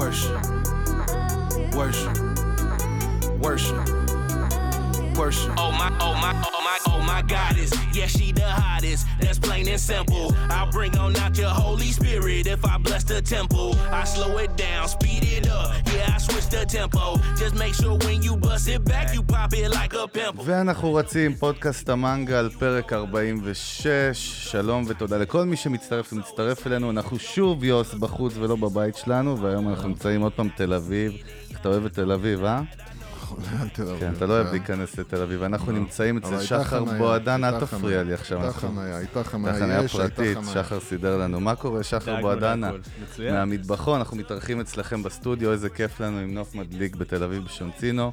Worship, worship, worship, worship. Oh my, oh my, oh my, oh my goddess. Yeah, she the hottest. That's plain and simple. I'll bring on out your Holy Spirit if I bless the temple. I slow it down, speed it up. Yeah, I switch the tempo. Just make sure when you bust it back, you pop it like a pimple. ואנחנו רצים פודקאסט המנגל, פרק 46. שלום ותודה לכל מי שמצטרף ומצטרף אלינו. אנחנו שוב יוס בחוץ ולא בבית שלנו, והיום אנחנו נמצאים עוד פעם תל אביב. אתה אוהב את תל אביב, אה? כן, אתה לא אוהב להיכנס לתל אביב. אנחנו נמצאים אצל שחר בועדן, אל תפריע לי עכשיו. הייתה חניה פרטית, שחר סידר לנו. מה קורה, שחר בועדנה? מהמטבחון, אנחנו מתארחים אצלכם בסטודיו, איזה כיף לנו עם נוף מדליק בתל אביב בשונצינו.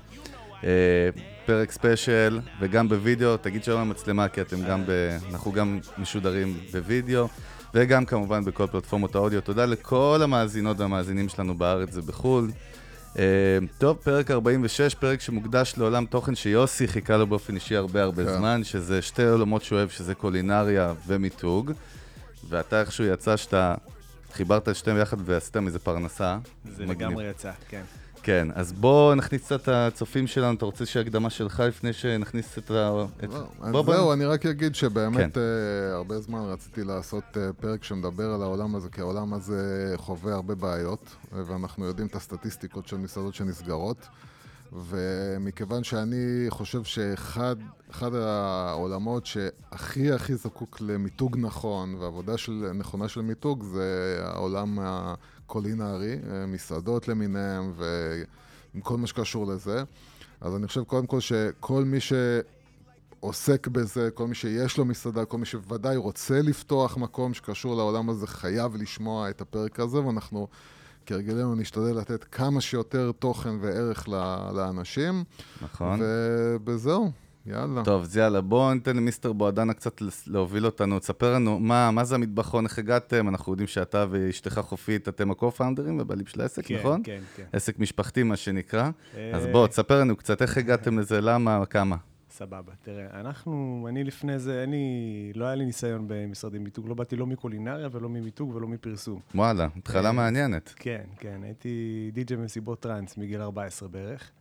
פרק ספיישל וגם בווידאו, תגיד שלום המצלמה, כי אנחנו גם משודרים בווידאו, וגם כמובן בכל פלטפורמות האודיו. תודה לכל המאזינות והמאזינים שלנו בארץ ובחול. טוב, פרק 46, פרק שמוקדש לעולם תוכן שיוסי חיכה לו באופן אישי הרבה זמן, שזה שתי עולמות שהוא אוהב, שזה קולינריה ומיתוג, ואתה איכשהו יצא שאתה חיברת את שתיהם יחד ועשיתם איזה פרנסה. זה לגמרי יצא, כן. כן, אז בוא נכניס קצת את הצופים שלנו. אתה רוצה שהקדמה שלך לפני שנכניס את זהו, אני רק אגיד שבאמת הרבה זמן רציתי לעשות פרק שמדבר על העולם הזה, כי העולם הזה חווה הרבה בעיות, ואנחנו יודעים את הסטטיסטיקות של מסעדות שנסגרות, ומכיוון שאני חושב שאחד העולמות שהכי זקוק למיתוג נכון, ועבודה נכונה של מיתוג, זה העולם קולינרי, מסעדות למיניהם וכל מה שקשור לזה. אז אני חושב קודם כל שכל מי שעוסק בזה, כל מי שיש לו מסעדה, כל מי שוודאי רוצה לפתוח מקום שקשור לעולם הזה, חייב לשמוע את הפרק הזה, ואנחנו כרגלנו נשתדל לתת כמה שיותר תוכן וערך לאנשים. נכון. ובזהו. יאללה. טוב, אז יאללה, בואו ניתן למיסטר בועדנה קצת להוביל אותנו. תספר לנו מה זה המטבחון, איך הגעתם? אנחנו יודעים שאתה ואשתך חופית, אתם הקו-פאונדרים ובעלים של העסק, כן, נכון? כן, כן. עסק משפחתי, מה שנקרא. אז בואו, תספר לנו קצת, איך הגעתם לזה, למה, כמה? סבבה, תראה, אני לפני זה, לא היה לי ניסיון במשרדי מיתוג, לא באתי לא מקולינריה ולא ממיתוג ולא מפרסום. וואלה, התחלה מעניינת. כן, כן, הייתי די.ג'יי מסיבות טרנס מגיל 14 בערך.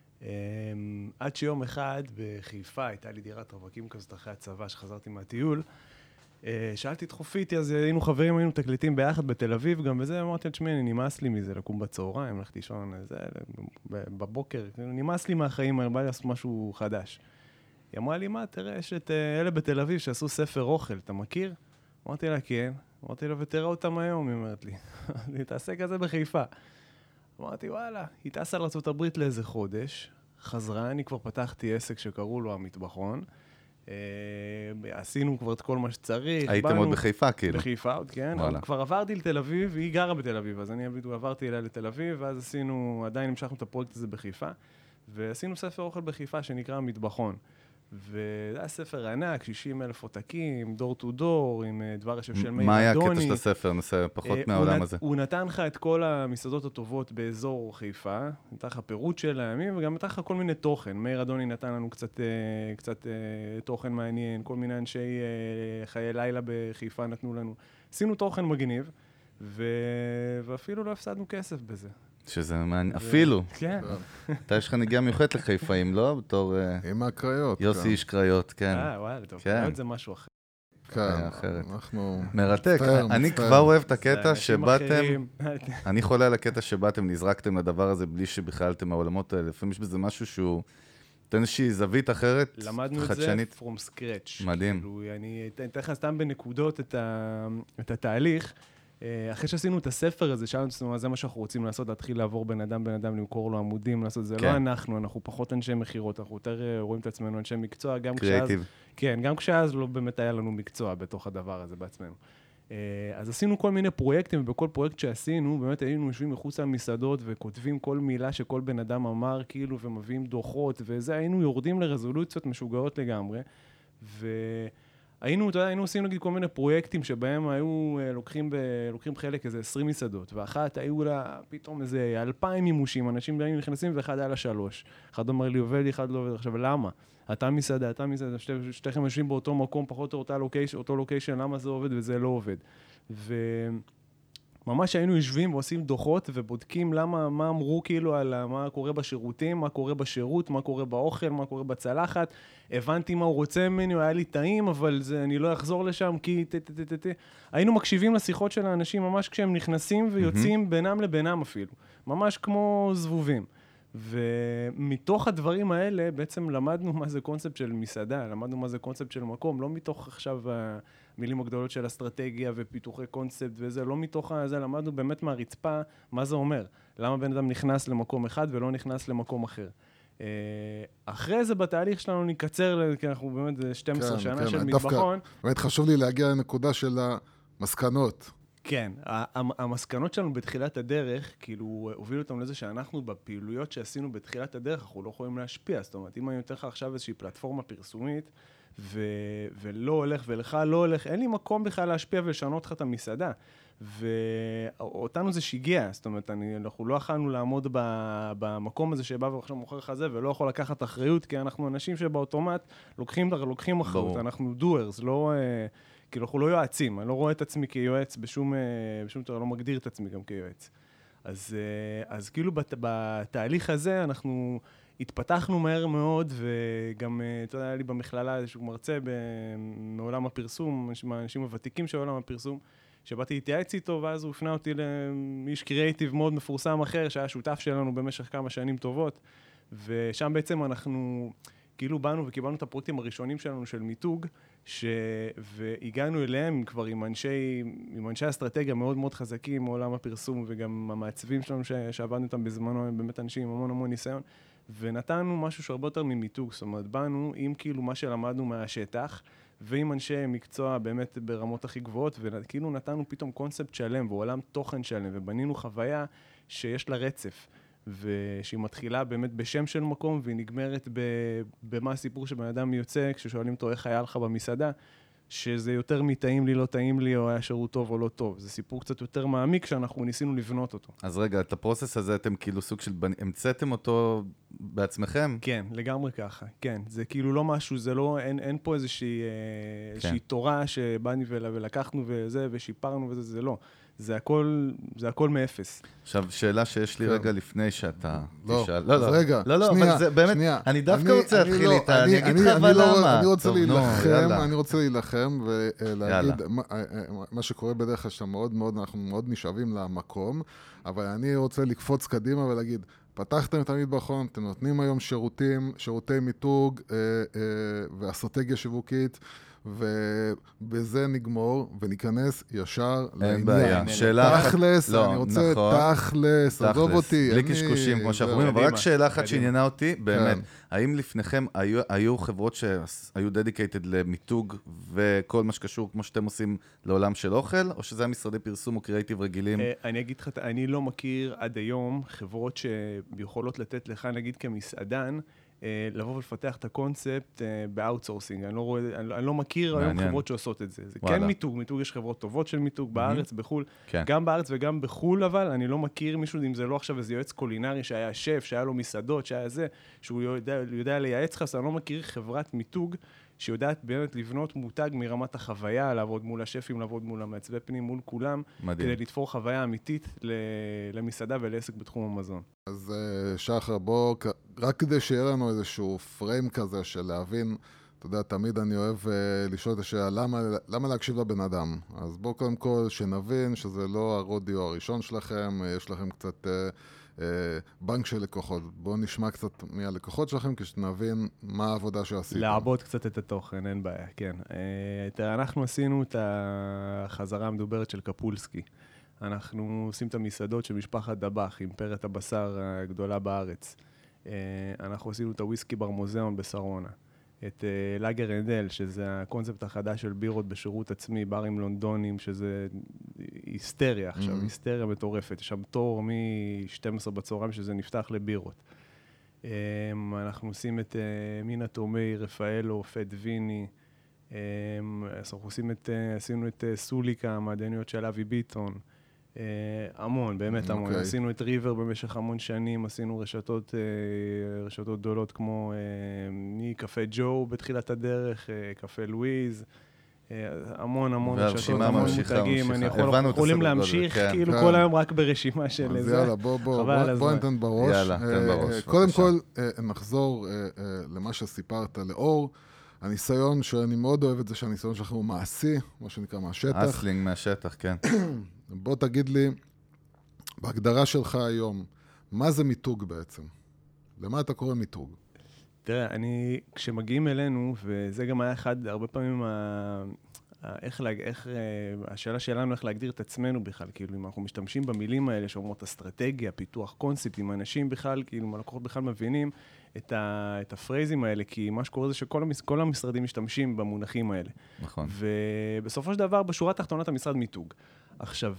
עד שיום אחד בחיפה הייתה לי דירת רווקים כזאת אחרי הצבא שחזרתי מהטיול, שאלתי את חופיתי, אז היינו חברים, היינו תקליטים ביחד בתל אביב, גם בזה אמרתי, תשמעי, אני נמאס לי מזה, לקום בצהריים, הלכתי לישון, בבוקר, נמאס לי מהחיים, אני בא לעשות משהו חדש. היא אמרה לי, מה, תראה, יש את אלה בתל אביב שעשו ספר אוכל, אתה מכיר? אמרתי לה, כן. אמרתי לה, ותראה אותם היום, היא אומרת לי, תעשה כזה בחיפה. אמרתי, וואלה, היא טסה לארצות הברית לאיזה חודש, חזרה, אני כבר פתחתי עסק שקראו לו המטבחון, עשינו כבר את כל מה שצריך. הייתם עוד בחיפה, כאילו. בחיפה עוד, כן. כבר עברתי לתל אביב, והיא גרה בתל אביב, אז אני עברתי אליה לתל אביב, ואז עדיין המשכנו את הפרויקט הזה בחיפה, ועשינו ספר אוכל בחיפה שנקרא המטבחון. וזה היה ספר ענק, 60,000 עותקים, דור טו דור, עם דבר השם של מאיר מה היה אדוני. הקטע של הספר? נעשה פחות מהעולם הזה. הוא נתן לך את כל המסעדות הטובות באזור חיפה, נתן לך פירוט של הימים, וגם נתן לך כל מיני תוכן. מאיר אדוני נתן לנו קצת תוכן מעניין, כל מיני אנשי חיי לילה בחיפה נתנו לנו. עשינו תוכן מגניב, ואפילו לא הפסדנו כסף בזה. שזה מעניין, אפילו. כן. אתה יש לך נגיעה מיוחדת לחיפאים, לא? בתור עם הקריות. יוסי איש קריות, כן. וואלה, טוב, קריות זה משהו אחר. כן, אחרת. אנחנו... מרתק. אני כבר אוהב את הקטע שבאתם, אני חולה על הקטע שבאתם, נזרקתם לדבר הזה בלי שבכללתם מהעולמות האלה. לפעמים יש בזה משהו שהוא... תן איזושהי זווית אחרת, חדשנית. למדנו את זה from scratch. מדהים. אני אתן לך סתם בנקודות את התהליך. אחרי שעשינו את הספר הזה, שאלנו, זה מה שאנחנו רוצים לעשות, להתחיל לעבור בן אדם, למכור לו עמודים, לעשות זה. לא אנחנו פחות אנשי מחירות, אנחנו יותר רואים את עצמנו אנשי מקצוע, גם כשאז... כן, גם כשאז לא באמת היה לנו מקצוע בתוך הדבר הזה בעצמנו. אז עשינו כל מיני פרויקטים, ובכל פרויקט שעשינו, באמת היינו יושבים מחוץ למסעדות, וכותבים כל מילה שכל בן אדם אמר, כאילו, ומביאים דוחות, וזה, היינו יורדים לרזולוציות משוגעות לגמרי, היינו עושים נגיד כל מיני פרויקטים שבהם היו לוקחים חלק איזה 20 מסעדות, ואחת היו לה פתאום איזה 2,000 מימושים, אנשים היו נכנסים ואחד היה לה 3. אחד אומר לי עובד, אחד לא עובד. עכשיו, למה? אתה מסעדה, שתיכם יושבים באותו מקום, פחות או אותו לוקיישן, למה זה עובד וזה לא עובד? ממש היינו יושבים ועושים דוחות ובודקים מה אמרו כאילו על מה קורה בשירותים, מה קורה בשירות, מה קורה באוכל, מה קורה בצלחת. הבנתי מה הוא רוצה ממני, היה לי טעים, אבל אני לא אחזור לשם כי היינו מקשיבים לשיחות של האנשים ממש כשהם נכנסים ויוצאים בינם לבינם אפילו. ממש כמו זבובים. ומתוך הדברים האלה בעצם למדנו מה זה קונספט של מסעדה, למדנו מה זה קונספט של מקום, לא מתוך עכשיו המילים הגדולות של אסטרטגיה ופיתוחי קונספט וזה, לא מתוך זה, למדנו באמת מהרצפה מה זה אומר, למה בן אדם נכנס למקום אחד ולא נכנס למקום אחר. אחרי זה בתהליך שלנו נקצר, כי אנחנו באמת 12 שנה של מטבחון. באמת חשוב לי להגיע לנקודה של המסקנות. כן, המסקנות שלנו בתחילת הדרך, כאילו, הובילו אותנו לזה שאנחנו בפעילויות שעשינו בתחילת הדרך, אנחנו לא יכולים להשפיע. זאת אומרת, אם אני נותן לך עכשיו איזושהי פלטפורמה פרסומית, ולא הולך ולך לא הולך, אין לי מקום בכלל להשפיע ולשנות לך את המסעדה. ואותנו זה שיגע, זאת אומרת, אנחנו לא יכולנו לעמוד במקום הזה שבא ועכשיו מוכר לך זה, ולא יכול לקחת אחריות, כי אנחנו אנשים שבאוטומט לוקחים אחריות, אנחנו doers, לא... כאילו, אנחנו לא יועצים, אני לא רואה את עצמי כיועץ בשום תורה, לא מגדיר את עצמי גם כיועץ. אז כאילו בתהליך הזה אנחנו התפתחנו מהר מאוד, וגם, אתה יודע, היה לי במכללה איזשהו מרצה מעולם הפרסום, מהאנשים הוותיקים של עולם הפרסום, שבאתי להתייעץ איתו, ואז הוא הפנה אותי לאיש קריאייטיב מאוד מפורסם אחר, שהיה שותף שלנו במשך כמה שנים טובות, ושם בעצם אנחנו... כאילו באנו וקיבלנו את הפרויקטים הראשונים שלנו של מיתוג, והגענו אליהם כבר עם אנשי אסטרטגיה מאוד מאוד חזקים מעולם הפרסום, וגם המעצבים שלנו שעבדנו איתם בזמנו, הם באמת אנשים עם המון המון ניסיון, ונתנו משהו שהרבה יותר ממיתוג, זאת אומרת, באנו עם כאילו מה שלמדנו מהשטח, ועם אנשי מקצוע באמת ברמות הכי גבוהות, וכאילו נתנו פתאום קונספט שלם, ועולם תוכן שלם, ובנינו חוויה שיש לה רצף. ושהיא מתחילה באמת בשם של מקום, והיא נגמרת במה הסיפור שבן אדם יוצא, כששואלים אותו איך היה לך במסעדה, שזה יותר מטעים לי, לא טעים לי, או היה שירות טוב או לא טוב. זה סיפור קצת יותר מעמיק שאנחנו ניסינו לבנות אותו. אז רגע, את הפרוסס הזה אתם כאילו סוג של... המצאתם אותו בעצמכם? כן, לגמרי ככה. כן, זה כאילו לא משהו, זה לא... אין פה איזושהי תורה שבאנו ולקחנו וזה, ושיפרנו וזה, זה לא. זה הכל מאפס. עכשיו, שאלה שיש לי רגע לפני שאתה תשאל. לא, רגע, שנייה, אבל באמת, אני דווקא רוצה להתחיל איתה, אני אגיד לך אבל למה. אני רוצה להילחם ולהגיד, מה שקורה בדרך כלל שאתה אנחנו מאוד נשאבים למקום, אבל אני רוצה לקפוץ קדימה ולהגיד, פתחתם את המטבחון, אתם נותנים היום שירותי מיתוג ואסטרטגיה שיווקית, ובזה נגמור וניכנס ישר לעניין. אין בעיה. שאלה אחת... תכלס, אני רוצה תכלס, עזוב אותי. בלי קשקושים, כמו שאנחנו אומרים, אבל רק שאלה אחת שעניינה אותי, באמת, האם לפניכם היו חברות שהיו דדיקייטד למיתוג וכל מה שקשור, כמו שאתם עושים לעולם של אוכל, או שזה היה משרדי פרסום או קריאייטיב רגילים? אני אגיד לך, אני לא מכיר עד היום חברות שיכולות לתת לך, נגיד כמסעדן, לבוא ולפתח את הקונספט באוטסורסינג. אני לא מכיר היום חברות שעושות את זה. זה כן מיתוג, מיתוג יש חברות טובות של מיתוג בארץ, בחול, גם בארץ וגם בחול, אבל אני לא מכיר מישהו, אם זה לא עכשיו איזה יועץ קולינרי שהיה שף, שהיה לו מסעדות, שהיה זה, שהוא יודע לייעץ לך, אז אני לא מכיר חברת מיתוג שיודעת באמת לבנות מותג מרמת החוויה, לעבוד מול השפים, לעבוד מול המעצבי פנים, מול כולם, כדי לתפור חוויה אמיתית למסעדה ולעסק בתחום המזון. אז שחר, בוא, רק כדי שיהיה לנו איזשהו פריים כזה של להבין, אתה יודע, תמיד אני אוהב לשאול את השאלה, למה להקשיב לבן אדם? אז בוא קודם כל שנבין שזה לא הרודיו הראשון שלכם, יש לכם קצת... בנק של לקוחות. בואו נשמע קצת מהלקוחות שלכם, כשנבין מה העבודה שעשיתם. לעבוד קצת את התוכן, אין בעיה, כן. אנחנו עשינו את החזרה המדוברת של קפולסקי. אנחנו עושים את המסעדות של משפחת דבח, אימפריית הבשר הגדולה בארץ. אנחנו עשינו את הוויסקי בר מוזיאון בשרונה. את לאגר אנדל, שזה הקונספט החדש של בירות בשירות עצמי, ברים לונדונים, שזה היסטריה עכשיו, היסטריה מטורפת. יש שם תור מ-12 בצהריים שזה נפתח לבירות. אנחנו עושים את מינה תומי, רפאלו, פט ויני, עשינו את סוליקה, המעדניות של אבי ביטון, המון, באמת המון. עשינו את ריבר במשך המון שנים, עשינו רשתות גדולות כמו מקפה ג'ו בתחילת הדרך, קפה לואיז, המון והרשימה ממשיכה. יכולים להמשיך כאילו כל היום רק ברשימה של אז יאללה, בוא ניתן בראש. קודם כל, נחזור למה שסיפרת לאור. הניסיון, שאני מאוד אוהב את זה, שהניסיון שלך הוא מעשי, מה שנקרא מהשטח. אסלינג מהשטח, כן. בוא תגיד לי, בהגדרה שלך היום, מה זה מיתוג בעצם? למה אתה קורא מיתוג? תראה, כשמגיעים אלינו, וזה גם היה אחד, הרבה פעמים, השאלה שלנו, איך להגדיר את עצמנו בכלל, כאילו, אם אנחנו משתמשים במילים האלה, שאומרות אסטרטגיה, פיתוח קונספטים, אנשים בכלל, כאילו, הלקוחות בכלל מבינים את הפרייזים האלה, כי מה שקורה זה שכל המשרדים משתמשים במונחים האלה. נכון. ובסופו של דבר, בשורה התחתונת המשרד מיתוג. עכשיו,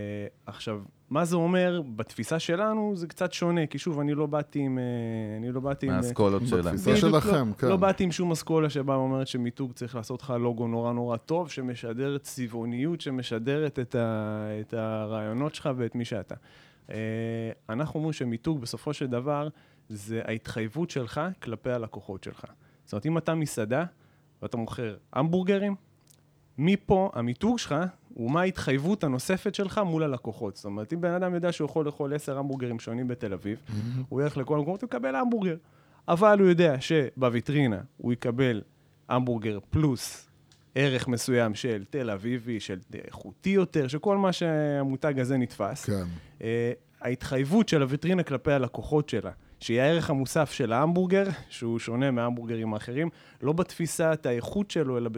מה זה אומר? בתפיסה שלנו זה קצת שונה, כי שוב, אני לא באתי עם... מהאסכולות שלהם. בתפיסה שלכם, כן. לא באתי עם שום אסכולה שבה אומרת שמיתוג צריך לעשות לך לוגו נורא נורא טוב, שמשדרת צבעוניות, שמשדרת את הרעיונות שלך ואת מי שאתה. אנחנו אומרים שמיתוג בסופו של דבר זה ההתחייבות שלך כלפי הלקוחות שלך. זאת אומרת, אם אתה מסעדה ואתה מוכר המבורגרים, מפה המיתוג שלך הוא מה ההתחייבות הנוספת שלך מול הלקוחות. זאת אומרת, אם בן אדם יודע שהוא יכול לאכול 10 המבורגרים שונים בתל אביב, הוא ילך לכל מקומות, הוא יקבל המבורגר. אבל הוא יודע שבוויטרינה הוא יקבל המבורגר פלוס ערך מסוים של תל אביבי, של איכותי יותר, שכל מה שהמותג הזה נתפס. כן. ההתחייבות של הוויטרינה כלפי הלקוחות שלה, שהיא הערך המוסף של ההמבורגר, שהוא שונה מההמבורגרים האחרים, לא בתפיסת האיכות שלו, אלא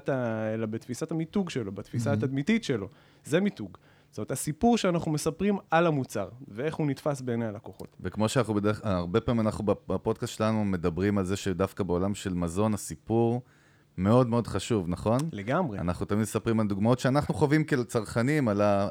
בתפיסת המיתוג שלו, בתפיסה התדמיתית שלו. זה מיתוג. זאת אומרת, הסיפור שאנחנו מספרים על המוצר, ואיך הוא נתפס בעיני הלקוחות. וכמו שאנחנו הרבה פעמים אנחנו בפודקאסט שלנו מדברים על זה שדווקא בעולם של מזון, הסיפור מאוד מאוד חשוב, נכון? לגמרי. אנחנו תמיד מספרים על דוגמאות שאנחנו חווים כצרכנים,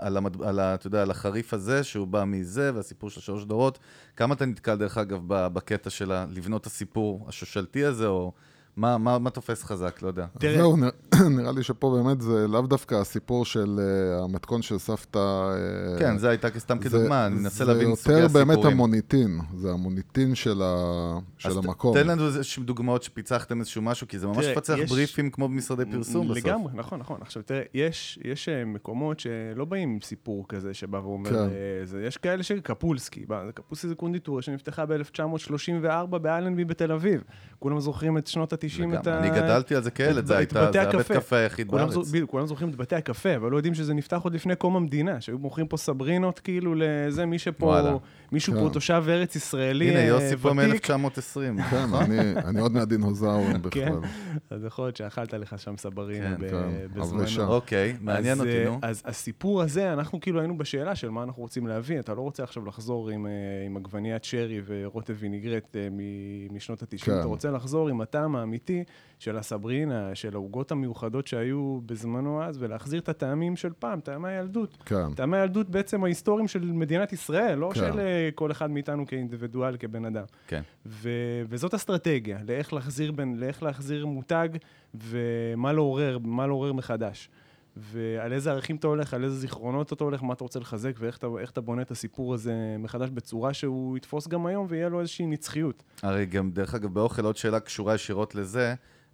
אתה יודע, על החריף הזה, שהוא בא מזה, והסיפור של 3 דורות. כמה אתה נתקל, דרך אגב, בקטע של לבנות הסיפור השושלתי הזה, או מה תופס חזק? לא יודע. זהו, נראה לי שפה באמת זה לאו דווקא הסיפור של המתכון של סבתא. כן, זה הייתה סתם כדוגמה, אני מנסה להבין סוגי הסיפורים. זה יותר באמת המוניטין, זה המוניטין של המקום. תן לנו איזושהי דוגמאות שפיצחתם איזשהו משהו, כי זה ממש פצח בריפים כמו במשרדי פרסום בסוף. לגמרי, נכון. עכשיו תראה, יש מקומות שלא באים עם סיפור כזה שבא ואומר, יש כאלה שקפולסקי, קפולסקי זה קונדיטוריה שנפתחה ב-1934 באלנבי בתל אביב. כולם זוכרים את שנות ה-90. אני גדלתי על זה כילד, זה הבית קפה היחיד בארץ. כולם זוכרים את בתי הקפה, אבל לא יודעים שזה נפתח עוד לפני קום המדינה, שהיו מוכרים פה סברינות כאילו לזה, מישהו פה תושב ארץ ישראלי. הנה, יוסי פה מ-1920. כן, אני עוד מהדינוזאורים בכלל. אז יכול להיות שאכלת לך שם סברינה בזמנו. אוקיי, מעניין אותי, נו. אז הסיפור הזה, אנחנו כאילו היינו בשאלה של מה אנחנו רוצים להביא. אתה לא רוצה עכשיו לחזור עם עגבניית שרי ורוטב וינגרט משנות ה-90. אתה רוצה לחזור עם הטעם האמיתי של הסברינה, של העוגות המיוחדות שהיו בזמנו אז, ולהחזיר את הטעמים של פעם, טעמי הילדות. כן. טעמי הילדות בעצם ההיסטוריים של מדינת ישראל, לא של כל אחד מאיתנו כאינדיבידואל, כבן אדם. כן. וזאת אסטרטגיה, לאיך להחזיר מותג, ומה לעורר מחדש. ועל איזה ערכים אתה הולך, על איזה זיכרונות אתה הולך, מה אתה רוצה לחזק, ואיך אתה בונה את הסיפור הזה מחדש בצורה שהוא יתפוס גם היום, ויהיה לו איזושהי נצחיות. הרי גם, דרך אגב, באוכל עוד שאלה קשורה ישירות לזה,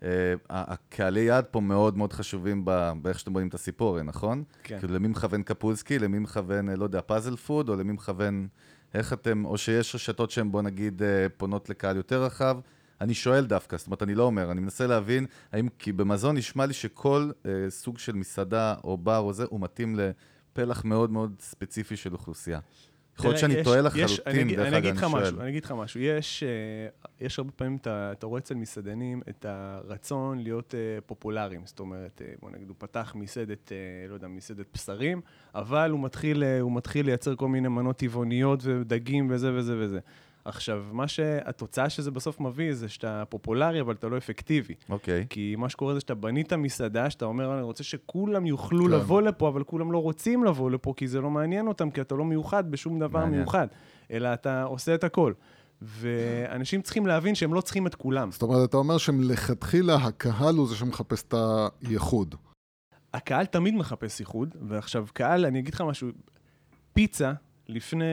הקהלי יעד פה מאוד מאוד חשובים באיך שאתם בונים את הסיפור, נכון? כן. כאילו, למי מכוון קפולסקי, למי מכוון, לא יודע, פאזל פוד, או למי מכוון, איך אתם, או שיש רשתות שהן, בוא נגיד, פונות לקהל יותר רחב, אני שואל דווקא, זאת אומרת, אני לא אומר, אני מנסה להבין, כי במזון נשמע לי שכל סוג של מסעדה או בר או זה, הוא מתאים לפלח מאוד מאוד ספציפי של אוכלוסייה. יכול להיות שאני טועה לחלוטין, דרך אגב, אני שואל. אני אגיד לך משהו, יש הרבה פעמים, אתה רואה אצל מסעדנים את הרצון להיות פופולריים, זאת אומרת, בוא נגיד, הוא פתח מסעדת, לא יודע, מסעדת בשרים, אבל הוא מתחיל לייצר כל מיני מנות טבעוניות ודגים וזה וזה וזה. עכשיו, התוצאה שזה בסוף מביא זה שאתה פופולרי, אבל אתה לא אפקטיבי. אוקיי. כי מה שקורה זה שאתה בנית מסעדה, שאתה אומר, אני רוצה שכולם יוכלו לבוא לפה, אבל כולם לא רוצים לבוא לפה, כי זה לא מעניין אותם, כי אתה לא מיוחד בשום דבר מיוחד, אלא אתה עושה את הכל. ואנשים צריכים להבין שהם לא צריכים את כולם. זאת אומרת, אתה אומר שמלכתחילה הקהל הוא זה שמחפש את הייחוד. הקהל תמיד מחפש ייחוד, ועכשיו קהל, אני אגיד לך משהו, פיצה, לפני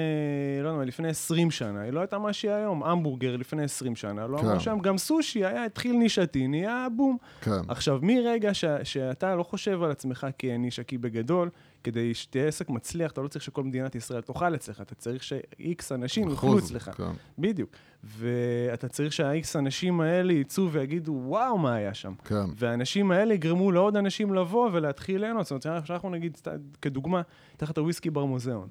20 שנה, היא לא הייתה מה שהיא היום. המבורגר לפני 20 שנה, לא אמר שם, גם סושי התחיל נישתי, נהיה בום. עכשיו, מרגע שאתה לא חושב על עצמך כנישקי בגדול, כדי שתהיה עסק מצליח, אתה לא צריך שכל מדינת ישראל תאכל אצלך, אתה צריך ש-X אנשים יאכלו אצלך. בדיוק. ואתה צריך שה-X אנשים האלה יצאו ויגידו, וואו, מה היה שם. והאנשים האלה יגרמו לעוד אנשים לבוא ולהתחיל ליהנות. זאת אומרת, שאנחנו נגיד, כדוגמה, תחת הוויסקי בר מוזיאון.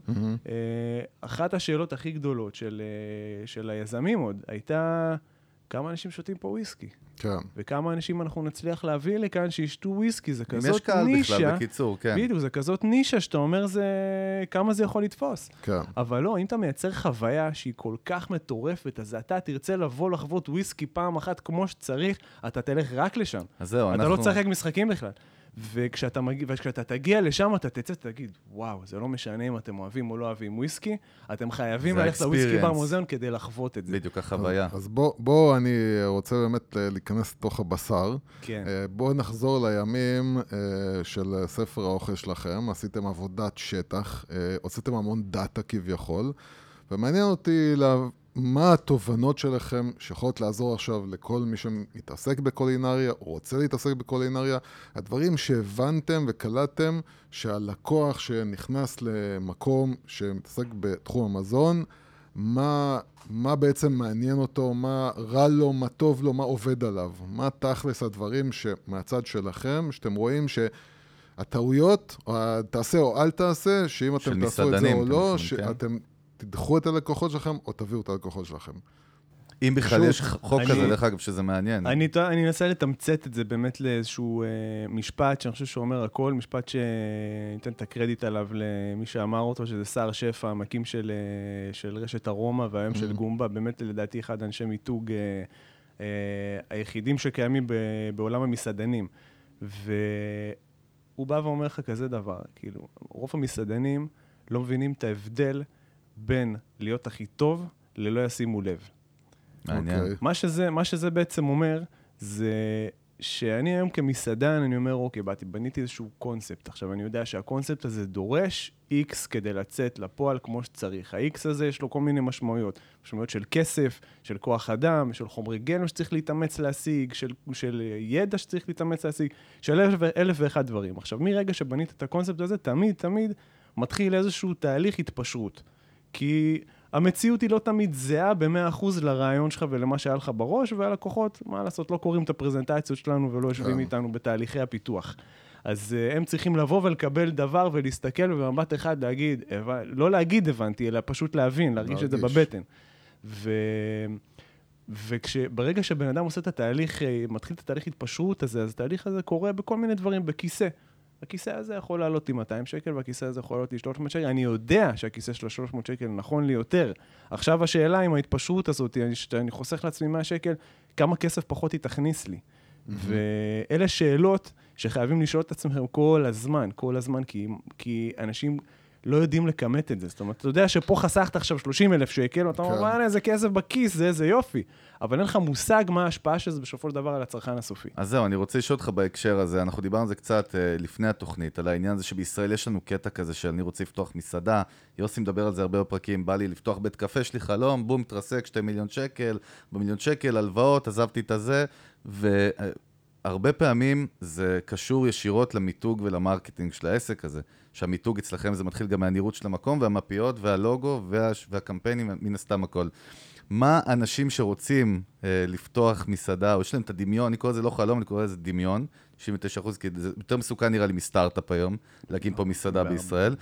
אחת השאלות הכי גדולות של היזמים עוד, הייתה כמה אנשים שותים פה וויסקי. כן. וכמה אנשים אנחנו נצליח להביא לכאן שישתו וויסקי, זה כזאת נישה. אם יש קהל בכלל, בקיצור, כן. בדיוק, זה כזאת נישה שאתה אומר כמה זה יכול לתפוס. כן. אבל לא, אם אתה מייצר חוויה שהיא כל כך מטורפת, אז אתה תרצה לבוא לחוות וויסקי פעם אחת כמו שצריך, אתה תלך רק לשם. אז זהו, אתה לא תשחק משחקים בכלל. וכשאתה תגיע לשם, אתה תצא, תגיד, וואו, זה לא משנה אם אתם אוהבים או לא אוהבים וויסקי, אתם חייבים ללכת לוויסקי בר מוזיאון כדי לחוות את זה. בדיוק, החוויה. אז בוא, אני רוצה באמת להיכנס לתוך הבשר. כן. בואו נחזור לימים של ספר האוכל שלכם, עשיתם עבודת שטח, הוצאתם המון דאטה כביכול, ומעניין אותי מה התובנות שלכם שיכולות לעזור עכשיו לכל מי שמתעסק בקולינריה, או רוצה להתעסק בקולינריה, הדברים שהבנתם וקלטתם שהלקוח שנכנס למקום שמתעסק בתחום המזון, מה בעצם מעניין אותו, מה רע לו, מה טוב לו, מה עובד עליו, מה תכלס הדברים שמהצד שלכם, שאתם רואים שהטעויות, או תעשה או אל תעשה, שאם אתם תעשו את זה או לא, שאתם תדחו את הלקוחות שלכם, או תביאו את הלקוחות שלכם. אם בכלל יש חוק כזה, דרך אגב, שזה מעניין. אני אנסה לתמצת את זה באמת לאיזשהו משפט, שאני חושב שאומר הכל, משפט שניתן את הקרדיט עליו למי שאמר אותו, שזה שר שפע, המקים של רשת ארומה, והיום של גומבה, באמת לדעתי אחד אנשי מיתוג היחידים שקיימים בעולם המסעדנים. והוא בא ואומר לך כזה דבר, כאילו, רוב המסעדנים לא מבינים את ההבדל בין להיות הכי טוב ללא ישימו לב. מעניין. מה שזה בעצם אומר, זה שאני היום כמסעדן, אני אומר, אוקיי, בניתי איזשהו קונספט. עכשיו, אני יודע שהקונספט הזה דורש X כדי לצאת לפועל כמו שצריך. ה-X הזה יש לו כל מיני משמעויות. משמעויות של כסף, של כוח אדם, של חומרי גלם שצריך להתאמץ להשיג, של ידע שצריך להתאמץ להשיג, של אלף ואחד דברים. עכשיו, מרגע שבנית את הקונספט הזה, תמיד מתחיל איזשהו תהליך התפשרות. כי המציאות היא לא תמיד זהה ב100% לרעיון שלך ולמה שהיה לך בראש, והלקוחות, מה לעשות, לא קוראים את הפרזנטציות שלנו ולא יושבים איתנו בתהליכי הפיתוח. אז הם צריכים לבוא ולקבל דבר ולהסתכל ובמבט אחד להגיד, לא להגיד הבנתי, אלא פשוט להבין, להרגיש את זה בבטן. וברגע שבן אדם עושה את התהליך, מתחיל את התהליך התפשרות הזה, אז התהליך הזה קורה בכל מיני דברים, בכיסא. הכיסא הזה יכול לעלות לי 200 שקל, והכיסא הזה יכול לעלות לי 300 שקל. אני יודע שהכיסא של 300 שקל נכון לי יותר. עכשיו השאלה עם ההתפשרות הזאת, אני חוסך לעצמי 100 שקל, כמה כסף פחות היא תכניס לי. ואלה שאלות שחייבים לשאול את עצמכם כל הזמן, כי אנשים לא יודעים לכמת את זה. זאת אומרת, אתה יודע שפה חסכת עכשיו 30,000 שקל, ואתה אומר, איזה כסף בכיס, זה יופי. אבל אין לך מושג מה ההשפעה של זה בסופו של דבר על הצרכן הסופי. אז זהו, אני רוצה לשאול אותך בהקשר הזה, אנחנו דיברנו על זה קצת לפני התוכנית, על העניין הזה שבישראל יש לנו קטע כזה שאני רוצה לפתוח מסעדה, יוסי מדבר על זה הרבה בפרקים, בא לי לפתוח בית קפה, יש לי חלום, בום, מתרסק, 2 מיליון שקל, במיליון שקל, הלוואות, עזבתי את הזה, והרבה פעמים זה קשור ישירות למיתוג ולמרקטינג של העסק הזה, שהמיתוג אצלכם זה מתחיל גם מהנראות של המקום, והמפיות והלוגו והקמפיינים, מן הסתם הכל. מה אנשים שרוצים לפתוח מסעדה, או יש להם את הדמיון, אני קורא לזה לא חלום, אני קורא לזה דמיון, 99%, כי זה יותר מסוכן נראה לי מסטארט-אפ היום, להקים פה מסעדה בישראל.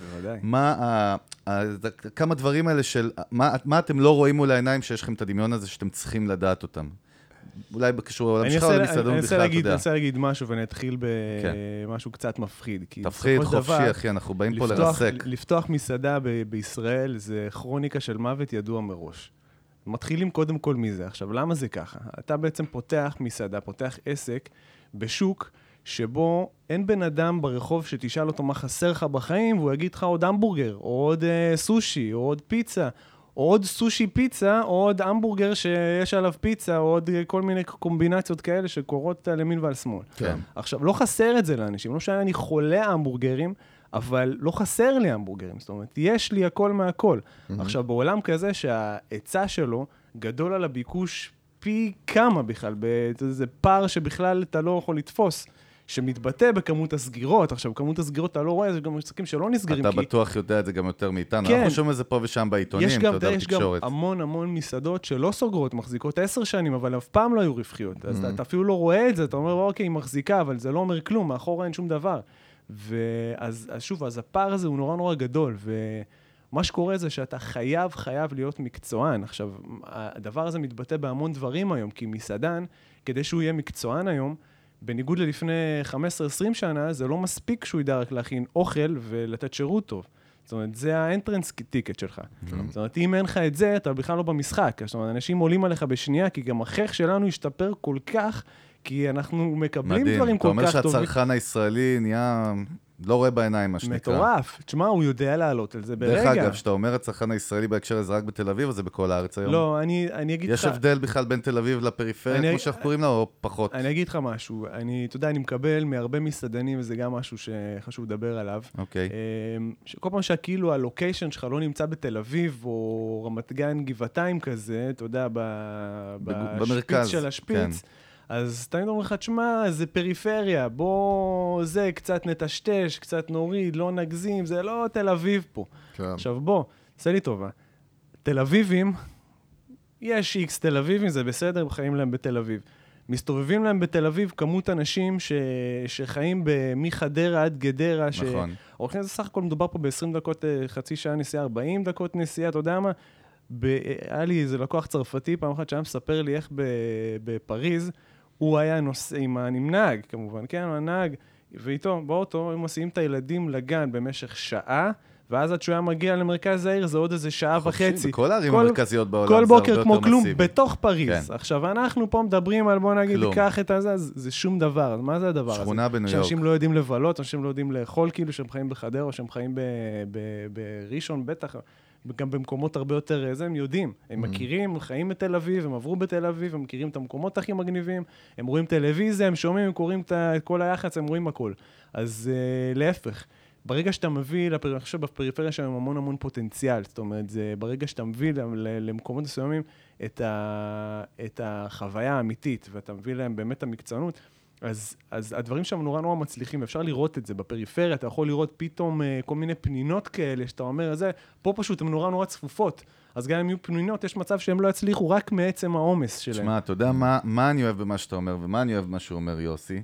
כמה דברים האלה של, מה אתם לא רואים מול העיניים שיש לכם את הדמיון הזה שאתם צריכים לדעת אותם? אולי בקשור לעולם שלך או למסעדות בכלל, אתה יודע. אני רוצה להגיד משהו ואני אתחיל במשהו קצת מפחיד. תפחיד, חופשי, אחי, אנחנו באים פה לרסק. לפתוח מסעדה בישראל זה כרוניקה של מוות ידוע מראש. מתחילים קודם כל מזה. עכשיו, למה זה ככה? אתה בעצם פותח מסעדה, פותח עסק בשוק שבו אין בן אדם ברחוב שתשאל אותו מה חסר לך בחיים, והוא יגיד לך עוד המבורגר, או עוד סושי, או עוד פיצה, או עוד סושי פיצה, או עוד המבורגר שיש עליו פיצה, או עוד כל מיני קומבינציות כאלה שקורות על ימין ועל שמאל. כן. עכשיו, לא חסר את זה לאנשים, לא שאני חולה המבורגרים, אבל לא חסר לי המבורגרים, זאת אומרת, יש לי הכל מהכל. עכשיו, בעולם כזה שההיצע שלו גדול על הביקוש פי כמה בכלל, זה פער שבכלל אתה לא יכול לתפוס, שמתבטא בכמות הסגירות. עכשיו, כמות הסגירות אתה לא רואה, זה גם עסקים שלא נסגרים. אתה בטוח יודע את זה גם יותר מאיתנו. כן. אנחנו שומעים את זה פה ושם בעיתונים, אתה יודע, בתקשורת. יש גם המון מסעדות שלא סוגרות, מחזיקות 10 שנים, אבל אף פעם לא היו רווחיות. אז אתה אפילו לא רואה את זה, אתה אומר, אוקיי, היא מחזיקה, אבל זה לא אומר כלום, מאחורה אין שום דבר. ואז שוב, אז הפער הזה הוא נורא גדול, ומה שקורה זה שאתה חייב להיות מקצוען. עכשיו, הדבר הזה מתבטא בהמון דברים היום, כי מסעדן, כדי שהוא יהיה מקצוען היום, בניגוד ללפני 15-20 שנה, זה לא מספיק שהוא ידע רק להכין אוכל ולתת שירות טוב. זאת אומרת, זה האנטרנס טיקט שלך. זאת אומרת, אם אין לך את זה, אתה בכלל לא במשחק. זאת אומרת, אנשים עולים עליך בשנייה, כי גם החך שלנו השתפר כל כך, כי אנחנו מקבלים דברים כל כך טובים. אתה אומר שהצרכן הישראלי נהיה לא רואה בעיניים, מה שנקרא. מטורף. תשמע, הוא יודע לעלות על זה ברגע. דרך אגב, שאתה אומר הצרכן הישראלי בהקשר הזה רק בתל אביב, או זה בכל הארץ היום? לא, אני אגיד לך... יש הבדל בכלל בין תל אביב לפריפריה, כמו שאנחנו קוראים לה, או פחות? אני אגיד לך משהו. אתה יודע, אני מקבל מהרבה מסעדנים, וזה גם משהו שחשוב לדבר עליו. אוקיי. כל פעם שכאילו הלוקיישן שלך לא נמצא בתל אביב, או רמת גן גבעתיים כזה, אתה יודע, בשפיץ של השפיץ, אז תמיד אומרים לך, תשמע, זה פריפריה, בוא, זה קצת נטשטש, קצת נוריד, לא נגזים, זה לא תל אביב פה. כן. עכשיו בוא, עשה לי טובה. תל אביבים, יש איקס תל אביבים, זה בסדר, הם חיים להם בתל אביב. מסתובבים להם בתל אביב כמות אנשים שחיים מחדרה עד גדרה. נכון. אורחים, זה סך הכל מדובר פה ב-20 דקות, חצי שעה נסיעה, 40 דקות נסיעה, אתה יודע מה? היה לי איזה לקוח צרפתי, פעם אחת שהיה מספר לי איך בפריז, הוא היה נוסע עם הנהג, כמובן, כן, הנהג, ואיתו, באוטו, הם מסיעים את הילדים לגן במשך שעה, ואז עד שהוא היה מגיע למרכז העיר, זה עוד איזה שעה וחצי. בכל הערים המרכזיות בעולם, כל בוקר כמו כלום, בתוך פריז. עכשיו, אנחנו פה מדברים על, בוא נגיד, קח את הזה, זה שום דבר. מה זה הדבר הזה? שכונה בניו יורק. שאנשים לא יודעים לבלות, אנשים לא יודעים לאכול, כאילו שהם חיים בחדרה, או שהם חיים בראשון, בטח. גם במקומות הרבה יותר, הם יודעים, הם מכירים, הם חיים בתל אביב, הם עברו בתל אביב, הם מכירים את המקומות הכי מגניבים, הם רואים טלוויזיה, הם שומעים, הם קוראים את כל היחץ, הם רואים הכל. אז להפך, ברגע שאתה מביא, אני חושב בפריפריה שם המון פוטנציאל, זאת אומרת, ברגע שאתה מביא למקומות מסוימים את החוויה האמיתית, ואתה מביא להם באמת המקצוענות, אז הדברים שם נורא מצליחים, אפשר לראות את זה בפריפריה, אתה יכול לראות פתאום כל מיני פנינות כאלה, שאתה אומר, פה פשוט הן נורא צפופות, אז גם אם יהיו פנינות, יש מצב שהם לא יצליחו רק מעצם העומס שלהם. תשמע, אתה יודע מה אני אוהב במה שאתה אומר, ומה אני אוהב במה שהוא אומר יוסי,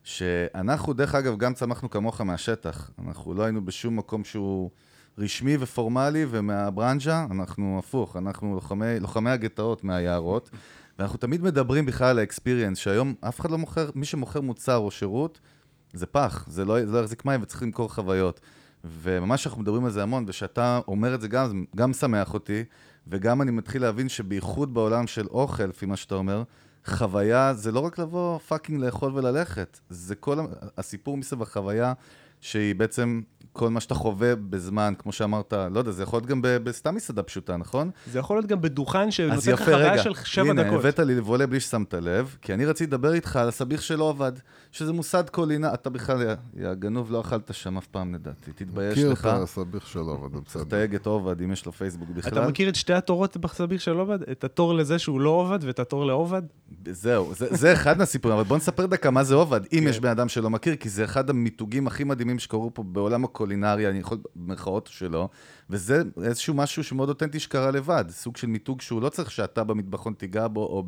שאנחנו דרך אגב גם צמחנו כמוך מהשטח, אנחנו לא היינו בשום מקום שהוא רשמי ופורמלי ומהברנז'ה, אנחנו הפוך, אנחנו לוחמי הגטאות מהיערות, ואנחנו תמיד מדברים בכלל על האקספיריאנס, שהיום אף אחד לא מוכר, מי שמוכר מוצר או שירות, זה פח, זה לא יחזיק מים וצריך למכור חוויות. וממש אנחנו מדברים על זה המון, ושאתה אומר את זה גם שמח אותי, וגם אני מתחיל להבין שבייחוד בעולם של אוכל, לפי מה שאתה אומר, חוויה זה לא רק לבוא פאקינג לאכול וללכת, זה כל הסיפור מסביב החוויה, שהיא בעצם כל מה שאתה חווה בזמן, כמו שאמרת, לא יודע, זה יכול להיות גם בסתם מסעדה פשוטה, נכון? זה יכול להיות גם בדוכן שנותן לך חוויה של 7 דקות. הנה, הבאת לי לבולה בלי ששמת לב, כי אני רציתי לדבר איתך על הסביך שלא עבד, שזה מוסד קולינה, אתה בכלל, יא גנוב, לא אכלת שם אף פעם נדעתי, תתבייש לך. מכיר את הסביך שלא עבד, בסדר. תתייג את עובד, אם יש לו פייסבוק בכלל. אתה מכיר את שתי התורות בסביך שלא עבד? את התור לזה שהוא לא עובד ואת התור לעובד? זהו, זה אחד מהסיפורים, אבל בוא נספר דקה מה זה עובד, אם יש בן אדם שלא מכיר, כי זה אחד המיתוגים הכי מדהימים שקורו פה בעולם הקולינריה, אני יכול במרכאות שלו, וזה איזשהו משהו שמאוד אותנטי שקרה לבד, סוג של מיתוג שהוא לא צריך שאתה במטבחון תיגע בו, או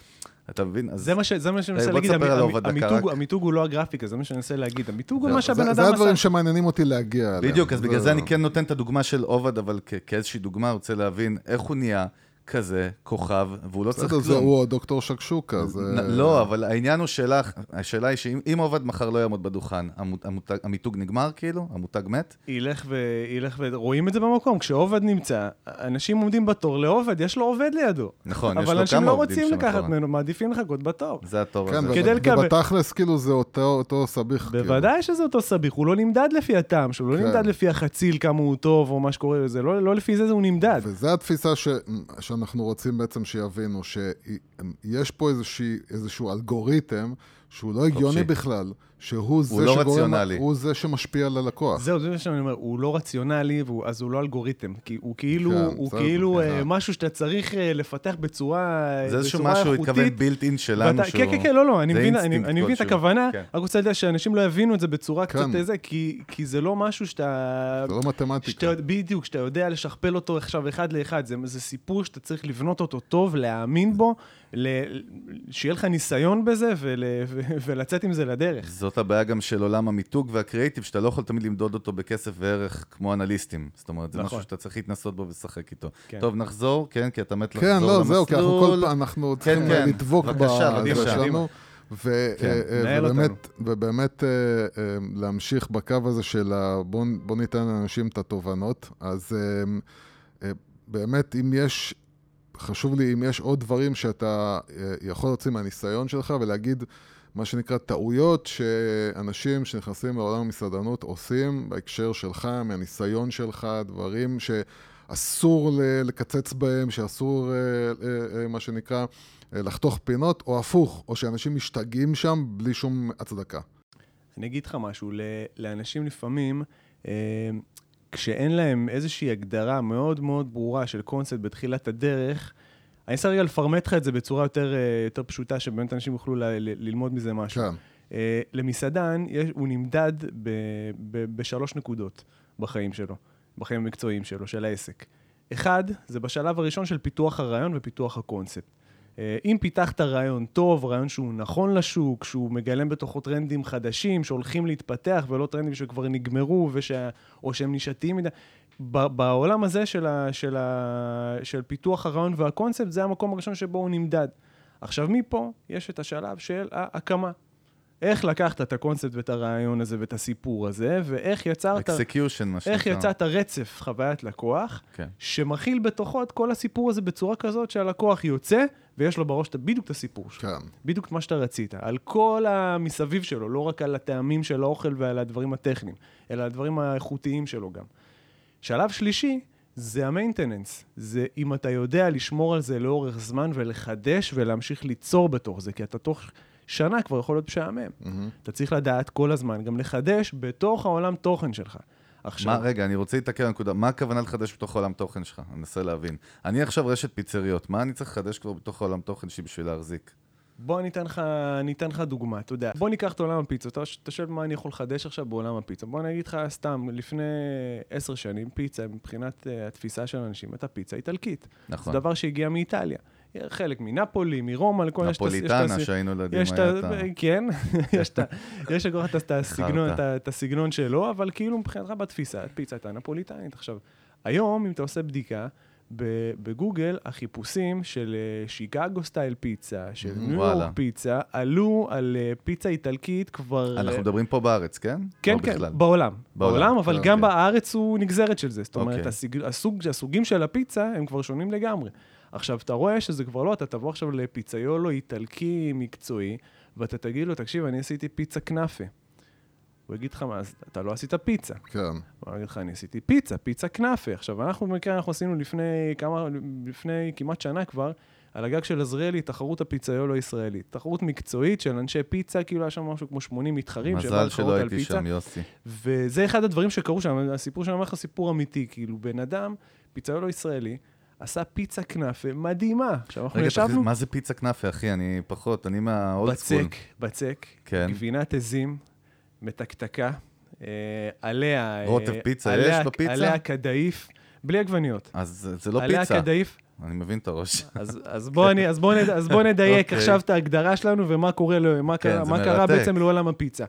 אתה מבין? זה מה שאני מנסה להגיד, המיתוג הוא לא הגרפיקה, זה מה שאני מנסה להגיד, המיתוג הוא מה שהבן אדם עשה. זה הדברים שמעניינים אותי להגיע עליהם. בדיוק, אז בגלל זה אני כן נותן את הדוגמה של עובד, אבל כאיזושהי דוגמה, רוצה להבין איך הוא נהיה כזה, כוכב, והוא לא צריך כלום. זה הוא דוקטור שקשוקה. לא, אבל העניין הוא השאלה היא שאם עובד מחר לא יעמוד בדוכן, המיתוג נגמר כאילו? המותג מת? ילך ורואים את זה במקום. כשעובד נמצא, אנשים עומדים בתור לעובד, יש לו עובד לידו. נכון, יש לו כמה עובדים אבל אנשים לא רוצים לקחת ממנו, מעדיפים לחכות בתור. זה התור הזה. ובתכלס כאילו זה אותו סביך. בוודאי שזה אותו סביך, הוא לא נמדד לפי הטעם, שהוא לא נמדד לפי החציל, כמה הוא טוב או מה שקורה, זה לא לפי זה הוא נמדד. וזה התפיסה שאנחנו רוצים בעצם שיבינו שיש פה איזשהו אלגוריתם שהוא לא הגיוני בכלל, שהוא זה לא שגורם, רציונלי. הוא זה שמשפיע על הלקוח. זהו, זה מה שאני אומר, הוא לא רציונלי, אז הוא לא אלגוריתם, כי הוא כאילו משהו שאתה צריך לפתח בצורה איכותית. זה איזשהו משהו התכוון בילט-אין שלנו. כן, לא, אני מבין את הכוונה, רק רוצה לדעת שאנשים לא יבינו את זה בצורה קצת איזה, כי זה לא משהו שאתה... זה לא מתמטיקה. בדיוק, שאתה יודע לשכפל אותו עכשיו אחד לאחד, זה סיפור שאתה צריך לבנות אותו טוב, להאמין בו, שיהיה לך ניסיון בזה ולצאת עם זה לדרך. זאת הבעיה גם של עולם המיתוג והקריאיטיב, שאתה לא יכול תמיד למדוד אותו בכסף וערך כמו אנליסטים. זאת אומרת, זה משהו שאתה צריך להתנסות בו ולשחק איתו. טוב, נחזור, כן, כי אתה מת לחזור למסלול. כן, לא, זהו, כי אנחנו צריכים לדבוק בזה שלנו. ובאמת להמשיך בקו הזה של בוא ניתן לאנשים את התובנות. אז באמת, חשוב לי, אם יש עוד דברים שאתה יכול להוציא מהניסיון שלך ולהגיד מה שנקרא טעויות שאנשים שנכנסים לעולם המסעדנות עושים בהקשר שלך, מהניסיון שלך, דברים שאסור לקצץ בהם, שאסור מה שנקרא לחתוך פינות, או הפוך, או שאנשים משתגעים שם בלי שום הצדקה. אני אגיד לך משהו, לאנשים לפעמים, כשאין להם איזושהי הגדרה מאוד מאוד ברורה של קונספט בתחילת הדרך, אני אנסה רגע לפרמט לך את זה בצורה יותר פשוטה, שבאמת אנשים יוכלו ללמוד מזה משהו. כן. למסעדן, הוא נמדד בשלוש נקודות בחיים שלו, בחיים המקצועיים שלו, של העסק. אחד, זה בשלב הראשון של פיתוח הרעיון ופיתוח הקונספט. אם פיתחת רעיון טוב, רעיון שהוא נכון לשוק, שהוא מגלם בתוכו טרנדים חדשים, שהולכים להתפתח ולא טרנדים שכבר נגמרו, או שהם נשתיים מדי, בעולם הזה של פיתוח הרעיון והקונספט, זה המקום הראשון שבו הוא נמדד. עכשיו מפה יש את השלב של ההקמה. איך לקחת את הקונספט ואת הרעיון הזה ואת הסיפור הזה, ואיך יצרת... execution, מה איך יצרת רצף חוויית לקוח, שמכיל בתוכו את כל הסיפור הזה בצורה כזאת שהלקוח יוצא, ויש לו בראש בדיוק את הסיפור שלו. בדיוק מה שאתה רצית. על כל המסביב שלו, לא רק על הטעמים של האוכל ועל הדברים הטכניים, אלא על הדברים האיכותיים שלו גם. שלב שלישי, זה המיינטננס. זה אם אתה יודע לשמור על זה לאורך זמן ולחדש ולהמשיך ליצור בתוך זה, כי אתה תוך שנה כבר יכול להיות משעמם. אתה צריך לדעת כל הזמן, גם לחדש בתוך העולם תוכן שלך. מה, רגע, אני רוצה להתעכב על נקודה. מה הכוונה לחדש בתוך העולם תוכן שלך? אני אנסה להבין. אני עכשיו רשת פיצריות. מה אני צריך לחדש כבר בתוך העולם תוכן שלי בשביל להחזיק? בוא ניתן לך דוגמה, אתה יודע. בוא ניקח את עולם הפיצה. אתה שואל מה אני יכול לחדש עכשיו בעולם הפיצה. בוא נגיד לך סתם, לפני 10 שנים, פיצה, מבחינת התפיסה של אנשים, את הפיצה איטלקית. נכון. זה דבר שהגיע מאיטליה. חלק מנפולי, מרומא, לכל... נפוליטנה שהיינו לדעים הייתה. כן, יש לכל את הסגנון שלו, אבל כאילו מבחינתך בתפיסה, פיצה הייתה נפוליטנית. עכשיו, היום, אם אתה עושה בדיקה, בגוגל, החיפושים של שיקגו סטייל פיצה, של ניו יורק פיצה, עלו על פיצה איטלקית כבר... אנחנו מדברים פה בארץ, כן? כן, כן, בעולם, אבל גם בארץ הוא נגזרת של זה. זאת אומרת, הסוגים של הפיצה הם כבר שונים לגמרי. עכשיו, אתה רואה שזה כבר לא, אתה תבוא עכשיו לפיצאיולו איטלקי מקצועי, ואתה תגיד לו, תקשיב, אני עשיתי פיצה כנאפה. הוא יגיד לך, מה, אתה לא עשית פיצה. כן. הוא יגיד לך, אני עשיתי פיצה כנאפה. עכשיו, אנחנו במקרה, אנחנו עשינו לפני כמעט שנה כבר, על הגג של עזריאלי, תחרות הפיצאיולו הישראלית. תחרות מקצועית של אנשי פיצה, כאילו היה שם משהו כמו 80 מתחרים. מזל שלא הייתי שם, יוסי. וזה אחד הדברים שקרו שם, הסיפור שאני אומר לך, סיפור אמיתי, כאילו, בן אדם, פיצאיולו ישראלי, עשה פיצה כנאפה מדהימה. רגע, מה זה פיצה כנאפה, אחי? אני פחות, אני מהאולד סקול. בצק, גבינת עזים, מתקתקה, עליה... רוטב פיצה יש בפיצה? עליה קדאיף, בלי עגבניות. אז זה לא פיצה. עליה קדאיף. אני מבין את הראש. אז בוא נדייק עכשיו את ההגדרה שלנו ומה קורה, מה קרה בעצם לעולם הפיצה.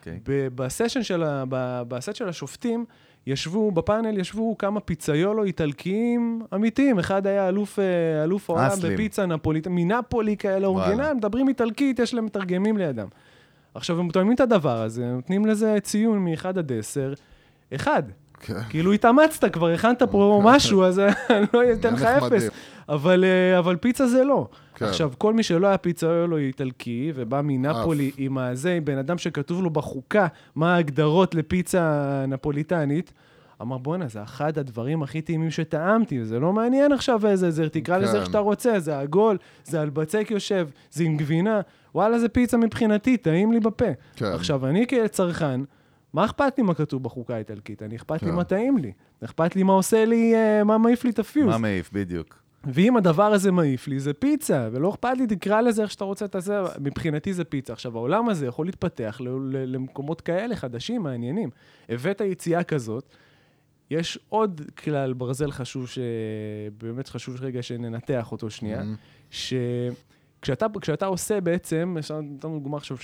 בסט של השופטים, בפאנל ישבו כמה פיצאיולו איטלקיים אמיתיים. אחד היה אלוף העולם בפיצה נפולית, מנפולי כאלה אורגינל, מדברים איטלקית, יש להם מתרגמים לידם. עכשיו, הם מתאימים את הדבר הזה, נותנים לזה ציון מ-1 עד 10, 1. כאילו התאמצת כבר, הכנת פה משהו, אז אני לא אתן לך 0. אבל פיצה זה לא. עכשיו, כל מי שלא היה פיצאיולו איטלקי, ובא מנפולי עם בן אדם שכתוב לו בחוקה מה ההגדרות לפיצה נפוליטנית, אמר, בוא'נה, זה אחד הדברים הכי טעימים שטעמתי, וזה לא מעניין עכשיו איזה, זה תקרא לזה איך שאתה רוצה, זה עגול, זה על בצק יושב, זה עם גבינה, וואלה, זה פיצה מבחינתי, טעים לי בפה. עכשיו, אני כצרכן, מה אכפת לי מה כתוב בחוקה האיטלקית? אני אכפת לי מה טעים לי. אכפת לי מה עושה לי, מה מעיף לי את הפיוז. מה מעיף, בדיוק. ואם הדבר הזה מעיף לי, זה פיצה, ולא אכפת לי, תקרא לזה איך שאתה רוצה את זה, מבחינתי זה פיצה. עכשיו, העולם הזה יכול להתפתח למקומות כאלה חדשים, מעניינים. הבאת יציאה כזאת, יש עוד כלל ברזל חשוב, באמת חשוב רגע שננתח אותו שנייה, כשאתה עושה בעצם, נתנו דוגמה עכשיו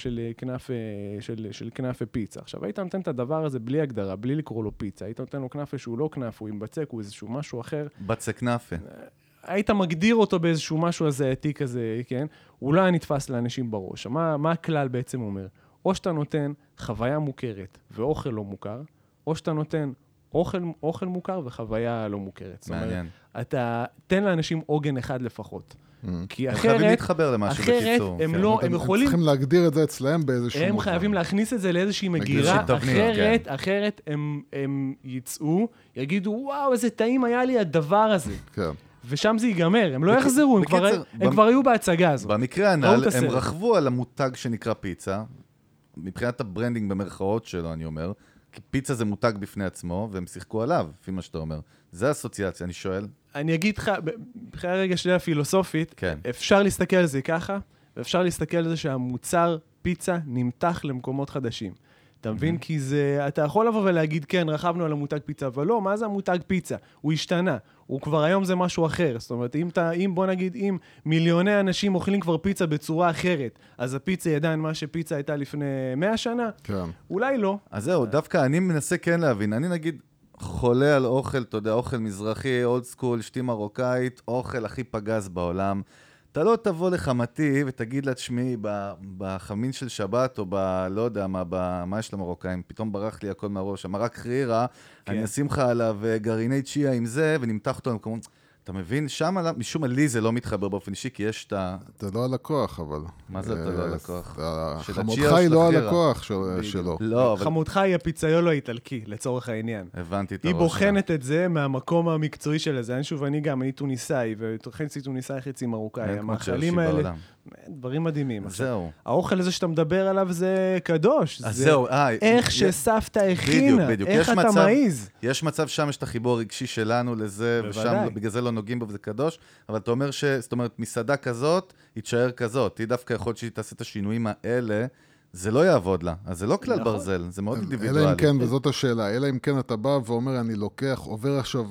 של כנאפה פיצה. עכשיו, היית נותן את הדבר הזה בלי הגדרה, בלי לקרוא לו פיצה. היית נותן לו כנאפה שהוא לא כנאפה, הוא עם בצק, הוא איזשהו משהו אחר. בצק כנאפה. היית מגדיר אותו באיזשהו משהו הזייתי כזה, כן? הוא לא היה נתפס לאנשים בראש. מה הכלל בעצם אומר? או שאתה נותן חוויה מוכרת ואוכל לא מוכר, או שאתה נותן אוכל מוכר וחוויה לא מוכרת. מעניין. אתה תן לאנשים עוגן אחד לפחות. כי הם חייבים להתחבר למשהו בקיצור. הם יכולים... צריכים להגדיר את זה אצלהם באיזשהו... הם חייבים להכניס את זה לאיזושהי מגירה, אחרת הם יצאו, יגידו, וואו, איזה טעים היה לי הדבר הזה. ושם זה ייגמר, הם לא יחזרו, הם כבר היו בהצגה הזו. במקרה הנ"ל, הם רכבו על המותג שנקרא פיצה, מבחינת הברנדינג במרכאות שלו, אני אומר, כי פיצה זה מותג בפני עצמו, והם שיחקו עליו, לפי מה שאתה אומר. זה אסוציאציה, אני שואל. אני אגיד לך, בחיי הרגע שלי הפילוסופית, כן. אפשר להסתכל על זה ככה, ואפשר להסתכל על זה שהמוצר פיצה נמתח למקומות חדשים. אתה מבין? כי זה, אתה יכול לבוא ולהגיד, כן, רכבנו על המותג פיצה, אבל לא, מה זה המותג פיצה? הוא השתנה. הוא כבר היום זה משהו אחר. זאת אומרת, בוא נגיד, אם מיליוני אנשים אוכלים כבר פיצה בצורה אחרת, אז הפיצה היא עדיין מה שפיצה הייתה לפני 100 שנה? כן. אולי לא. אז זהו, דווקא אני מנסה כן להבין. אני נגיד חולה על אוכל, אתה יודע, אוכל מזרחי, אולד סקול, שתי מרוקאית, אוכל הכי פגז בעולם. אתה לא תבוא לחמתי ותגיד לה, תשמעי, בחמין של שבת, או לא יודע מה יש למרוקאים, פתאום ברח לי הכל מהראש, המרק חרירה, אני אשים לך עליו גרעיני צ'יה עם זה, ונמתח אותו למקומות. אתה מבין? שם, משום מה לי זה לא מתחבר באופן אישי, כי יש את ה... אתה לא הלקוח, אבל... מה זה אתה לא הלקוח? חמודך היא לא הלקוח שלו. לא, אבל... חמודך היא הפיצאיולו האיטלקי, לצורך העניין. הבנתי את הראש. היא בוחנת את זה מהמקום המקצועי של זה. שוב, אני טוניסאי, וחצי טוניסאי, חצי מרוקאי. המאכלים האלה, דברים מדהימים. זהו. האוכל הזה שאתה מדבר עליו זה קדוש. זהו, איך שסבתא הכינה, איך אתה מעיז. יש מצב שם, יש את החיבור הרגשי שלנו לזה, ושם בגלל זה לא נוגעים בו וזה קדוש, אבל אתה אומר זאת אומרת, מסעדה כזאת, היא תשאר כזאת. היא דווקא יכול שהיא תעשה את השינויים האלה, זה לא יעבוד לה. אז זה לא כלל ברזל, זה מאוד אינדיבידואלי. אלא אם כן, וזאת השאלה, אלא אם כן אתה בא ואומר, אני לוקח, עובר עכשיו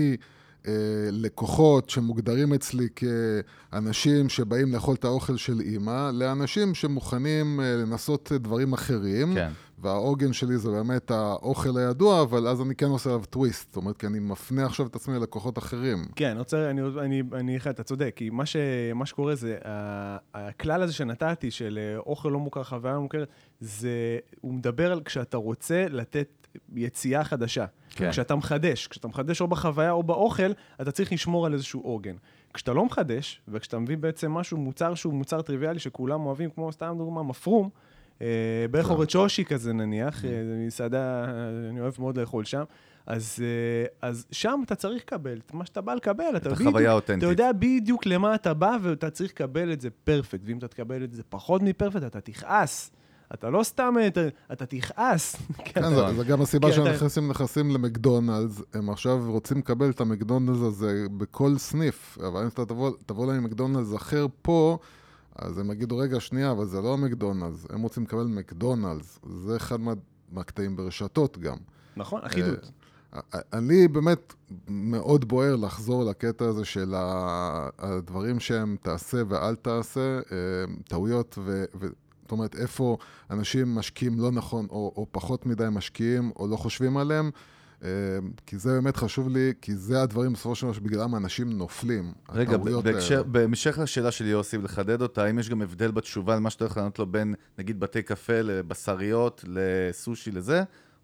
לקוחות שמוגדרים אצלי כאנשים שבאים לאכול את האוכל של אמא, לאנשים שמוכנים לנסות דברים אחרים, כן. והעוגן שלי זה באמת האוכל הידוע, אבל אז אני כן עושה עליו טוויסט, זאת אומרת, כי אני מפנה עכשיו את עצמי ללקוחות אחרים. כן, אתה צודק, כי מה שקורה זה, הכלל הזה שנתתי של אוכל לא מוכר, חוויה לא מוכרת, הוא מדבר על כשאתה רוצה לתת יציאה חדשה. כן. כשאתה מחדש או בחוויה או באוכל, אתה צריך לשמור על איזשהו עוגן. כשאתה לא מחדש, וכשאתה מביא בעצם מוצר שהוא מוצר טריוויאלי שכולם אוהבים, כמו סתם דוגמה, מפרום, בערך אורט שושי כזה נניח, מסעדה, אני אוהב מאוד לאכול שם, אז שם אתה צריך לקבל את מה שאתה בא לקבל, את החוויה האותנטית. אתה יודע בדיוק למה אתה בא, ואתה צריך לקבל את זה פרפקט, ואם אתה תקבל את זה פחות מפרפקט, אתה תכעס. אתה לא סתם, אתה תכעס. כן, זה גם הסיבה שאנחנו נכנסים למקדונלדס, הם עכשיו רוצים לקבל את המקדונלדס הזה בכל סניף, אבל אם אתה תבוא להם מקדונלדס אחר פה, אז הם יגידו, רגע, שנייה, אבל זה לא המקדונלדס, הם רוצים לקבל מקדונלדס, זה אחד מהקטעים ברשתות גם. נכון, אחידות. אני באמת מאוד בוער לחזור לקטע הזה של הדברים שהם תעשה ואל תעשה, טעויות זאת אומרת, איפה אנשים משקיעים לא נכון, או פחות מדי משקיעים, או לא חושבים עליהם, כי זה באמת חשוב לי, כי זה הדברים בסופו של דבר שבגללם אנשים נופלים. רגע, במשך לשאלה שלי יוסי, לחדד אותה, האם יש גם הבדל בתשובה על מה שאתה הולך לענות לו בין, נגיד, בתי קפה לבשריות, לסושי, לזה,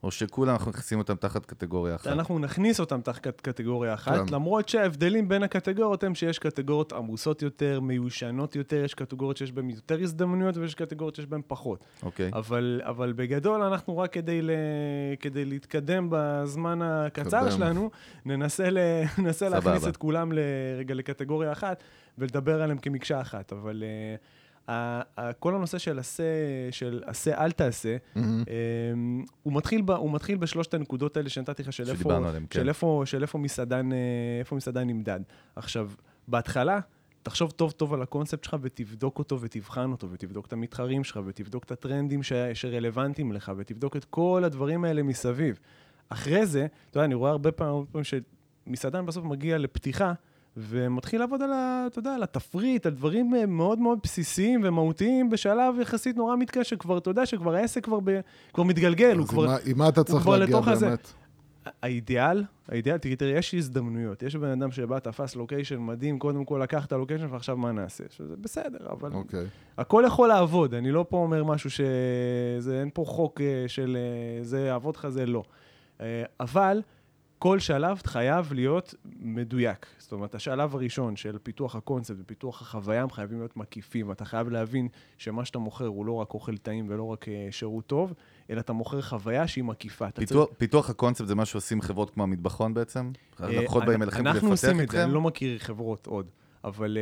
או שכולם אנחנו נכנסים אותם תחת קטגוריה אחת? אנחנו נכניס אותם תחת קטגוריה אחת, למרות שההבדלים בין הקטגוריות הם שיש קטגוריות עמוסות יותר, מיושנות יותר, יש קטגוריות שיש בהן יותר הזדמנויות, ויש קטגוריות שיש בהן פחות. אוקיי. אבל בגדול אנחנו רק כדי להתקדם בזמן הקצר שלנו, ננסה להכניס את כולם רגע לקטגוריה אחת, ולדבר עליהם כמקשה אחת. אבל כל הנושא של עשה אל תעשה, הוא מתחיל בשלושת הנקודות האלה שנתתי לך של איפה מסעדן נמדד. עכשיו, בהתחלה, תחשוב טוב טוב על הקונספט שלך ותבדוק אותו ותבחן אותו ותבדוק את המתחרים שלך ותבדוק את הטרנדים שרלוונטיים לך ותבדוק את כל הדברים האלה מסביב. אחרי זה, אתה יודע, אני רואה הרבה פעמים שמסעדן בסוף מגיע לפתיחה ומתחיל לעבוד על התפריט, על דברים מאוד מאוד בסיסיים ומהותיים בשלב יחסית נורא מתקשר, כבר, אתה יודע, שכבר העסק כבר מתגלגל, הוא כבר... עם מה אתה צריך להגיע באמת? האידיאל, תראה, יש הזדמנויות, יש בן אדם שבא, תפס לוקיישן מדהים, קודם כל לקח את הלוקיישן ועכשיו מה נעשה? שזה בסדר, אבל הכל יכול לעבוד, אני לא פה אומר משהו אין פה חוק של זה יעבוד לך, זה לא. אבל כל שלב חייב להיות מדויק. זאת אומרת, השלב הראשון של פיתוח הקונספט ופיתוח החוויה, הם חייבים להיות מקיפים. אתה חייב להבין שמה שאתה מוכר הוא לא רק אוכל טעים ולא רק שירות טוב, אלא אתה מוכר חוויה שהיא מקיפה. פיתוח הקונספט זה מה שעושים חברות כמו המטבחון בעצם? לקחות בהם אליכם ולפתח אנחנו עושים אתכם? את זה, אני לא מכיר חברות עוד. אבל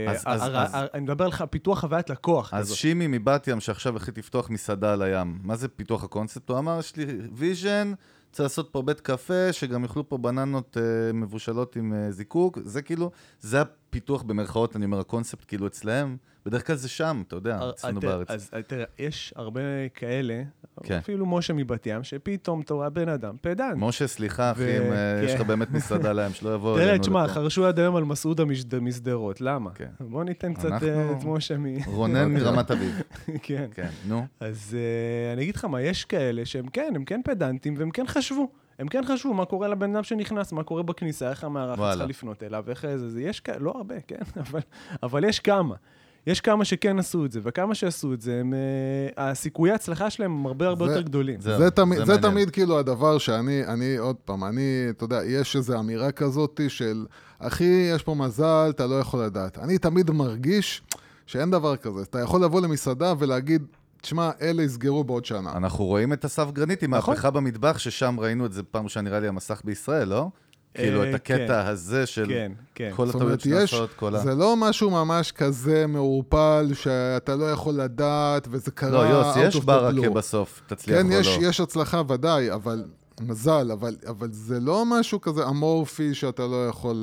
אני מדבר לך פיתוח חוויית לקוח. אז שימי מבת ים שעכשיו החליט לפתוח מסעדה על הים, מה זה פיתוח הקונספט? הוא אמר, יש לי ויז'ן, צריך לעשות פה בית קפה, שגם יאכלו פה בננות מבושלות עם זיקוק, זה כאילו, זה הפיתוח במרכאות, אני אומר, הקונספט כאילו אצלהם, בדרך כלל זה שם, אתה יודע, אצלנו בארץ. אז תראה, יש הרבה כאלה, אפילו משה מבת ים, שפתאום אתה רואה בן אדם, פדן. משה, סליחה, אחי, אם יש לך באמת מסעדה להם, שלא יבואו תראה, תשמע, חרשו עד היום על מסעוד המסדרות, למה? בוא ניתן קצת את משה רונן מרמת אביב. כן. נו. אז אני אגיד לך מה, יש כאלה שהם כן פדנטים, והם כן חשבו. הם כן חשבו מה קורה לבן אדם שנכנס, מה קורה בכניסה, איך המערכת צריכה לפנות אליו, איך זה, יש כאלה, לא הרבה, כן, אבל יש כמה. יש כמה שכן עשו את זה, וכמה שעשו את זה, הסיכויי ההצלחה שלהם הם הרבה יותר גדולים. זה תמיד כאילו הדבר שאני, עוד פעם, אתה יודע, יש איזו אמירה כזאת של, אחי, יש פה מזל, אתה לא יכול לדעת. אני תמיד מרגיש שאין דבר כזה. אתה יכול לבוא למסעדה ולהגיד, תשמע, אלה יסגרו בעוד שנה. אנחנו רואים את אסף גרנית עם מהפכה במטבח, ששם ראינו את זה פעם שנראה לי המסך בישראל, לא? כאילו את הקטע הזה של כל הטעויות שנעשות, כל ה... זה לא משהו ממש כזה מעורפל, שאתה לא יכול לדעת, וזה קרה... לא, יוס, יש ברכה בסוף, תצליח או לא. כן, יש הצלחה ודאי, אבל מזל, אבל זה לא משהו כזה אמורפי שאתה לא יכול...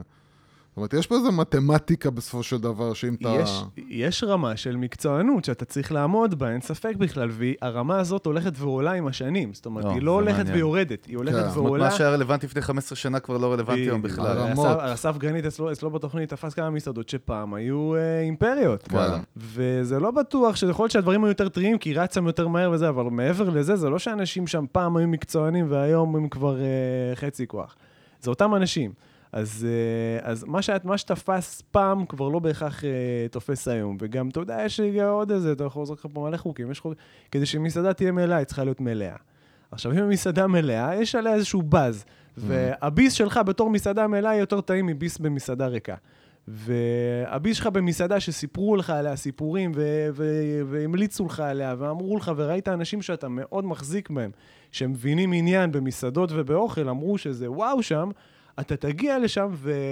זאת אומרת, יש פה איזו מתמטיקה בסופו של דבר, שאם אתה... יש רמה של מקצוענות שאתה צריך לעמוד בה, אין ספק בכלל, והרמה הזאת הולכת ועולה עם השנים. זאת אומרת, היא לא הולכת ויורדת, היא הולכת ועולה... מה שהיה רלוונטי לפני 15 שנה כבר לא רלוונטי היום בכלל. אסף גרנית אצלו בתוכנית תפס כמה מסעדות שפעם היו אימפריות. וזה לא בטוח שיכול להיות שהדברים היו יותר טריים, כי רצם יותר מהר וזה, אבל מעבר לזה, זה לא שאנשים שם פעם היו מקצוענים והיום הם כבר חצי כוח. זה אותם אנשים. אז מה שתפס פעם כבר לא בהכרח תופס היום, וגם אתה יודע, יש עוד איזה, אתה יכול לעזור לך פה מלא חוקים, יש חוקים, כדי שמסעדה תהיה מלאה, היא צריכה להיות מלאה. עכשיו, אם המסעדה מלאה, יש עליה איזשהו בז, והביס שלך בתור מסעדה מלאה היא יותר טעים מביס במסעדה ריקה. והביס שלך במסעדה שסיפרו לך עליה סיפורים, והמליצו לך עליה, ואמרו לך, וראית אנשים שאתה מאוד מחזיק בהם, שמבינים עניין במסעדות ובאוכל, אמרו שזה וואו שם, אתה תגיע לשם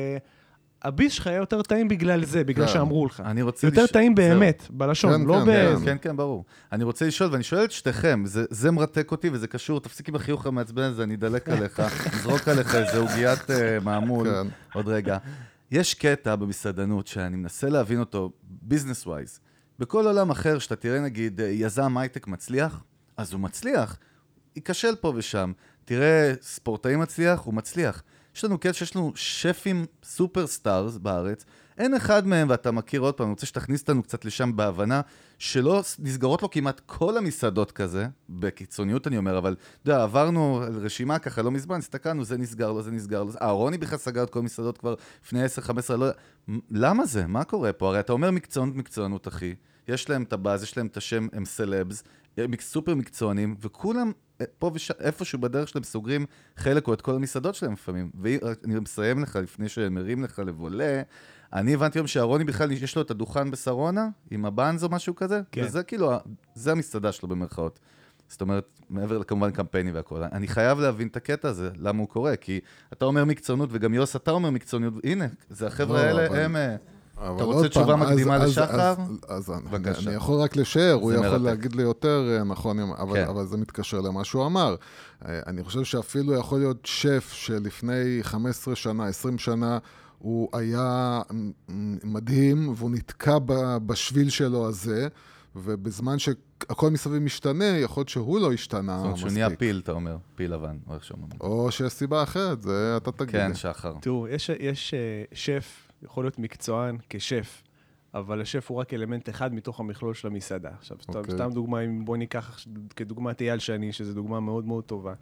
והביס שלך היה יותר טעים בגלל זה, בגלל שאמרו לך. יותר טעים באמת, בלשון, לא ב... כן, ברור. אני רוצה לשאול, ואני שואל את שתיכם, זה מרתק אותי וזה קשור, תפסיק עם החיוך המעצבן הזה, אני אדלק עליך, נזרוק עליך איזה עוגיית מעמול, עוד רגע. יש קטע במסעדנות שאני מנסה להבין אותו, business wise. בכל עולם אחר, שאתה תראה נגיד יזם הייטק מצליח, אז הוא מצליח, ייכשל פה ושם. תראה ספורטאי מצליח, הוא מצליח. יש לנו קטע שיש לנו שפים סופר סטארס בארץ, אין אחד מהם, ואתה מכיר עוד פעם, אני רוצה שתכניס אותנו קצת לשם בהבנה, שלא נסגרות לו כמעט כל המסעדות כזה, בקיצוניות אני אומר, אבל יודע, עברנו רשימה ככה לא מזמן, הסתכלנו, זה נסגר לו, זה נסגר לו, רוני בכלל סגר את כל המסעדות כבר לפני 10-15, לא... למה זה? מה קורה פה? הרי אתה אומר מקצוענות, אחי, יש להם את הבאז, יש להם את השם, הם סלבס, סופר מקצוענים, וכולם פה איפשהו בדרך שלהם סוגרים חלק או את כל המסעדות שלהם לפעמים. ואני מסיים לך לפני שמרים לך לבולה, אני הבנתי היום שהרוני בכלל יש לו את הדוכן בסרונה, עם הבנז או משהו כזה, וזה כאילו, זה המסעדה שלו במרכאות. זאת אומרת, מעבר לכמובן קמפייני והכל. אני חייב להבין את הקטע הזה, למה הוא קורה, כי אתה אומר מקצוענות, וגם יוס, אתה אומר מקצוענות, הנה, זה החבר'ה האלה, הם... אתה רוצה תשובה מקדימה לשחר? אז אני יכול רק לשער, הוא יכול להגיד לי יותר נכון, אבל זה מתקשר למה שהוא אמר. אני חושב שאפילו יכול להיות שף שלפני 15 שנה, 20 שנה, הוא היה מדהים, והוא נתקע בשביל שלו הזה, ובזמן שהכל מסביב משתנה, יכול להיות שהוא לא השתנה מספיק. זאת אומרת, שהוא נהיה פיל, אתה אומר, פיל לבן, או איך שאומרים. או שיש סיבה אחרת, זה אתה תגיד. כן, שחר. תראו, יש שף, יכול להיות מקצוען כשף, אבל השף הוא רק אלמנט אחד מתוך המכלול של המסעדה. עכשיו, סתם דוגמה, בוא ניקח כדוגמת אייל שני, שזו דוגמה מאוד מאוד טובה.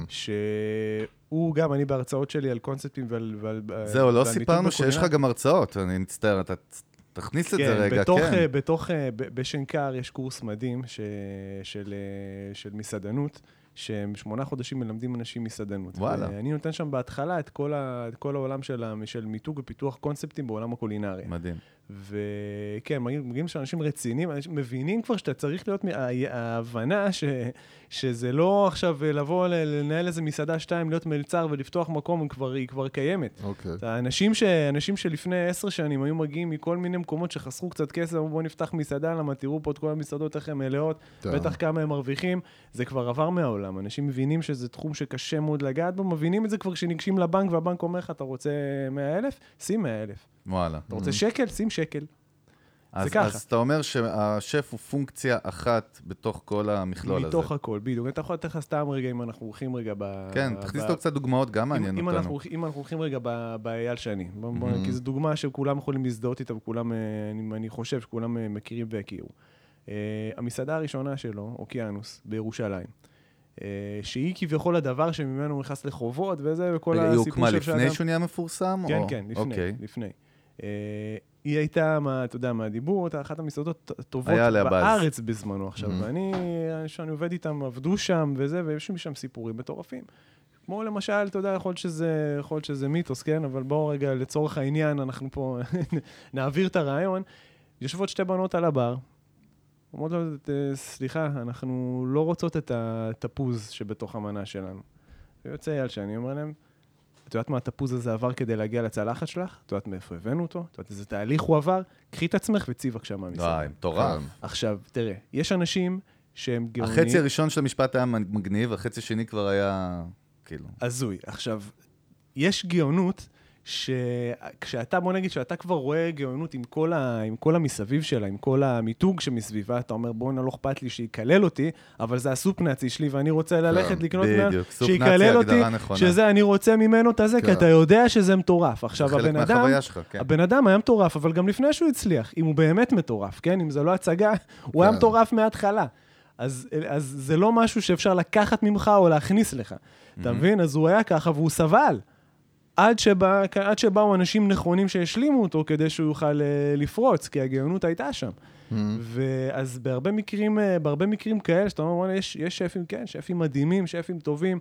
שהוא גם, אני בהרצאות שלי על קונספטים ועל... זהו, לא סיפרנו שיש לך גם הרצאות, אני מצטער, אתה... תכניס את זה רגע, כן. בשנקר יש קורס מדהים של מסעדנות, שהם 8 חודשים מלמדים אנשים מסעדנות. וואלה. אני נותן שם בהתחלה את כל העולם של מיתוג ופיתוח קונספטים בעולם הקולינרי. מדהים. וכן, מגיעים שאנשים רציניים, אנשים מבינים כבר שאתה צריך להיות ההבנה שזה לא עכשיו לבוא לנהל איזה מסעדה 2, להיות מלצר ולפתוח מקום, היא כבר קיימת. אנשים שלפני 10 שנים היו מגיעים מכל מיני מקומות שחסכו קצת כסף, בואו נפתח מסעדה, למה תראו פה את כל המסעדות איך הן מלאות, בטח כמה הם מרוויחים, זה כבר עבר מהעולם. אנשים מבינים שזה תחום שקשה מאוד לגעת בו, מבינים את זה כבר כשניגשים לבנק, והבנק אומר לך, אתה רוצה 100,000? שים 100,000. וואלה. אתה רוצה שקל? שים שקל. זה ככה. אז אתה אומר שהשף הוא פונקציה אחת בתוך כל המכלול הזה. מתוך הכל, בדיוק. אתה יכול לתת לך סתם רגע, אם אנחנו הולכים רגע כן, תכניס לו קצת דוגמאות, גם מעניין אותנו. אם אנחנו הולכים רגע באייל שני, כי זו דוגמה שכולם יכולים להזדהות איתה, וכולם, אני חושב שכולם מכירים והכירו. המסעדה הראשונה שלו, אוקיינוס, בירושלים. שהיא כביכול הדבר שממנו נכנס לחובות, וזה וכל הסיפור של... היא הוקמה לפני שהוא נהיה מפורסם? כן, כן, לפני. היא הייתה, אתה יודע, מהדיבור, אחת המסעדות הטובות בארץ בזמנו עכשיו, שאני עובד איתם, עבדו שם וזה, ויש שם סיפורים מטורפים. כמו למשל, אתה יודע, יכול להיות שזה מיתוס, כן? אבל בואו רגע, לצורך העניין, אנחנו פה נעביר את הרעיון. יושבות 2 בנות על הבר, אומרות לו, סליחה, אנחנו לא רוצות את התפוז שבתוך המנה שלנו. ויוצא אייל שאני אומר להם, את יודעת מה התפוז הזה עבר כדי להגיע לצלחת שלך? את יודעת מאיפה הבאנו אותו? את יודעת איזה תהליך הוא עבר? קחי את עצמך וציב בבקשה מהמסעדה. מטורף. עכשיו, תראה, יש אנשים שהם גאונים... החצי הראשון של המשפט היה מגניב, החצי השני כבר היה כאילו... הזוי. עכשיו, יש גאונות שכשאתה, בוא נגיד, שאתה כבר רואה גאונות עם כל המסביב שלה, עם כל המיתוג שמסביבה, אתה אומר, בוא לא אכפת לי שיקלל אותי, אבל זה הסופ נאצי שלי, ואני רוצה ללכת לקנות ממנו, שיקלל אותי, שזה, אני רוצה ממנו את הזה, כי אתה יודע שזה מטורף. עכשיו, הבן אדם היה מטורף, אבל גם לפני שהוא הצליח, אם הוא באמת מטורף, כן? אם זה לא הצגה, הוא היה מטורף מההתחלה. אז זה לא משהו שאפשר לקחת ממך או להכניס לך. אתה מבין? אז הוא היה ככה, והוא סבל. עד שבאו אנשים נכונים שהשלימו אותו כדי שהוא יוכל לפרוץ, כי הגאונות הייתה שם. ואז בהרבה מקרים כאלה, שאתה אומר, יש שפים, כן, שפים מדהימים, שפים טובים,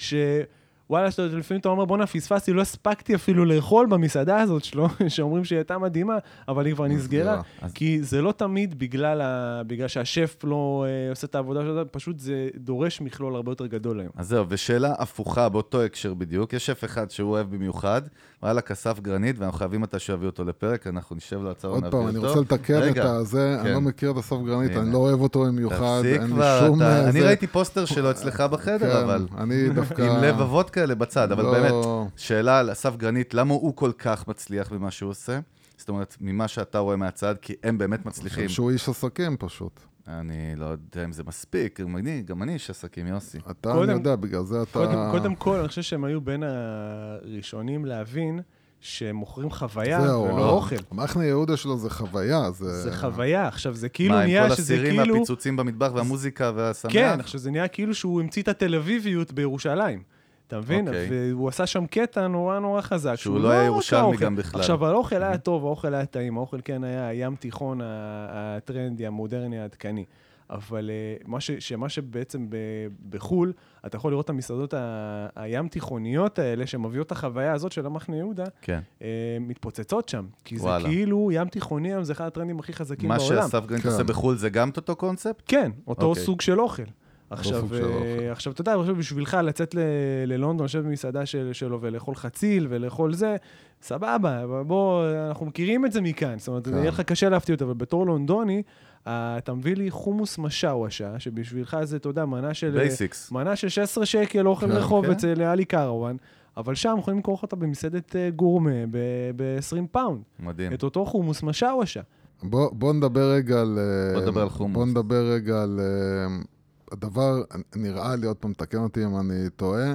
שוואלה, לפעמים אתה אומר, בוא נפספסתי, לא הספקתי אפילו לאכול במסעדה הזאת שלו, שאומרים שהיא הייתה מדהימה, אבל היא כבר נסגרה, כי זה לא תמיד בגלל שהשף לא עושה את העבודה שלו, פשוט זה דורש מכלול הרבה יותר גדול היום. אז זהו, ושאלה הפוכה באותו הקשר בדיוק, יש שף אחד שהוא אוהב במיוחד, וואלה, כסף גרנית, ואנחנו חייבים אתה שיביא אותו לפרק, אנחנו נשב לו הצעה ונביא אותו. עוד פעם, אני רוצה לתקן את זה, אני לא מכיר את הסף גרנית, אני לא אוהב אותו במיוחד, אני ראיתי פוסטר שלו אצלך בחדר, אבל עם לב אבות כאלה בצד, אבל באמת, שאלה על אסף גרנית, למה הוא כל כך מצליח במה שהוא עושה? זאת אומרת, ממה שאתה רואה מהצד, כי הם באמת מצליחים. שהוא איש עסקים פשוט. אני לא יודע אם זה מספיק, גם אני איש עסקים, יוסי. אתה יודע, בגלל זה אתה... קודם כל, אני חושב שהם היו בין הראשונים להבין שהם מוכרים חוויה ולא אוכל. המחנה יהודה שלו זה חוויה. זה חוויה, עכשיו זה כאילו נהיה שזה כאילו... מה, עם כל הסירים והפיצוצים במטבח והמוזיקה והשמח? כן, עכשיו זה נהיה כאילו שהוא המציא את התל אביביות בירושלים. אתה מבין? והוא עשה שם קטע נורא חזק. שהוא לא היה ירושלמי גם בכלל. עכשיו, האוכל היה טוב, האוכל היה טעים, האוכל כן היה ים תיכון הטרנדי, המודרני, העדכני. אבל מה שבעצם בחול, אתה יכול לראות את המסעדות הים תיכוניות האלה, שמביאות את החוויה הזאת של המחנה יהודה, מתפוצצות שם. כי זה כאילו ים תיכוני, זה אחד הטרנדים הכי חזקים בעולם. מה שאסף גרינט עושה בחול זה גם אותו קונספט? כן, אותו סוג של אוכל. עכשיו, אתה יודע, בשבילך לצאת ללונדון, לשבת במסעדה שלו ולאכול חציל ולאכול זה, סבבה, בוא, אנחנו מכירים את זה מכאן, זאת אומרת, יהיה לך קשה להפתיע אותה, אבל בתור לונדוני, אתה מביא לי חומוס משאוושה, שבשבילך זה, אתה יודע, מנה של 16 שקל אוכל רחוב אצל אלי קרוואן, אבל שם יכולים למכור אותה במסעדת גורמה ב-20 פאונד. מדהים. את אותו חומוס משאוושה. בוא נדבר רגע על... חומוס. בוא נדבר רגע על... הדבר, נראה לי, עוד פעם, תקן אותי אם אני טועה,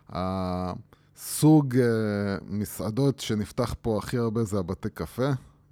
הסוג מסעדות שנפתח פה הכי הרבה זה הבתי קפה,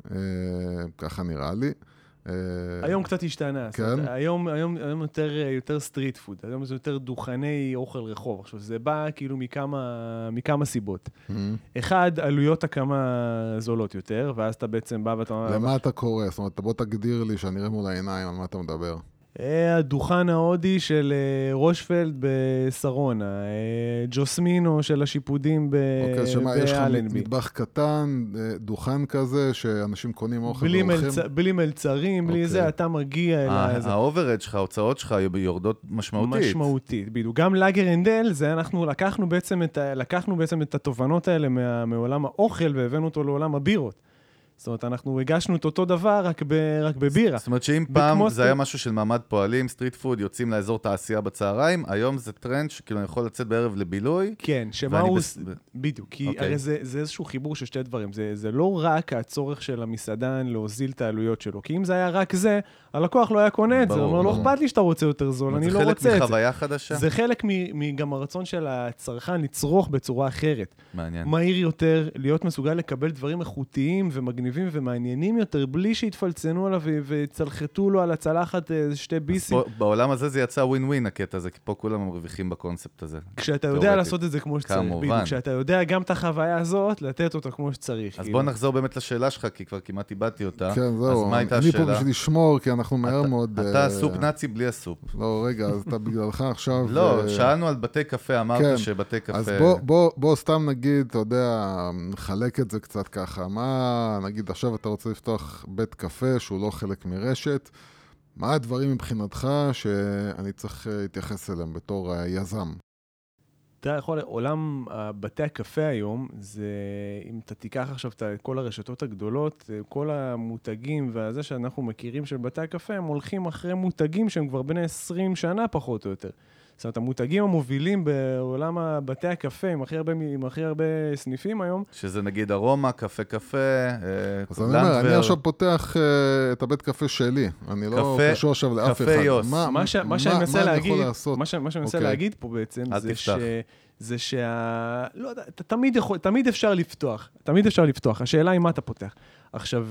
ככה נראה לי. היום קצת השתנה, כן? היום יותר סטריט פוד, היום זה יותר דוכני אוכל רחוב, עכשיו זה בא כאילו מכמה סיבות. אחד, עלויות הקמה זולות יותר, ואז אתה בעצם בא ואתה... למה אתה קורא? זאת אומרת, בוא תגדיר לי שאני אראה מול העיניים על מה אתה מדבר. הדוכן ההודי של רושפלד בסרונה, ג'וסמינו של השיפודים באלנבי. אוקיי, שמה, יש לך מטבח קטן, דוכן כזה, שאנשים קונים אוכל והולכים? בלי מלצרים, בלי זה, אתה מגיע אל... האוברד שלך, ההוצאות שלך יורדות משמעותית. משמעותית, בדיוק. גם לאגר אנדל, זה אנחנו לקחנו בעצם את התובנות האלה מעולם האוכל, והבאנו אותו לעולם הבירות. זאת אומרת, אנחנו הגשנו את אותו דבר רק בבירה. זאת אומרת שאם פעם זה היה משהו של מעמד פועלים, סטריט פוד, יוצאים לאזור תעשייה בצהריים, היום זה טרנד שכאילו אני יכול לצאת בערב לבילוי. כן, שמה הוא... בדיוק, כי הרי זה איזשהו חיבור של שתי דברים. זה לא רק הצורך של המסעדן להוזיל את העלויות שלו, כי אם זה היה רק זה, הלקוח לא היה קונה את זה. הוא אומר, לא אכפת לי שאתה רוצה יותר זול, אני לא רוצה את זה. זה חלק מחוויה חדשה? זה חלק גם הרצון של הצרכן לצרוך בצורה אחרת. מעניין. מהיר יותר, להיות מסוגל לקבל דברים איכותיים ומגניבים ומעניינים יותר, בלי שהתפלצנו עליו וצלחתו לו על הצלחת שתי ביסים. בעולם הזה זה יצא ווין ווין הקטע הזה, כי פה כולם מרוויחים בקונספט הזה. כשאתה יודע לעשות את זה כמו שצריך. כמובן. כשאתה יודע גם את החוויה הזאת, לתת אותה כמו שצריך. אז בוא נחזור באמת לשאלה שלך, כי כבר כמעט איבדתי אותה. כן, זהו. אז מה הייתה השאלה? אני פה השאלה? בשביל לשמור, כי אנחנו מהר מאוד... אתה סופ נאצי בלי הסופ. לא, רגע, אז אתה בגללך עכשיו... לא, שאלנו על בתי קפה, אמרת שבתי קפה... אז בוא סתם נגיד, אתה יודע, נחלק את זה קצת ככה. מה, נגיד, עכשיו אתה רוצה לפתוח בית קפה שהוא לא חלק מרשת, מה הדברים מבחינתך שאני צריך להתייחס אליהם בתור יזם? אתה יכול, עולם בתי הקפה היום, זה, אם אתה תיקח עכשיו את כל הרשתות הגדולות, כל המותגים והזה שאנחנו מכירים של בתי הקפה, הם הולכים אחרי מותגים שהם כבר בין 20 שנה פחות או יותר. זאת אומרת, המותגים המובילים בעולם בתי הקפה, עם הכי הרבה סניפים היום. שזה נגיד ארומה, קפה, אז אני אומר, אני עכשיו פותח את הבית קפה שלי. אני לא קשור עכשיו לאף אחד. קפה יוס. מה שאני מנסה להגיד פה בעצם, זה לא יודע, תמיד אפשר לפתוח. השאלה היא מה אתה פותח. עכשיו,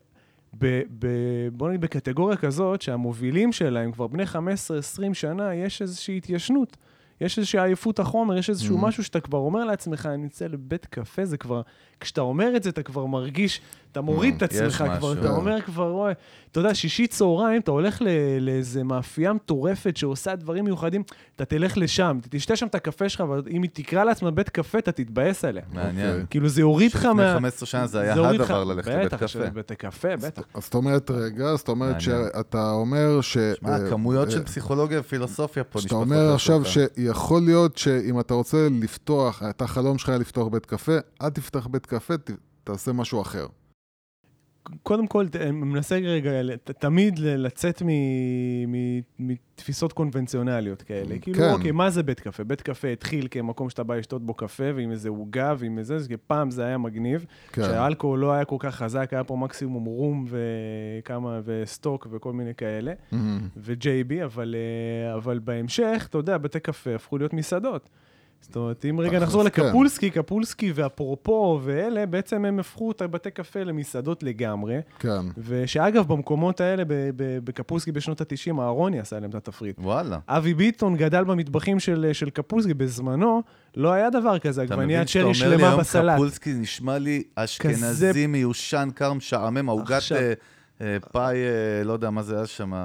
בוא נגיד בקטגוריה כזאת, שהמובילים שלהם כבר בני 15-20 שנה, יש איזושהי התיישנות, יש איזושהי עייפות החומר, יש איזשהו משהו שאתה כבר אומר לעצמך, אני אצא לבית קפה, זה כבר, כשאתה אומר את זה, אתה כבר מרגיש, אתה מוריד את עצמך כבר, אתה אומר כבר, רואה, אתה יודע, שישי צהריים, אתה הולך לאיזה מאפייה מטורפת שעושה דברים מיוחדים, אתה תלך לשם, תשתה שם את הקפה שלך, ואם היא תקרא לעצמה בית קפה, אתה תתבאס עליה. מעניין. כאילו זה יוריד לך מה... לפני 15 שנה זה היה הדבר ללכת לבית קפה. בית קפה, בטח. אז זאת אומרת, רגע, זאת אומרת שאתה אומר ש... כמויות של פסיכולוגיה ופילוסופיה פה נשפחות. אתה אומר עכשיו שיכול להיות שאם אתה רוצה לפתוח, אתה חלום שלך לפתוח בית קפה, אל תפתח בית קפה, תעשה משהו אחר. קודם כל, מנסה רגע תמיד לצאת מתפיסות קונבנציונליות כאלה. כאילו, אוקיי, מה זה בית קפה? בית קפה התחיל כמקום שאתה בא לשתות בו קפה, ועם איזה עוגה, ועם איזה, פעם זה היה מגניב, שהאלכוהול לא היה כל כך חזק, היה פה מקסימום רום וסטוק וכל מיני כאלה, ו-JB, אבל בהמשך, אתה יודע, בתי קפה הפכו להיות מסעדות. זאת אומרת, אם רגע נחזור לקפולסקי, קפולסקי והפרופו ואלה, בעצם הם הפכו את בתי קפה למסעדות לגמרי. כן. ושאגב, במקומות האלה, בקפולסקי בשנות ה-90, הארוני עשה להם את התפריט. וואלה. אבי ביטון גדל במטבחים של קפולסקי, בזמנו לא היה דבר כזה, עגבניית שרי שלמה בסלט. אתה מבין שאתה אומר לי היום קפולסקי נשמע לי אשכנזי מיושן, קר משעמם, העוגת פאי, לא יודע מה זה היה שם.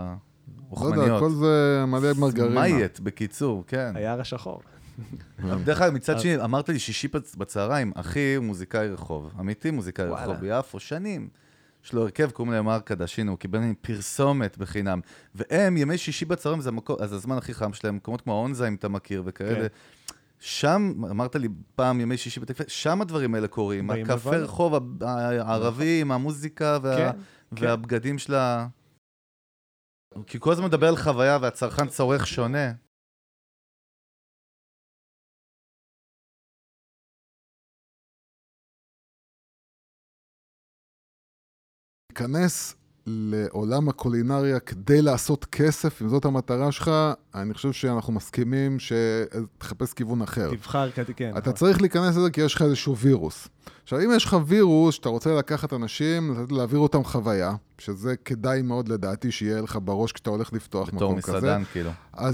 רוחמניות. לא יודע, כל זה מלא מרגרינה. סמייט, בקיצור, כן. היער השחור. דרך כלל, מצד שני, אמרת לי שישי בצהריים, אחי הוא מוזיקאי רחוב, אמיתי מוזיקאי רחוב ביפו, שנים. יש לו הרכב, קוראים להם מרק קדשינו, הוא קיבל לי פרסומת בחינם. והם, ימי שישי בצהריים, זה הזמן הכי חם שלהם, מקומות כמו אונזה, אם אתה מכיר וכאלה. שם, אמרת לי פעם, ימי שישי בתקפה, שם הדברים האלה קורים. הקפה רחוב הערבי, עם המוזיקה והבגדים שלה. כי כל הזמן מדבר על חוויה והצרכן צורך שונה. להיכנס לעולם הקולינריה כדי לעשות כסף, אם זאת המטרה שלך, אני חושב שאנחנו מסכימים שתחפש כיוון אחר. תבחר, כן. אתה צריך להיכנס לזה כי יש לך איזשהו וירוס. עכשיו, אם יש לך וירוס שאתה רוצה לקחת אנשים, להעביר אותם חוויה, שזה כדאי מאוד לדעתי שיהיה לך בראש כשאתה הולך לפתוח מקום כזה. בתור מסעדן, כאילו.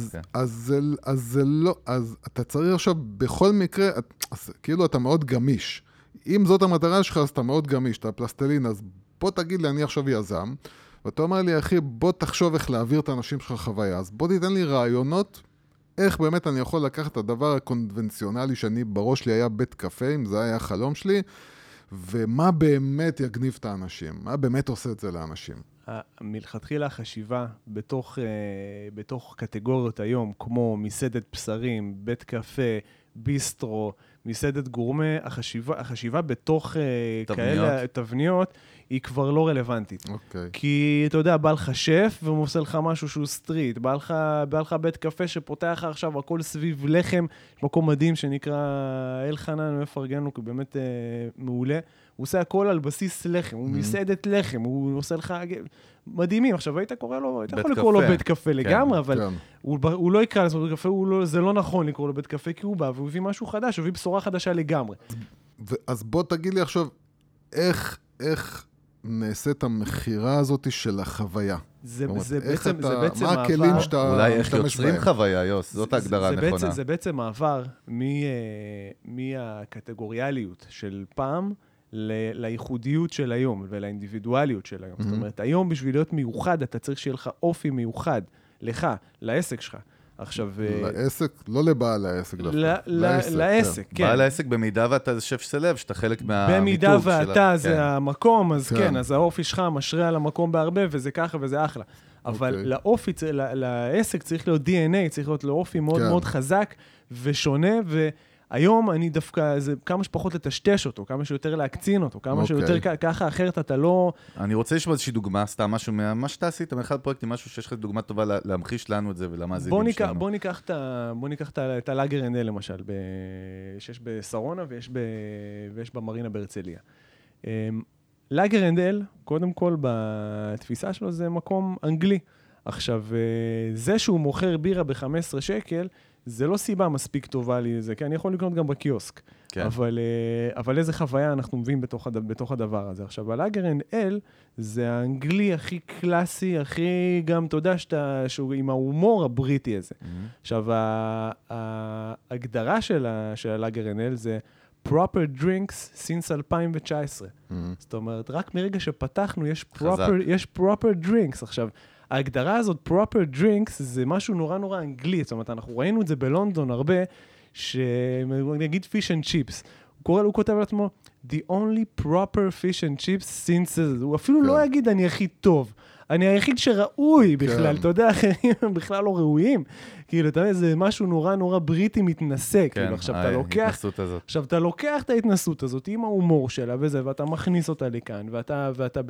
אז אתה צריך עכשיו, בכל מקרה, כאילו אתה מאוד גמיש. אם זאת המטרה שלך, אז אתה מאוד גמיש, אתה פלסטלין, אז בוא תגיד לי, אני עכשיו יזם, ואתה אומר לי, אחי, בוא תחשוב איך להעביר את האנשים שלך חוויה, אז בוא תיתן לי רעיונות, איך באמת אני יכול לקחת את הדבר הקונבנציונלי שאני בראש לי היה בית קפה, אם זה היה החלום שלי, ומה באמת יגניב את האנשים, מה באמת עושה את זה לאנשים. מלכתחילה החשיבה בתוך קטגוריות היום, כמו מסעדת בשרים, בית קפה, ביסטרו, מסעדת גורמה, החשיבה בתוך כאלה תבניות, היא כבר לא רלוונטית. כי אתה יודע, בא לך שף והוא עושה לך משהו שהוא סטריט, בא לך בית קפה שפותח עכשיו הכל סביב לחם, יש מקום מדהים שנקרא אל חנן, מפרגן לו, כי הוא באמת מעולה, הוא עושה הכל על בסיס לחם, הוא מסעדת לחם, הוא עושה לך מדהימים. עכשיו היית קורא לו, היית יכול לקרוא לו בית קפה לגמרי, אבל הוא לא יקרא לזה בית קפה, זה לא נכון לקרוא לו בית קפה, כי הוא בא והוא הביא משהו חדש, הוא הביא בשורה חדשה לגמרי. אז בוא תגיד לי עכשיו, איך נעשית המחירה הזאת של החוויה? זה בעצם מעבר. מה הכלים שאתה אולי איך יוצרים חוויה, יוס, זאת ההגדרה הנכונה. זה בעצם מעבר מהקטגוריאליות של פעם לייחודיות של היום ולאינדיבידואליות של היום. זאת אומרת, היום בשביל להיות מיוחד, אתה צריך שיהיה לך אופי מיוחד, לך, לעסק שלך. עכשיו... לעסק, לא לבעל העסק דווקא. לעסק, כן. בעל העסק במידה ואתה שף סלב, שאתה חלק מהמיתוג שלה. במידה ואתה זה המקום, אז כן, אז האופי שלך משרה על המקום בהרבה, וזה ככה וזה אחלה. אבל לאופי, לעסק צריך להיות DNA, צריך להיות לאופי מאוד מאוד חזק ושונה, היום אני דווקא, זה כמה שפחות לטשטש אותו, כמה שיותר להקצין אותו, כמה שיותר ככה, אחרת אתה לא... אני רוצה לשמוע איזושהי דוגמה, סתם משהו מה שאתה עשית, מאחד פרויקטים, משהו שיש לך דוגמה טובה להמחיש לנו את זה ולמאזינים שלנו. בוא ניקח את הלאגר אנד אל למשל, שיש בסרונה ויש במרינה בהרצליה. לאגר אנד אל, קודם כל בתפיסה שלו זה מקום אנגלי. עכשיו, זה שהוא מוכר בירה ב-15 שקל, זה לא סיבה מספיק טובה לי לזה, כי אני יכול לקנות גם בקיוסק. כן. אבל איזה חוויה אנחנו מביאים בתוך הדבר הזה. עכשיו, הלאגר אנד אל זה האנגלי הכי קלאסי, הכי גם, אתה יודע, שהוא עם ההומור הבריטי הזה. עכשיו, ההגדרה של הלאגר אנד אל זה proper drinks since 2019. זאת אומרת, רק מרגע שפתחנו יש proper drinks. עכשיו, ההגדרה הזאת, proper drinks, זה משהו נורא נורא אנגלי. זאת אומרת, אנחנו ראינו את זה בלונדון הרבה, שנגיד fish and chips. הוא כותב על עצמו, the only proper fish and chips since... הוא אפילו לא יגיד, אני הכי טוב. אני היחיד שראוי בכלל. אתה יודע, אחרים הם בכלל לא ראויים. כאילו, אתה יודע, זה משהו נורא נורא בריטי מתנסה. כאילו, עכשיו, אתה לוקח את ההתנסות הזאת עם ההומור שלה וזה, ואתה מכניס אותה לכאן, ואתה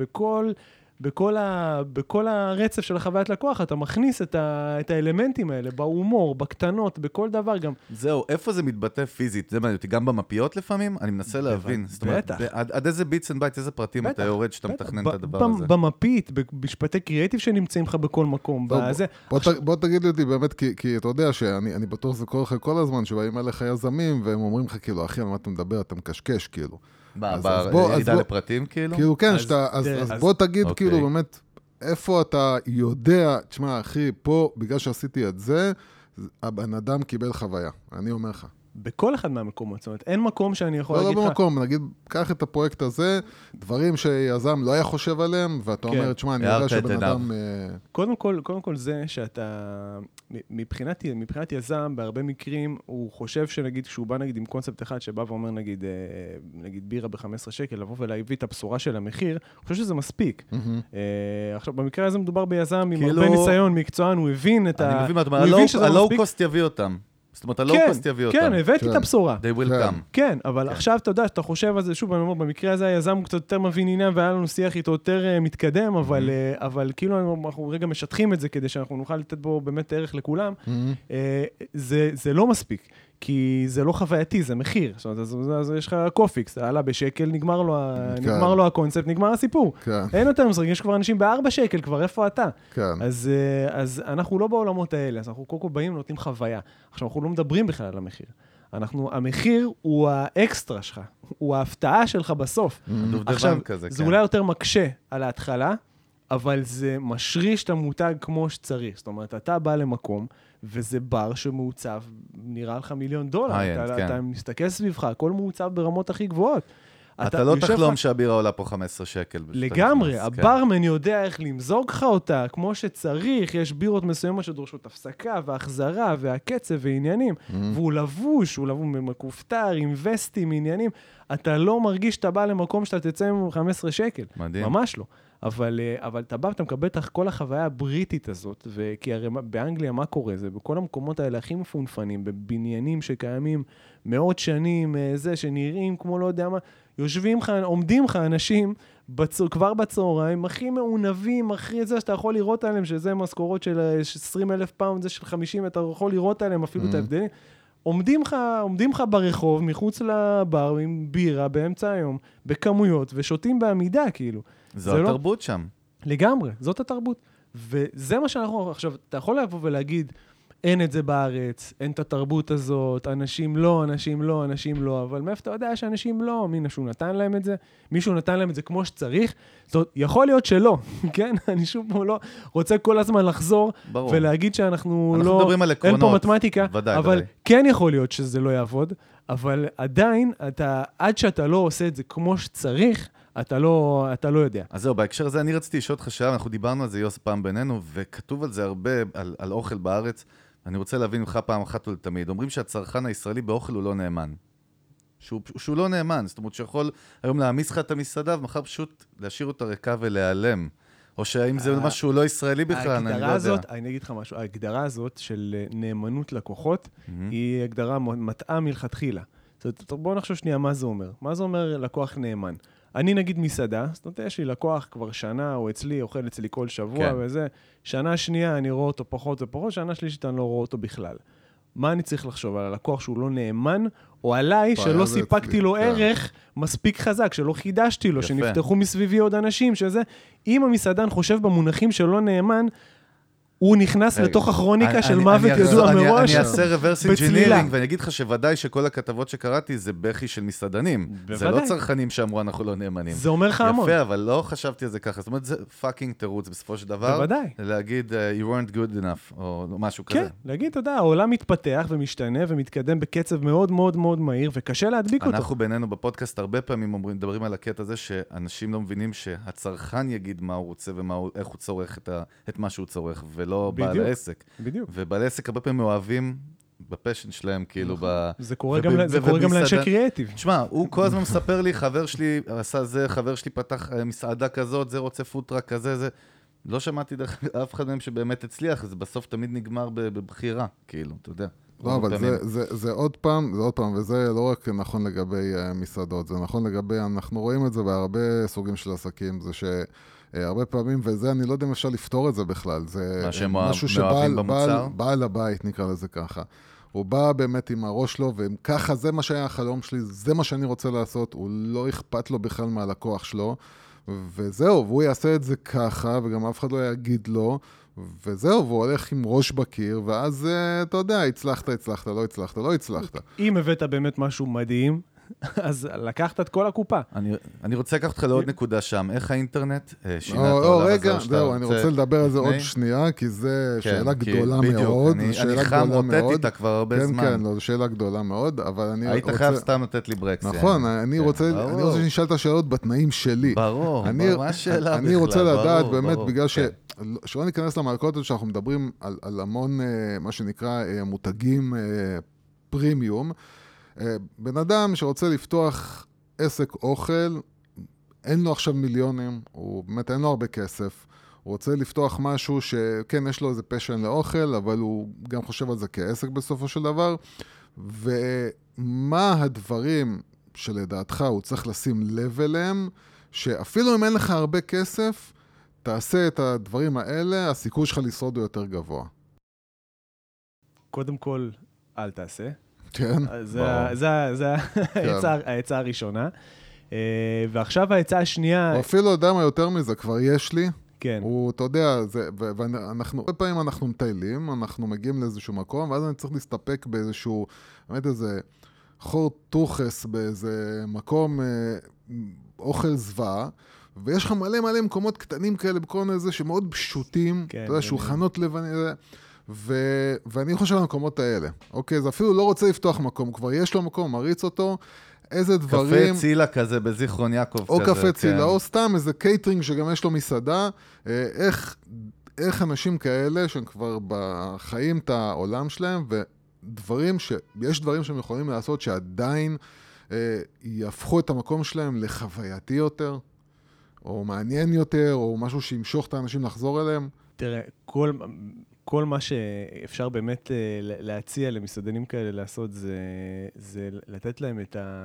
בכל הרצף של החוויית לקוח, אתה מכניס את האלמנטים האלה, בהומור, בקטנות, בכל דבר גם. זהו, איפה זה מתבטא פיזית? זה מעניין אותי, גם במפיות לפעמים? אני מנסה להבין. בטח. עד איזה ביטס אנד בייטס, איזה פרטים אתה יורד שאתה מתכנן את הדבר הזה? במפית, במשפטי קריאטיב שנמצאים לך בכל מקום. בוא תגיד לי באמת, כי אתה יודע שאני בטוח זה קורה לך כל הזמן, שבאים עליך יזמים, והם אומרים לך, כאילו, אחי, על מה אתה מדבר? אתה מקשקש, כאילו. בירידה לפרטים, כאילו? כאילו, כן, אז בוא תגיד, כאילו, באמת, איפה אתה יודע, תשמע, אחי, פה, בגלל שעשיתי את זה, הבן אדם קיבל חוויה. אני אומר לך. בכל אחד מהמקומות, זאת אומרת, אין מקום שאני יכול להגיד לך... לא במקום, נגיד, קח את הפרויקט הזה, דברים שיזם לא היה חושב עליהם, ואתה אומר, תשמע, אני יודע שבן אדם... קודם כל זה שאתה, מבחינת יזם, בהרבה מקרים, הוא חושב שנגיד, כשהוא בא נגיד עם קונספט אחד, שבא ואומר נגיד בירה ב-15 שקל, לבוא ולהביא את הבשורה של המחיר, הוא חושב שזה מספיק. עכשיו, במקרה הזה מדובר ביזם עם הרבה ניסיון, מקצוען, הוא הבין את ה... אני מבין מה, אתה אומר, הלואו-קוסט יביא אותם. זאת אומרת, הלואו-קוסט יביא אותם. כן, הבאתי את הבשורה. They will come. כן, אבל עכשיו אתה יודע, שאתה חושב על זה, שוב, אני אומר, במקרה הזה היזם הוא קצת יותר מבין עניין, והיה לנו שיח איתו יותר מתקדם, אבל כאילו אנחנו רגע משטחים את זה, כדי שאנחנו נוכל לתת בו באמת ערך לכולם, זה לא מספיק. כי זה לא חווייתי, זה מחיר. זאת אומרת, אז יש לך קופיקס, עלה בשקל, נגמר לו הקונספט, נגמר הסיפור. אין יותר משחק, יש כבר אנשים ב4 שקל, כבר איפה אתה? אז אנחנו לא בעולמות האלה, אז אנחנו קודם כל באים ונותנים חוויה. עכשיו, אנחנו לא מדברים בכלל על המחיר. המחיר הוא האקסטרה שלך, הוא ההפתעה שלך בסוף. עכשיו, זה אולי יותר מקשה על ההתחלה, אבל זה משריש את המותג כמו שצריך. זאת אומרת, אתה בא למקום, וזה בר שמעוצב, נראה לך $1,000,000. אתה מסתכל סביבך, הכל מעוצב ברמות הכי גבוהות. אתה לא תחלום שהבירה עולה פה 15 שקל. לגמרי, הברמן יודע איך למזוג לך אותה, כמו שצריך, יש בירות מסוימות שדורשות הפסקה, והחזרה, והקצב, ועניינים, והוא לבוש, הוא מכופתר, עם וסטים, עניינים. אתה לא מרגיש שאתה בא למקום שאתה תצא עם 15 שקל. מדהים. ממש לא. אבל אתה בא, אתה מקבל את כל החוויה הבריטית הזאת, כי הרי באנגליה מה קורה? זה בכל המקומות האלה הכי מפונפנים, בבניינים שקיימים מאות שנים, זה שנראים כמו לא יודע מה, יושבים לך, עומדים לך אנשים כבר בצהריים, הכי מעונבים, הכי זה שאתה יכול לראות עליהם, שזה משכורות של 20,000 פאונד, זה של 50, אתה יכול לראות עליהם אפילו את ההבדלים. עומדים לך ברחוב, מחוץ לבר, עם בירה באמצע היום, בכמויות, ושותים בעמידה, כאילו. זו התרבות שם. לגמרי, זאת התרבות. וזה מה שאנחנו... עכשיו, אתה יכול לבוא ולהגיד, אין את זה בארץ, אין את התרבות הזאת, אנשים לא, אבל מאיפה אתה יודע שאנשים לא? מישהו נתן להם את זה? מישהו נתן להם את זה כמו שצריך? זאת אומרת, יכול להיות שלא, כן? אני שוב פה לא רוצה כל הזמן לחזור, ולהגיד שאנחנו לא... אנחנו מדברים על עקרונות. אין פה מתמטיקה, ודאי, אבל ודאי. כן יכול להיות שזה לא יעבוד, אבל עדיין, עד שאתה לא עושה את זה כמו שצריך, אתה לא יודע. אז זהו, בהקשר הזה אני רציתי לשאול אותך שאלה, אנחנו דיברנו על זה יוס פעם בינינו, וכתוב על זה הרבה, על אוכל בארץ. אני רוצה להבין ממך פעם אחת ולתמיד. אומרים שהצרכן הישראלי באוכל הוא לא נאמן. שהוא לא נאמן. זאת אומרת שיכול היום להעמיס לך את המסעדה, ומחר פשוט להשאיר אותה ריקה ולהיעלם. או שהאם זה משהו לא ישראלי בכלל, אני לא יודע. אני אגיד לך משהו, ההגדרה הזאת של נאמנות לקוחות, היא הגדרה מטעה מלכתחילה. בואו נחשוב שנייה מה זה אומר. מה זה אומר לקוח נאמן? אני נגיד מסעדה, זאת אומרת, יש לי לקוח כבר שנה, או אצלי, אוכל אצלי כל שבוע, וזה, שנה שנייה אני רואה אותו פחות ופחות, שנה שלישית אני לא רואה אותו בכלל. מה אני צריך לחשוב? על הלקוח שהוא לא נאמן, או עליי שלא סיפקתי לו ערך מספיק חזק, שלא חידשתי לו, שנפתחו מסביבי עוד אנשים, שזה, אם המסעדן חושב במונחים שלא נאמן, הוא נכנס לתוך הכרוניקה של מוות ידוע מראש. אני אעשה רוורס אינג'ינירינג, ואני אגיד לך שוודאי שכל הכתבות שקראתי זה בכי של מסעדנים. זה לא צרכנים שאמרו אנחנו לא נאמנים. זה אומר לך המון. יפה, אבל לא חשבתי על זה ככה. זאת אומרת, זה פאקינג תירוץ בסופו של דבר. בוודאי. להגיד, you weren't good enough, או משהו כזה. כן, להגיד, אתה יודע, העולם מתפתח ומשתנה ומתקדם בקצב מאוד מאוד מאוד מהיר, וקשה להדביק אותו. אנחנו בינינו בפודקאסט הרבה פעמים מדברים על הקטע הזה שאנשים לא מבינים שהצרכן יגיד מה הוא רוצה ואיך הוא צורך את מה שהוא צורך, ולא בעל העסק. בדיוק. ובעל העסק הרבה פעמים אוהבים בפשן שלהם, כאילו זה קורה גם לאנשי קריאטיב. תשמע, הוא כל הזמן מספר לי, חבר שלי עשה זה, חבר שלי פתח מסעדה כזאת, זה רוצה פוטרה כזה, זה. לא שמעתי אף אחד מהם שבאמת הצליח, זה בסוף תמיד נגמר בבחירה, כאילו, אתה יודע. לא, אבל זה עוד פעם, וזה לא רק נכון לגבי מסעדות, זה נכון לגבי, אנחנו רואים את זה בהרבה סוגים של עסקים, זה הרבה פעמים, וזה אני לא יודע אם אפשר לפתור את זה בכלל, זה משהו שבעל הבית, נקרא לזה ככה. הוא בא באמת עם הראש שלו, וככה זה מה שהיה החלום שלי, זה מה שאני רוצה לעשות, הוא לא אכפת לו בכלל מהלקוח שלו, וזהו, והוא יעשה את זה ככה, וגם אף אחד לא יגיד לו, וזהו, והוא הולך עם ראש בקיר, ואז אתה יודע, הצלחת, לא הצלחת. אם הבאת באמת משהו מדהים, אז לקחת את כל הקופה. אני רוצה לקחת אותך לעוד נקודה שם. איך האינטרנט שינה את העולם הזה? רגע, זהו, אני רוצה לדבר על זה עוד שנייה, כי זו שאלה גדולה מאוד. אני חם רוטט איתה כבר הרבה זמן. כן, זו שאלה גדולה מאוד, אבל אני רוצה... היית חייב סתם לתת לי ברקס. נכון, אני רוצה שנשאל את השאלות בתנאים שלי. ברור, מה השאלה בכלל? אני רוצה לדעת באמת, בגלל שלא ניכנס למערכות שאנחנו מדברים על המון, מה שנקרא, מותגים פרימיום. בן אדם שרוצה לפתוח עסק אוכל, אין לו עכשיו מיליונים, הוא באמת אין לו הרבה כסף, הוא רוצה לפתוח משהו שכן, יש לו איזה פשן לאוכל, אבל הוא גם חושב על זה כעסק בסופו של דבר, ומה הדברים שלדעתך הוא צריך לשים לב אליהם, שאפילו אם אין לך הרבה כסף, תעשה את הדברים האלה, הסיכוי שלך לשרוד הוא יותר גבוה. קודם כל, אל תעשה. כן. זה העצה הראשונה. ועכשיו העצה השנייה... או אפילו יודע מה יותר מזה, כבר יש לי. כן. אתה יודע, ואנחנו, הרבה פעמים אנחנו מטיילים, אנחנו מגיעים לאיזשהו מקום, ואז אני צריך להסתפק באיזשהו, באמת איזה חור תוכס, באיזה מקום אוכל זווה, ויש לך מלא מקומות קטנים כאלה, בכל מיני איזה שמאוד פשוטים, אתה יודע, שולחנות לבנים, ואני חושב על המקומות האלה. אוקיי, זה אפילו לא רוצה לפתוח מקום, כבר יש לו מקום, מריץ אותו, איזה דברים... קפה צילה כזה בזיכרון יעקב או כזה. או קפה צילה, או סתם איזה קייטרינג שגם יש לו מסעדה, איך אנשים כאלה שהם כבר בחיים את העולם שלהם, יש דברים שהם יכולים לעשות שעדיין יהפכו את המקום שלהם לחווייתי יותר, או מעניין יותר, או משהו שימשוך את האנשים לחזור אליהם. תראה, כל מה שאפשר באמת להציע למסעדנים כאלה לעשות, זה לתת להם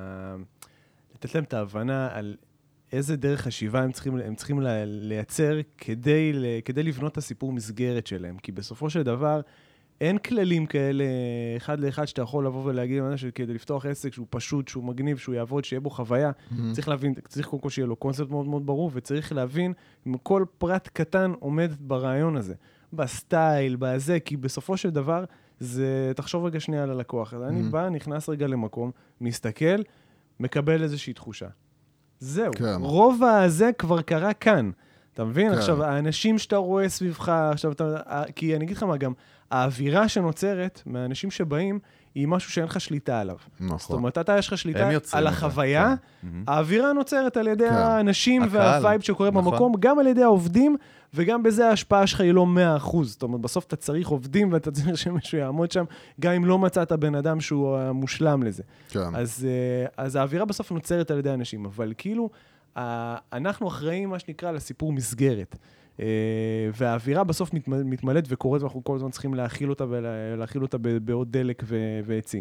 את ההבנה על איזה דרך חשיבה הם צריכים לייצר כדי לבנות את הסיפור מסגרת שלהם. כי בסופו של דבר, אין כללים כאלה אחד לאחד שאתה יכול לבוא ולהגיד כדי לפתוח עסק שהוא פשוט, שהוא מגניב, שהוא יעבוד, שיהיה בו חוויה. צריך להבין, צריך קודם כל שיהיה לו קונספט מאוד מאוד ברור, וצריך להבין אם כל פרט קטן עומד ברעיון הזה. בסטייל, בזה, כי בסופו של דבר, תחשוב רגע שנייה על הלקוח. אז אני בא, נכנס רגע למקום, מסתכל, מקבל איזושהי תחושה. זהו. רוב הזה כבר קרה כאן. אתה מבין? עכשיו, האנשים שאתה רואה סביבך, כי אני אגיד לך מה גם, האווירה שנוצרת מהאנשים שבאים, היא משהו שאין לך שליטה עליו. נכון. זאת אומרת, אתה יש לך שליטה על החוויה, האווירה נוצרת על ידי האנשים והווייב שקורה במקום, גם על ידי העובדים, וגם בזה ההשפעה שלך היא לא 100%. זאת אומרת, בסוף אתה צריך עובדים, ואתה צריך שמישהו יעמוד שם, גם אם לא מצאת בן אדם שהוא מושלם לזה. אז האווירה בסוף נוצרת על ידי האנשים, אבל כאילו, אנחנו אחראים, מה שנקרא, לסיפור מסגרת. והאווירה בסוף מתמלאת וקורית, ואנחנו כל הזמן צריכים להכיל אותה, ולהכיל אותה בעוד דלק ועצים.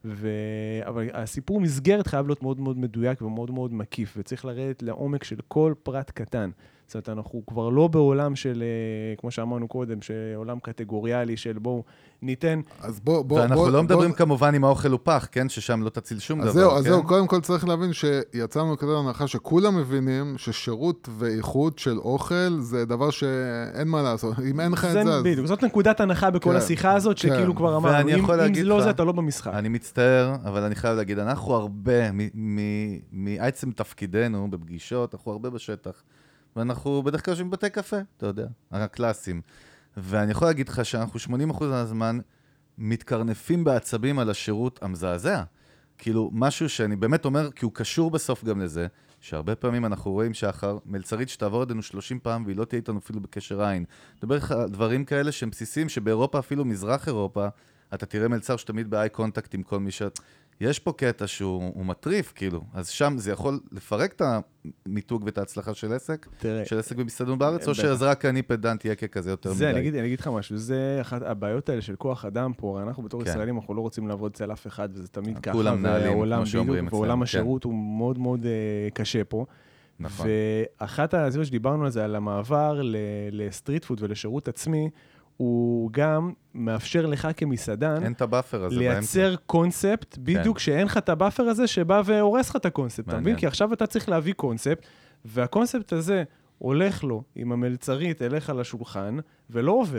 אבל הסיפור מסגרת חייב להיות מאוד מאוד מדויק ומאוד מאוד מקיף, וצריך לרדת לעומק של כל פרט קטן. זאת אומרת, אנחנו כבר לא בעולם של, כמו שאמרנו קודם, שעולם קטגוריאלי של בואו ניתן... ואנחנו לא מדברים כמובן עם האוכל ופח, כן? ששם לא תציל שום דבר. אז זהו, קודם כל צריך להבין שיצאנו כדי להנחה שכולם מבינים ששירות ואיכות של אוכל זה דבר שאין מה לעשות. אם אין לך את זה, אז... בדיוק, זאת נקודת הנחה בכל השיחה הזאת, שכאילו כבר אמרנו, אם זה לא זה, אתה לא במשחק. אני מצטער, אבל אני חייב להגיד, אנחנו הרבה, מעצם תפקידנו בפגישות, אנחנו הרבה בשטח. ואנחנו בדרך כלל יושבים בבתי קפה, אתה יודע, הקלאסים. ואני יכול להגיד לך שאנחנו 80% מהזמן מתקרנפים בעצבים על השירות המזעזע. כאילו, משהו שאני באמת אומר, כי הוא קשור בסוף גם לזה, שהרבה פעמים אנחנו רואים שאחר מלצרית שתעבור עדינו 30 פעם, והיא לא תהיה איתנו אפילו בקשר עין. מדבר לך דברים כאלה שהם בסיסיים, שבאירופה, אפילו מזרח אירופה, אתה תראה מלצר שתמיד באי קונטקט עם כל מי ש... יש פה קטע שהוא מטריף, כאילו. אז שם זה יכול לפרק את המיתוג ואת ההצלחה של עסק, של עסק במסעדנות בארץ, או שזה רק אני פדנט יקה כזה יותר מדי. אני אגיד לך משהו, זה אחת הבעיות האלה של כוח אדם פה, אנחנו בתור ישראלים, אנחנו לא רוצים לעבוד אצל אף אחד, וזה תמיד ככה, כולם מנהלים, כמו שאומרים אצלנו. ועולם השירות הוא מאוד מאוד קשה פה. נכון. ואחת הזו שדיברנו על זה, על המעבר לסטריט פוד ולשירות עצמי, הוא גם מאפשר לך כמסעדן אין את הבאפר הזה לייצר קונספט, בדיוק שאין לך את הבאפר הזה שבא והורס לך את הקונספט, אתה מבין? כי עכשיו אתה צריך להביא קונספט, והקונספט הזה הולך לו עם המלצרית אליך לשולחן, ולא עובר.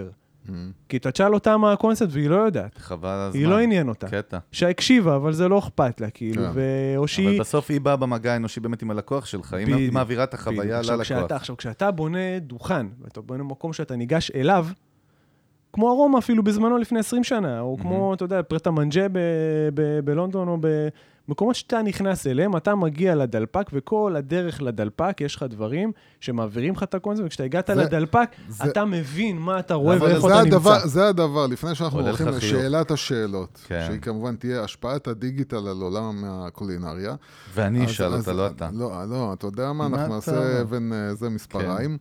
כי אתה תשאל אותה מה הקונספט והיא לא יודעת. חבל הזמן. היא לא עניין אותה. קטע. שהקשיבה, אבל זה לא אכפת לה, כאילו, או שהיא... אבל בסוף היא באה במגע האנושי באמת עם הלקוח שלך, היא מעבירה את החוויה ללקוח. עכשיו, כשאתה בונה דוכן, ואתה בונה מקום שאתה ניגש אליו, כמו ארומה אפילו בזמנו לפני 20 שנה, או כמו, אתה יודע, פרטה מנג'ה בלונדון, או במקומות שאתה נכנס אליהם, אתה מגיע לדלפק, וכל הדרך לדלפק, יש לך דברים שמעבירים לך את הקונספט, וכשאתה הגעת לדלפק, אתה מבין מה אתה רואה ואיפה אתה נמצא. זה הדבר, לפני שאנחנו הולכים לשאלת השאלות, שהיא כמובן תהיה השפעת הדיגיטל על עולם הקולינריה. ואני אשאל אותה, לא אתה. לא, אתה יודע מה, אנחנו נעשה אבן זה מספריים.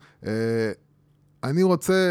אני רוצה...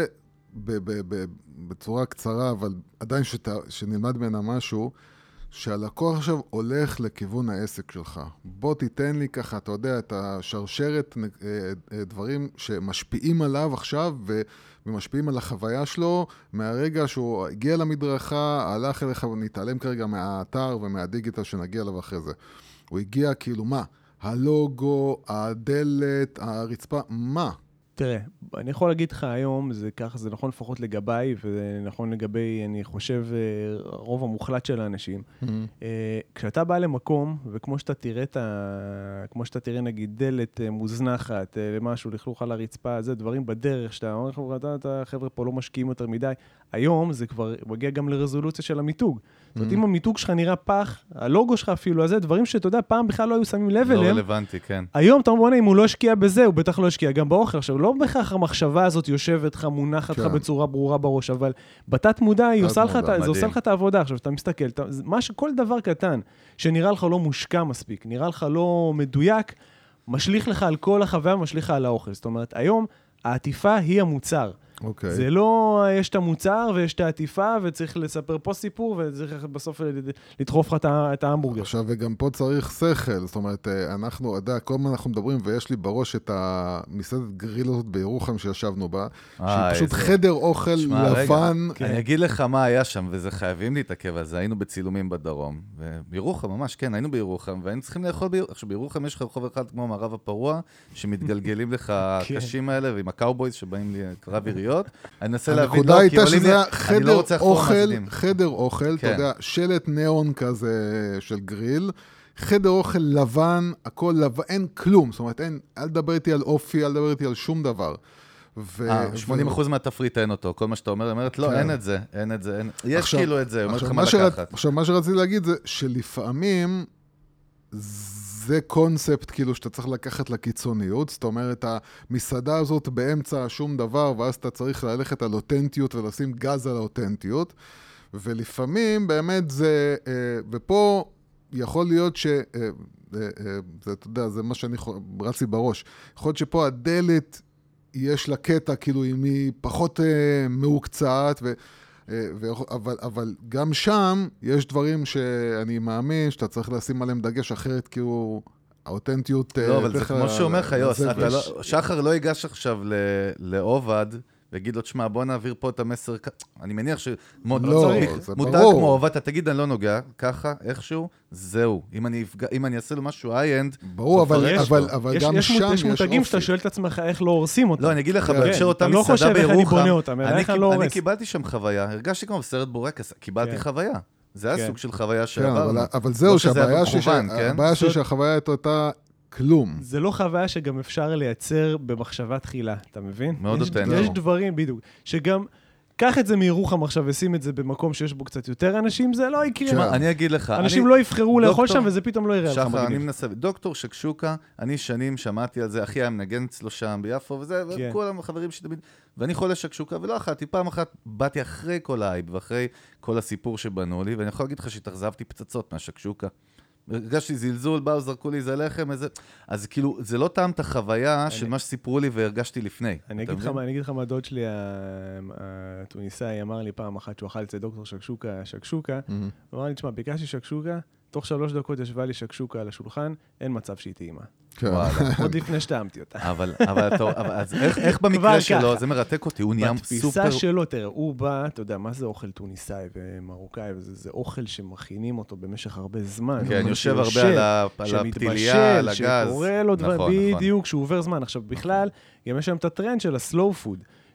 בצורה קצרה, אבל עדיין שנלמד ממנה משהו, שהלקוח עכשיו הולך לכיוון העסק שלך. בוא תיתן לי ככה, אתה יודע, את השרשרת דברים שמשפיעים עליו עכשיו, ומשפיעים על החוויה שלו, מהרגע שהוא הגיע למדרכה, הלך אליך ונתעלם כרגע מהאתר ומהדיגיטל שנגיע אליו אחרי זה. הוא הגיע כאילו מה? הלוגו, הדלת, הרצפה, מה? תראה, אני יכול להגיד לך היום, זה ככה, זה נכון לפחות לגביי, וזה נכון לגבי, אני חושב, רוב המוחלט של האנשים. כשאתה בא למקום, וכמו שאתה תראה כמו שאתה תראה נגיד דלת מוזנחת, למשהו, לכלוך על הרצפה, זה דברים בדרך, שאתה אומר, חבר'ה פה לא משקיעים יותר מדי. היום זה כבר מגיע גם לרזולוציה של המיתוג. זאת אומרת, אם המיתוג שלך נראה פח, הלוגו שלך אפילו, אז זה דברים שאתה יודע, פעם בכלל לא היו שמים לב אליהם. לא רלוונטי, כן. היום אתה אומר, אם הוא לא השקיע בזה, הוא בטח לא השקיע גם באוכל. עכשיו, לא בכך המחשבה הזאת יושבת לך, מונחת לך בצורה ברורה בראש, אבל בתת מודע, זה עושה לך את העבודה. עכשיו, אתה מסתכל, כל דבר קטן שנראה לך לא מושקע מספיק, נראה לך לא מדויק, משליך לך על כל החוויה, משליך לך על האוכל. זאת אומרת, היום העטיפה היא המוצר. Okay. זה לא, יש את המוצר ויש את העטיפה, וצריך לספר פה סיפור, וצריך בסוף לדחוף לך את ההמבורגר. עכשיו, וגם פה צריך שכל, זאת אומרת, אנחנו, יודע, כל מה אנחנו מדברים, ויש לי בראש את המסעדת גריל הזאת בירוחם שישבנו בה, שהיא פשוט חדר אוכל לבן. אני אגיד לך מה היה שם, וזה חייבים להתעכב על זה, היינו בצילומים בדרום, ובירוחם ממש, כן, היינו בירוחם, והיינו צריכים לאכול בירוחם. עכשיו, בירוחם יש לך רחוב אחד כמו מערב הפרוע, שמתגלגלים לך הקשים האלה, ועם הקאובויז שבאים לקרב יריות. אני אנסה להבין, הנקודה הייתה שזה היה חדר אוכל, אתה יודע, שלט ניאון כזה של גריל, חדר אוכל לבן, הכל לבן, אין כלום, זאת אומרת, אל דבר איתי על אופי, אל דבר איתי על שום דבר. 80% מהתפריט אין אותו, כל מה שאתה אומרת, לא, אין את זה, יש כאילו את זה, אומר לך מה לקחת. עכשיו, מה שרציתי להגיד זה שלפעמים זה קונספט כאילו שאתה צריך לקחת לקיצוניות, זאת אומרת, המסעדה הזאת באמצע שום דבר, ואז אתה צריך ללכת על אותנטיות ולשים גז על האותנטיות, ולפעמים באמת זה, ופה יכול להיות אתה יודע, זה מה שאני רצי בראש, יכול להיות שפה הדלת יש לה קטע, כאילו היא פחות מעוקצעת, אבל גם שם יש דברים שאני מאמין שאתה צריך לשים עליהם דגש אחרת, כאילו האותנטיות... לא, אבל זה כמו שאומר לך, יוס, שחר לא ייגש עכשיו לעובד, ויגיד לו, תשמע, בוא נעביר פה את המסר, אני מניח שמותג כמו עובד, אתה תגיד, אני לא נוגע, ככה, איכשהו, זהו. אם אני אעשה לו משהו איי-אנד, ברור, אבל גם שם יש אופי. יש מותגים שאתה שואל את עצמך איך לא הורסים אותם. לא, אני אגיד לך, בהקשר אותה מסעדה בירוחם, אני קיבלתי שם חוויה, הרגשתי כמו בסרט בורקס, קיבלתי חוויה. זה היה סוג של חוויה שעברנו. אבל זהו, שהבעיה שהחוויה הייתה כלום. זה לא חוויה שגם אפשר לייצר במחשבה תחילה, אתה מבין? מאוד אותנטי. יש דברים, בדיוק, שגם, קח את זה מירוחם עכשיו ושים את זה במקום שיש בו קצת יותר אנשים, זה לא יקרה. תשמע, אני אגיד לך. אנשים לא יבחרו לאכול שם וזה פתאום לא יראה לך. שחר, אני מנסה. דוקטור שקשוקה, אני שנים שמעתי על זה, אחי היה מנגן אצלו שם ביפו וזה, וכל החברים שתמיד, ואני חולה שקשוקה ולא אחת, פעם אחת באתי אחרי כל האייב ואחרי כל הסיפור שבנו לי, ואני יכול להגיד לך שהתאכזבתי פצצות מהשקשוקה. הרגשתי זלזול, באו, זרקו לי איזה לחם, איזה... אז כאילו, זה לא טעם את החוויה של מה שסיפרו לי והרגשתי לפני. אני אגיד לך מה הדוד שלי, הטוניסאי, אמר לי פעם אחת שהוא אכל אצל דוקטור שקשוקה, הוא אמר לי, תשמע, ביקשתי שקשוקה, תוך 3 דקות ישבה לי שקשוקה על השולחן, אין מצב שהיא טעימה. עוד לפני שטעמתי אותה. אבל איך במקרה שלו, זה מרתק אותי, הוא נהיה סופר... בתפיסה שלו, תראה, הוא בא, אתה יודע, מה זה אוכל טוניסאי ומרוקאי, זה אוכל שמכינים אותו במשך הרבה זמן. כן, יושב הרבה על הפתיליה, על הגז. שקורא לו דבר, בדיוק, שהוא עובר זמן. עכשיו, בכלל, גם יש שם את הטרנד של הסלואו פוד,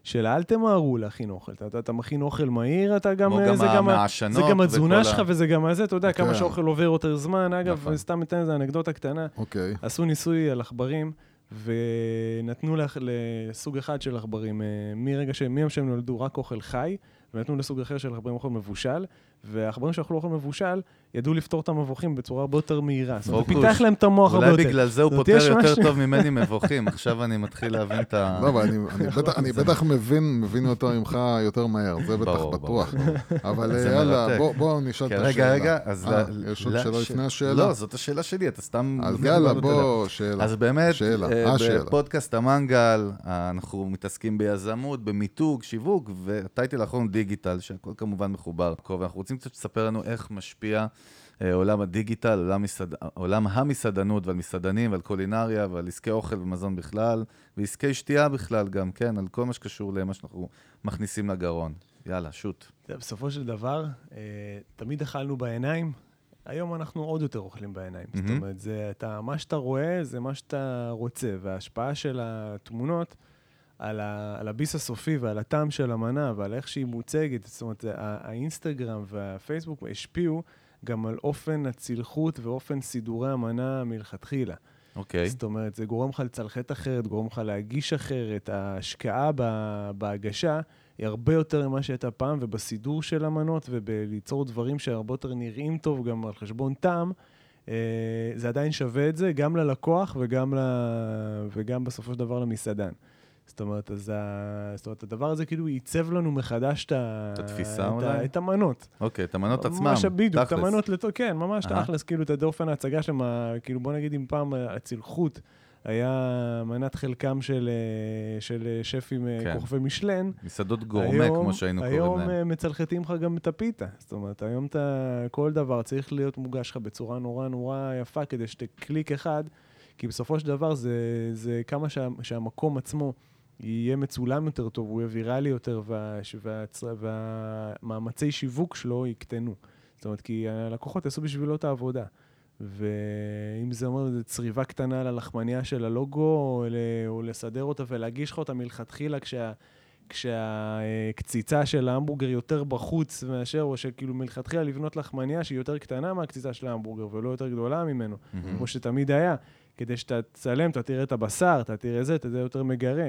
של אל תמהרו להכין אוכל. אתה מכין אוכל מהיר, אתה גם... מהעשנות. זה גם התזונה שלך וזה גם הזה, אתה יודע, כמה שאוכל עובר יותר זמן. אגב, סתם אתן איזה אנקדוטה קטנה. עשו ניסוי על עכברים, ונתנו לסוג אחד של עכברים, מיום שהם נולדו רק אוכל חי, ונתנו לסוג אחר של עכברים אוכל מבושל, והעכברים שאכלו אוכל מבושל, ידעו לפתור את המבוכים בצורה הרבה יותר מהירה. זאת אומרת, פיתח להם את המוח הרבה יותר. אולי בגלל זה הוא פותר יותר טוב ממני מבוכים. עכשיו אני מתחיל להבין את ה... לא, אבל אני בטח מבין אותו ממך יותר מהר, זה בטח בטוח. אבל יאללה, בואו נשאל את השאלה. רגע, אז... יש עוד שאלה לפני השאלה? לא, זאת השאלה שלי, אתה סתם... אז יאללה, בוא, שאלה. אז באמת, בפודקאסט המנגל, אנחנו מתעסקים ביזמות, במיתוג, שיווק, והטייטל האחרון דיגיטל, שהכל כמובן מחובר. ואנחנו רוצים קצת לספר לנו איך משפיע עולם הדיגיטל, עולם המסעדנות ועל מסעדנים ועל קולינריה ועל עסקי אוכל ומזון בכלל, ועסקי שתייה בכלל גם, כן, על כל מה שקשור למה שאנחנו מכניסים לגרון. יאללה, שוט. בסופו של דבר, תמיד אכלנו בעיניים, היום אנחנו עוד יותר אוכלים בעיניים. זאת אומרת, מה שאתה רואה זה מה שאתה רוצה, וההשפעה של התמונות על הביס הסופי ועל הטעם של המנה ועל איך שהיא מוצגת, זאת אומרת, האינסטגרם והפייסבוק השפיעו גם על אופן הצלחות ואופן סידורי המנה מלכתחילה. אוקיי. זאת אומרת, זה גורם לך לצלחת אחרת, גורם לך להגיש אחרת, ההשקעה בהגשה היא הרבה יותר ממה שהייתה פעם, ובסידור של המנות ובליצור דברים שהרבה יותר נראים טוב גם על חשבון טעם, זה עדיין שווה את זה, גם ללקוח וגם בסופו של דבר למסעדן. זאת אומרת, הדבר הזה כאילו ייצב לנו מחדש את התפיסה אולי? את המנות. אוקיי, את המנות עצמם, בדיוק, את המנות, כן, ממש תכלס, כאילו, את אופן ההצגה שלהם, כאילו, בוא נגיד אם פעם הצלחות היה מנת חלקם של שפים כוכבי משלן. מסעדות גורמה, כמו שהיינו קוראים להם. היום מצלחתים לך גם את הפיתה. זאת אומרת, היום כל דבר צריך להיות מוגש לך בצורה נורא נורא יפה, כדי שתקליק אחד, כי בסופו של דבר זה כמה שהמקום עצמו יהיה מצולם יותר טוב, הוא יהיה ויראלי יותר, והמאמצי שיווק שלו יקטנו. זאת אומרת, כי הלקוחות יעשו בשבילו את העבודה. ואם זה אומר, זה צריבה קטנה על הלחמניה של הלוגו, או לסדר אותה ולהגיש לך אותה מלכתחילה, כשהקציצה של ההמבורגר יותר בחוץ מאשר, או שכאילו מלכתחילה לבנות לחמניה שהיא יותר קטנה מהקציצה של ההמבורגר, ולא יותר גדולה ממנו, כמו שתמיד היה. כדי שאתה תצלם, אתה תראה את הבשר, אתה תראה זה, אתה תראה יותר מגרה.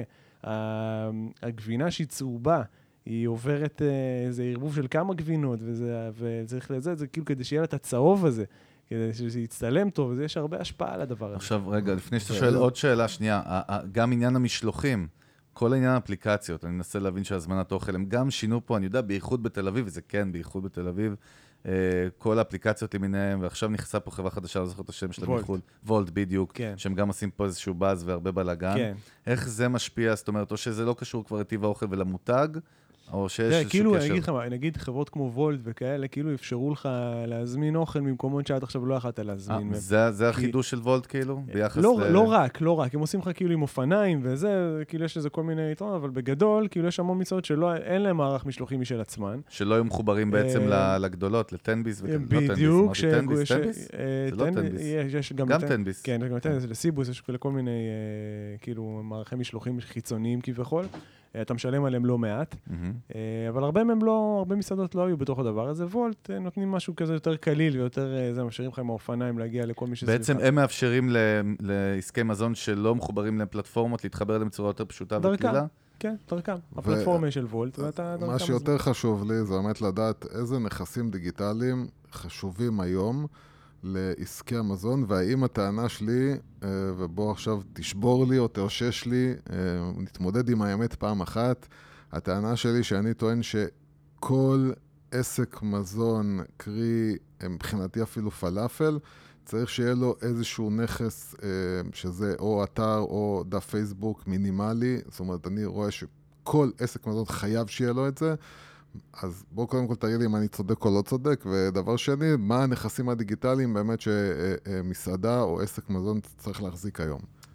הגבינה שהיא צהובה, היא עוברת איזה ערבוב של כמה גבינות, וצריך לזה, זה כאילו כדי שיהיה לה את הצהוב הזה, כדי שזה יצטלם טוב, אז יש הרבה השפעה על הדבר הזה. עכשיו, רגע, לפני שאתה שואל עוד שאלה שנייה, גם עניין המשלוחים, כל העניין האפליקציות, אני מנסה להבין שהזמנת אוכל, הם גם שינו פה, אני יודע, בייחוד בתל אביב, וזה כן, בייחוד בתל אביב, כל האפליקציות למיניהם, ועכשיו נכנסה פה חברה חדשה, לא זוכר את השם שלה מחול, וולט בדיוק, כן. שהם גם עושים פה איזשהו באז והרבה בלגן. כן. איך זה משפיע, זאת אומרת, או שזה לא קשור כבר לטיב האוכל ולמותג, או שיש איזשהו כאילו, קשר? אני אגיד לך מה, נגיד חברות כמו וולט וכאלה, כאילו אפשרו לך להזמין אוכל ממקומות שעד עכשיו לא יכולת להזמין. זה החידוש של וולט כאילו? ביחס לא רק, הם עושים לך כאילו עם אופניים וזה, כאילו יש לזה כל מיני יתרונות, אבל בגדול, כאילו יש המון מצוות שאין להם מערך משלוחים משל עצמן. שלא היו מחוברים בעצם לגדולות, לטנביס וכאלה. בדיוק. זה לא טנביס? גם טנביס. כן, גם טנביס, לסיבוס, יש כל מיני כאילו מערכי משלוחים חיצוניים כביכול. אתה משלם עליהם לא מעט, אבל הרבה מסעדות לא היו בתוך הדבר הזה. וולט נותנים משהו כזה יותר קליל ויותר, זה מאפשרים לך עם האופניים להגיע לכל מי שסביבך. בעצם הם מאפשרים לעסקי מזון שלא מחוברים לפלטפורמות, להתחבר להם בצורה יותר פשוטה וקלילה? כן, דרכם. הפלטפורמה של וולט. מה שיותר חשוב לי זה באמת לדעת איזה נכסים דיגיטליים חשובים היום לעסקי המזון, והאם הטענה שלי, ובוא עכשיו תשבור לי או תאושש לי, נתמודד עם האמת פעם אחת, הטענה שלי שאני טוען שכל עסק מזון, קרי מבחינתי אפילו פלאפל, צריך שיהיה לו איזשהו נכס שזה או אתר או דף פייסבוק מינימלי, זאת אומרת אני רואה שכל עסק מזון חייב שיהיה לו את זה, אז בואו קודם כל תראי לי אם אני צודק או לא צודק, ודבר שני, מה הנכסים הדיגיטליים באמת שמסעדה או עסק מזון צריך להחזיק היום?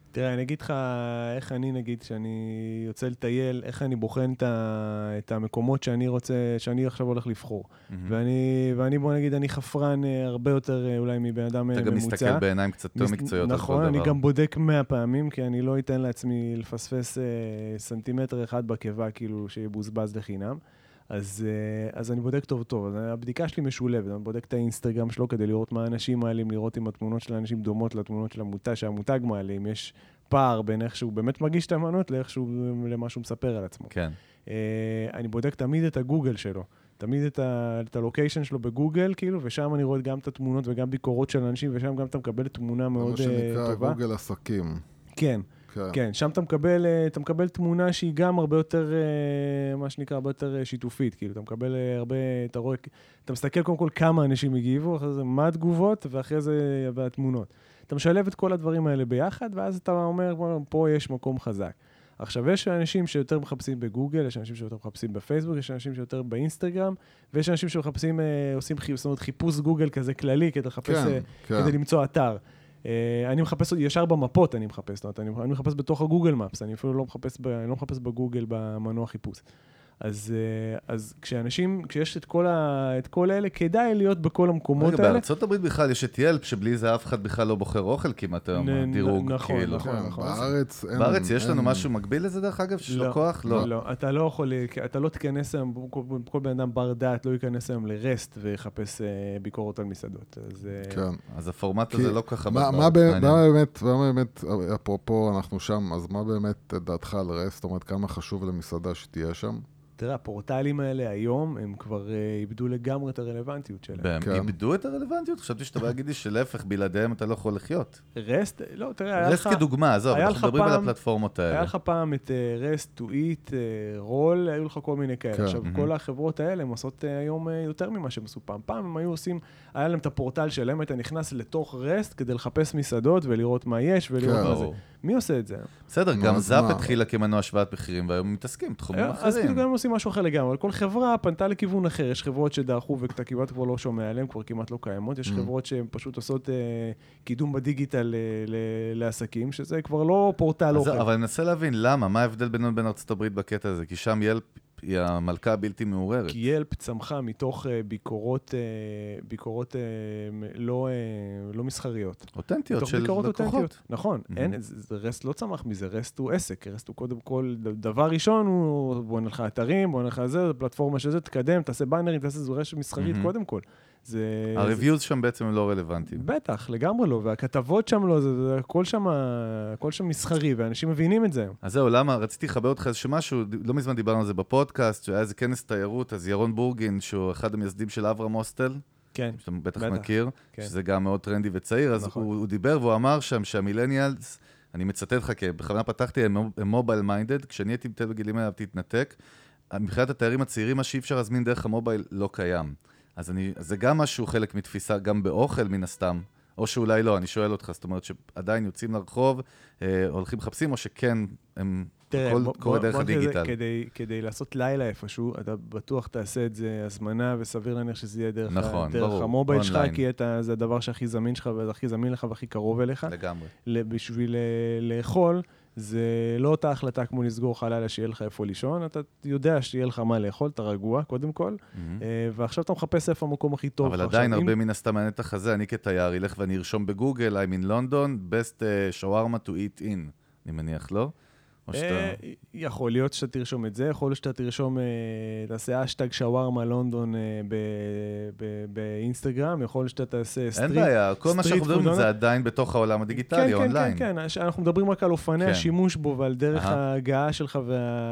תראה, אני אגיד לך איך אני, נגיד, שאני יוצא לטייל, איך אני בוחן את המקומות שאני רוצה, שאני עכשיו הולך לבחור. ואני בוא נגיד, אני חפרן הרבה יותר אולי מבן אדם ממוצע. אתה גם מסתכל בעיניים קצת יותר מקצועיות על כל דבר. נכון, אני גם בודק 100 פעמים, כי אני לא אתן לעצמי לפספס סנטימטר אחד בקיבה, כאילו, שיבוזבז לחינם. אז אני בודק טוב. אז הבדיקה שלי משולבת, אני בודק את האינסטגרם שלו כדי לראות מה אנשים מעלים, לראות אם התמונות של האנשים דומות לתמונות של המותג, שהמותג מעלה, אם יש פער בין איך שהוא באמת מגיש את המנות למה שהוא מספר על עצמו. כן. אני בודק תמיד את הגוגל שלו, תמיד את הלוקיישן שלו בגוגל, כאילו, ושם אני רואה גם את התמונות וגם ביקורות של אנשים, ושם גם אתה מקבל תמונה מאוד טובה. זה מה שנקרא גוגל עסקים. כן. כן, שם אתה מקבל תמונה שהיא גם הרבה יותר, מה שנקרא, הרבה יותר שיתופית, כאילו, אתה מקבל הרבה, אתה רואה, אתה מסתכל קודם כל כמה אנשים הגיבו, אחרי זה מה התגובות, ואחרי זה התמונות. אתה משלב את כל הדברים האלה ביחד, ואז אתה אומר, פה יש מקום חזק. עכשיו, יש אנשים שיותר מחפשים בגוגל, יש אנשים שיותר מחפשים בפייסבוק, יש אנשים שיותר באינסטגרם, ויש אנשים שמחפשים, עושים חיפוש גוגל כזה כללי, כדי לחפש, כדי למצוא אתר. אני מחפש ישר במפות, אני מחפש בתוך הגוגל מפס, אני אפילו לא מחפש בגוגל במנוע חיפוש. אז כשיש את כל אלה, כדאי להיות בכל המקומות האלה. בארצות הברית בכלל יש את ילפ, שבלי זה אף אחד בכלל לא בוחר אוכל כמעט היום, דירוג. נכון. בארץ יש לנו משהו מקביל לזה דרך אגב, שיש לו כוח? לא, אתה לא יכול, אתה לא תיכנס היום, כל בן אדם בר דעת לא ייכנס היום לרסט ויחפש ביקורות על מסעדות. אז הפורמט הזה לא ככה. מה באמת, אפרופו אנחנו שם, אז מה באמת דעתך על רסט? זאת אומרת, כמה חשוב למסעדה שתהיה שם? תראה, הפורטלים האלה היום, הם כבר איבדו לגמרי את הרלוונטיות שלהם. הם איבדו את הרלוונטיות? חשבתי שאתה בא להגיד שלהפך, בלעדיהם אתה לא יכול לחיות. רסט, לא, תראה, היה לך... רסט כדוגמה, עזוב, אנחנו מדברים על הפלטפורמות האלה. היה לך פעם את רסט, טוויט, רול, היו לך כל מיני כאלה. עכשיו, כל החברות האלה, הם עושות היום יותר ממה שהם עשו פעם. פעם הם היו עושים, היה להם את הפורטל שלהם, היית נכנס לתוך רסט כדי לחפש מסעדות ולראות מה יש ולראות מה זה. מי עושה את זה? בסדר, גם זאפ התחילה כמנוע השוואת מחירים, והיום מתעסקים בתחומים אחרים. אז כאילו גם הם עושים משהו אחר לגמרי, אבל כל חברה פנתה לכיוון אחר. יש חברות שדרכו ואתה כמעט כבר לא שומע עליהן, כבר כמעט לא קיימות. יש חברות שהן פשוט עושות קידום בדיגיטל לעסקים, שזה כבר לא פורטל אוכל. אבל אני מנסה להבין, למה? מה ההבדל בינינו בין ארצות הברית בקטע הזה? כי שם ילפ היא המלכה הבלתי מעוררת. כי ילפ צמחה מתוך ביקורות לא מסחריות. אותנטיות של לקוחות. נכון, רסט לא צמח מזה, רסט הוא עסק, רסט הוא קודם כל, דבר ראשון הוא בוא נלך אתרים, בוא נלך זה, פלטפורמה שזה, תקדם, תעשה באנרים, תעשה זו רשת מסחרית קודם כל. הריוויוז שם בעצם הם לא רלוונטיים. בטח, לגמרי לא, והכתבות שם לא, זה הכל שם מסחרי, ואנשים מבינים את זה. אז זהו, למה? רציתי לחבר אותך איזה משהו, לא מזמן דיברנו על זה בפודקאסט, שהיה איזה כנס תיירות, אז ירון בורגין, שהוא אחד המייסדים של אברהם הוסטל, כן, שאתה בטח מכיר, שזה גם מאוד טרנדי וצעיר, אז הוא דיבר והוא אמר שם שהמילניאלס, אני מצטט לך, כי בכוונה פתחתי, הם מובייל מיינדד, כשאני הייתי בתל בגילים האלה, תתנתק, מבחינת התיירים הצעירים, מה שאי אפשר להזמין דרך המובייל לא קיים. אז זה גם משהו חלק מתפיסה, גם באוכל מן הסתם, או שאולי לא, אני שואל אותך, זאת אומרת שעדיין יוצאים לרחוב, הולכים מחפשים, או שכן, הם קורא דרך הדיגיטל. כדי לעשות לילה איפשהו, אתה בטוח תעשה את זה הזמנה, וסביר להניח שזה יהיה דרך המובייל שלך, כי זה הדבר שהכי זמין שלך, והכי זמין לך והכי קרוב אליך. לגמרי. בשביל לאכול, זה לא אותה החלטה כמו לסגור לך לילה שיהיה לך איפה לישון, אתה יודע שיהיה לך מה לאכול, אתה רגוע קודם כל, ועכשיו אתה מחפש איפה המקום הכי טוב. אבל עדיין הרבה מן הסתם הנתח הזה, אני כתייר אלך ואני ארשום בגוגל, I'm in London, best shawarma to eat in, אני מניח, לא? יכול להיות שאתה תרשום את זה, יכול להיות שאתה תרשום, תעשה אשטג שווארמה לונדון באינסטגרם, יכול להיות שאתה תעשה סטריט. אין בעיה, כל מה שאנחנו מדברים זה עדיין בתוך העולם הדיגיטלי, אונליין. כן, אנחנו מדברים רק על אופני השימוש בו, ועל דרך ההגעה שלך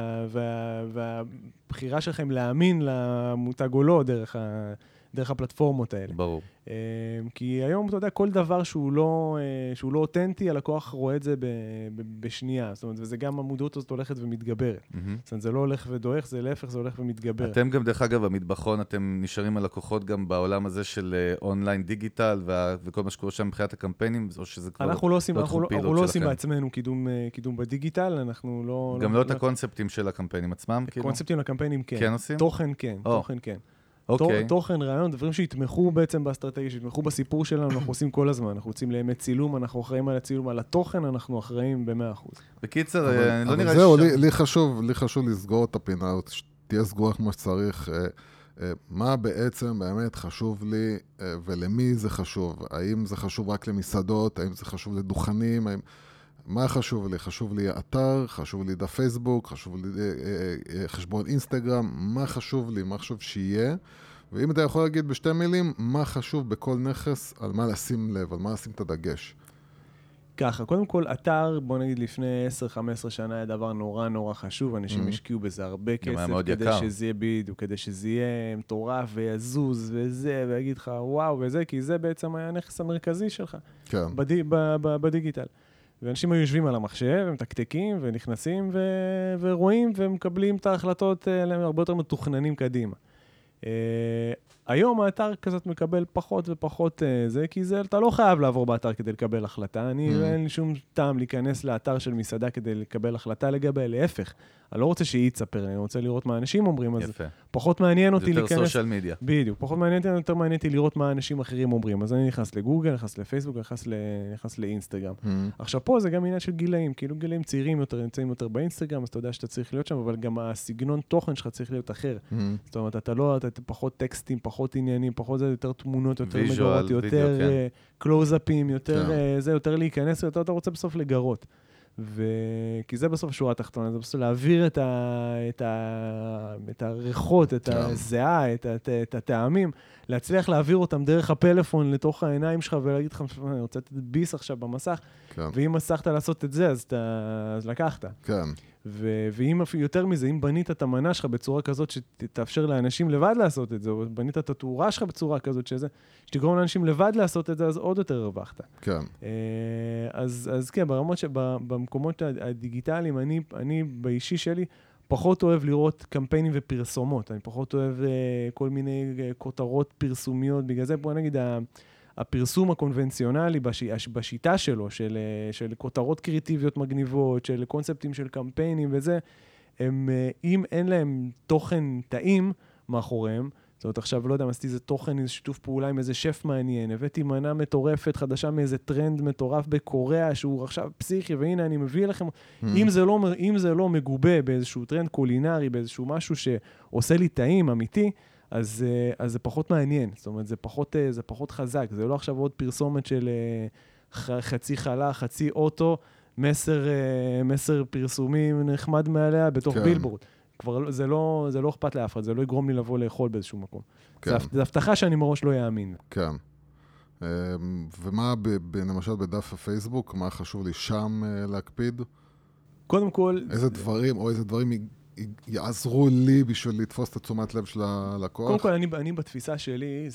והבחירה שלכם להאמין למותג או לא דרך הפלטפורמות האלה. ברור. כי היום, אתה יודע, כל דבר שהוא לא אותנטי, הלקוח רואה את זה בשנייה. זאת אומרת, וזה גם המודעות הזאת הולכת ומתגברת. זאת אומרת, זה לא הולך ודועך, זה להפך, זה הולך ומתגבר. אתם גם, דרך אגב, במטבחון, אתם נשארים על לקוחות גם בעולם הזה של אונליין דיגיטל, וכל מה שקורה שם מבחינת הקמפיינים, או שזה כבר אנחנו לא עושים בעצמנו קידום בדיגיטל, אנחנו לא... גם לא את הקונספטים של הקמפיינים עצמם? קונספטים לקמפיינים, כן. כן עושים? תוכן, כן. תוכן, רעיון, דברים שיתמכו בעצם באסטרטגיה, שיתמכו בסיפור שלנו, אנחנו עושים כל הזמן, אנחנו רוצים לאמת צילום, אנחנו אחראים על הצילום, על התוכן, אנחנו אחראים ב-100%. בקיצר, לא נראה זהו, לי חשוב לסגור את הפינה, תהיה סגורה כמו שצריך, מה בעצם באמת חשוב לי, ולמי זה חשוב? האם זה חשוב רק למסעדות? האם זה חשוב לדוכנים? מה חשוב לי? חשוב לי אתר, חשוב לי דף פייסבוק, חשוב לי חשבון אינסטגרם, מה חשוב לי? מה חשוב שיהיה? ואם אתה יכול להגיד בשתי מילים, מה חשוב בכל נכס, על מה לשים לב, על מה לשים את הדגש? ככה, קודם כל, אתר, בוא נגיד לפני 10-15 שנה היה דבר נורא נורא חשוב, אנשים השקיעו בזה הרבה כסף, כדי שזה יהיה בדיוק, כדי שזה יהיה מטורף ויזוז וזה, ויגיד לך וואו וזה, כי זה בעצם היה הנכס המרכזי שלך, בדיגיטל. ואנשים היו יושבים על המחשב, הם תקתקים ונכנסים ורואים ומקבלים את ההחלטות הרבה יותר מתוכננים קדימה. היום האתר כזאת מקבל פחות ופחות זה, כי זה, אתה לא חייב לעבור באתר כדי לקבל החלטה. אין לי שום טעם להיכנס לאתר של מסעדה כדי לקבל החלטה לגבי, להפך. אני לא רוצה שהיא תספר, אני רוצה לראות מה אנשים אומרים, אז פחות מעניין אותי להיכנס. יותר סושיאל מדיה. בדיוק, פחות מעניין אותי, יותר מעניין אותי לראות מה אנשים אחרים אומרים. אז אני נכנס לגוגל, נכנס לפייסבוק, נכנס לאינסטגרם. עכשיו פה זה גם עניין של גילאים, כאילו גילאים צעירים יותר, נמצאים יותר באינסטגרם, אז אתה יודע שאתה צריך להיות שם, אבל גם הסגנון תוכן שלך צריך להיות אחר. זאת אומרת, אתה פחות טקסטים, פחות עניינים, פחות זה, יותר תמונות, יותר מגרות, יותר קלוז-אפים, יותר להיכנס, אתה רוצה בסוף לגרות. כי זה בסוף שורה התחתונה, זה בסוף להעביר את הריחות, את הזיעה, את הטעמים, להצליח להעביר אותם דרך הפלאפון לתוך העיניים שלך ולהגיד לך, אני רוצה לתת ביס עכשיו במסך, ואם מסכת לעשות את זה, אז לקחת. כן. ואם יותר מזה, אם בנית את המנה שלך בצורה כזאת שתאפשר לאנשים לבד לעשות את זה, או בנית את התאורה שלך בצורה כזאת שתגרום לאנשים לבד לעשות את זה, אז עוד יותר הרווחת. כן. אז כן, ברמות שבמקומות הדיגיטליים, אני באישי שלי פחות אוהב לראות קמפיינים ופרסומות, אני פחות אוהב כל מיני כותרות פרסומיות, בגלל זה בוא נגיד הפרסום הקונבנציונלי בשיטה שלו, של כותרות קריאטיביות מגניבות, של קונספטים של קמפיינים וזה, אם אין להם תוכן טעים מאחוריהם, זאת אומרת, עכשיו, לא יודע, עשיתי איזה תוכן, איזה שיתוף פעולה עם איזה שף מעניין, הבאתי מנה מטורפת חדשה מאיזה טרנד מטורף בקוריאה, שהוא עכשיו פסיכי, והנה אני מביא לכם, אם זה לא מגובה באיזשהו טרנד קולינרי, באיזשהו משהו שעושה לי טעים, אמיתי, אז זה פחות מעניין, זאת אומרת, זה פחות חזק, זה לא עכשיו עוד פרסומת של חצי חלה, חצי אוטו, מסר פרסומים נחמד מעליה בתוך בילבורד. כבר זה לא אכפת לאף אחד, זה לא יגרום לי לבוא לאכול באיזשהו מקום. זה הבטחה שאני מראש לא יאמין. כן. ומה למשל בדף הפייסבוק, מה חשוב לי שם להקפיד? קודם כל... איזה דברים יעזרו לי בשביל לתפוס את התשומת לב של הלקוח? קודם כל, אני בתפיסה שלי,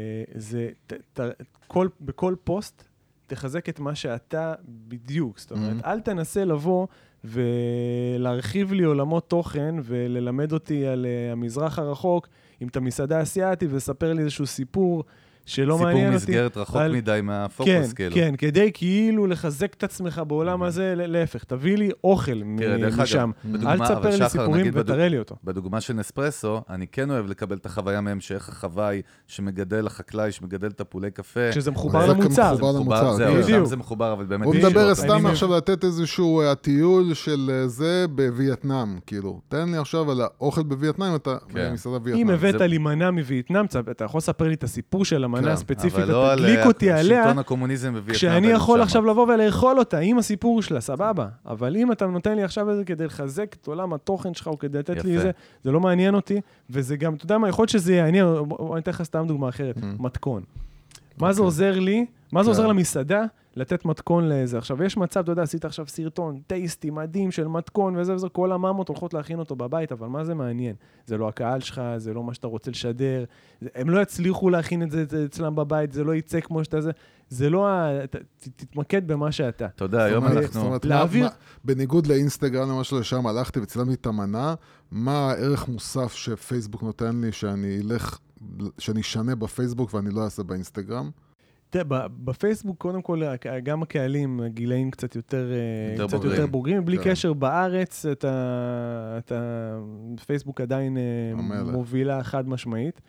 בכל פוסט תחזק את מה שאתה בדיוק. זאת אומרת, אל תנסה לבוא ולהרחיב לי עולמות תוכן וללמד אותי על המזרח הרחוק, אם אתה מסעדה אסיאטית ולספר לי איזשהו סיפור שלא מעניין אותי. סיפור מסגרת רחוק מדי מהפוקוס, כאילו. כן, כדי כאילו לחזק את עצמך בעולם הזה, להפך, תביא לי אוכל משם. אל תספר לי סיפורים ותראה לי אותו. בדוגמה של נספרסו, אני כן אוהב לקבל את החוויה מהמשך, החוואי שמגדל החקלאי, שמגדל תפולי קפה. כשזה מחובר למוצר. זה מחובר, אבל באמת... הוא מדבר סתם עכשיו לתת איזשהו הטיול של זה בווייטנאם, כאילו. תן לי עכשיו על האוכל בווייטנאם, אתה במסעדה וייטנאם. אם הבאת לי מנה מווייטנאם, אתה יכול לספר לי את הסיפור של המנה הספציפית, אתה תדליק אותי עליה, שלטון הקומוניזם בווייטנאם. כשאני יכול עכשיו לבוא ולאכול אותה עם הסיפור שלה, סבבה. אבל אם אתה נותן לי עכשיו את זה כדי לחזק את עולם התוכן שלך, או כדי לתת לי זה לא מעניין אותי, וזה גם, אתה יודע מה, יכול להיות שזה יעניין, אני אתן לך סתם דוגמה אחרת, מתכון. מה זה עוזר לי? מה זה עוזר למסעדה? לתת מתכון לזה. עכשיו, יש מצב, אתה יודע, עשית עכשיו סרטון, טייסטי, מדהים של מתכון, וזה, כל הממות הולכות להכין אותו בבית, אבל מה זה מעניין? זה לא הקהל שלך, זה לא מה שאתה רוצה לשדר, הם לא יצליחו להכין את זה אצלם בבית, זה לא יצא כמו שאתה זה לא, תתמקד במה שאתה. אתה יודע, היום אנחנו... להעביר... בניגוד לאינסטגרם, למשל, לשם הלכתי וצילמתי את המנה, מה הערך מוסף שפייסבוק נותן לי, שאני אשנה בפייסבוק ואני לא אעשה באינסטגרם? תראה, בפייסבוק קודם כל, גם הקהלים, גילאים קצת יותר בוגרים, בלי קשר בארץ, את הפייסבוק עדיין מובילה חד משמעית.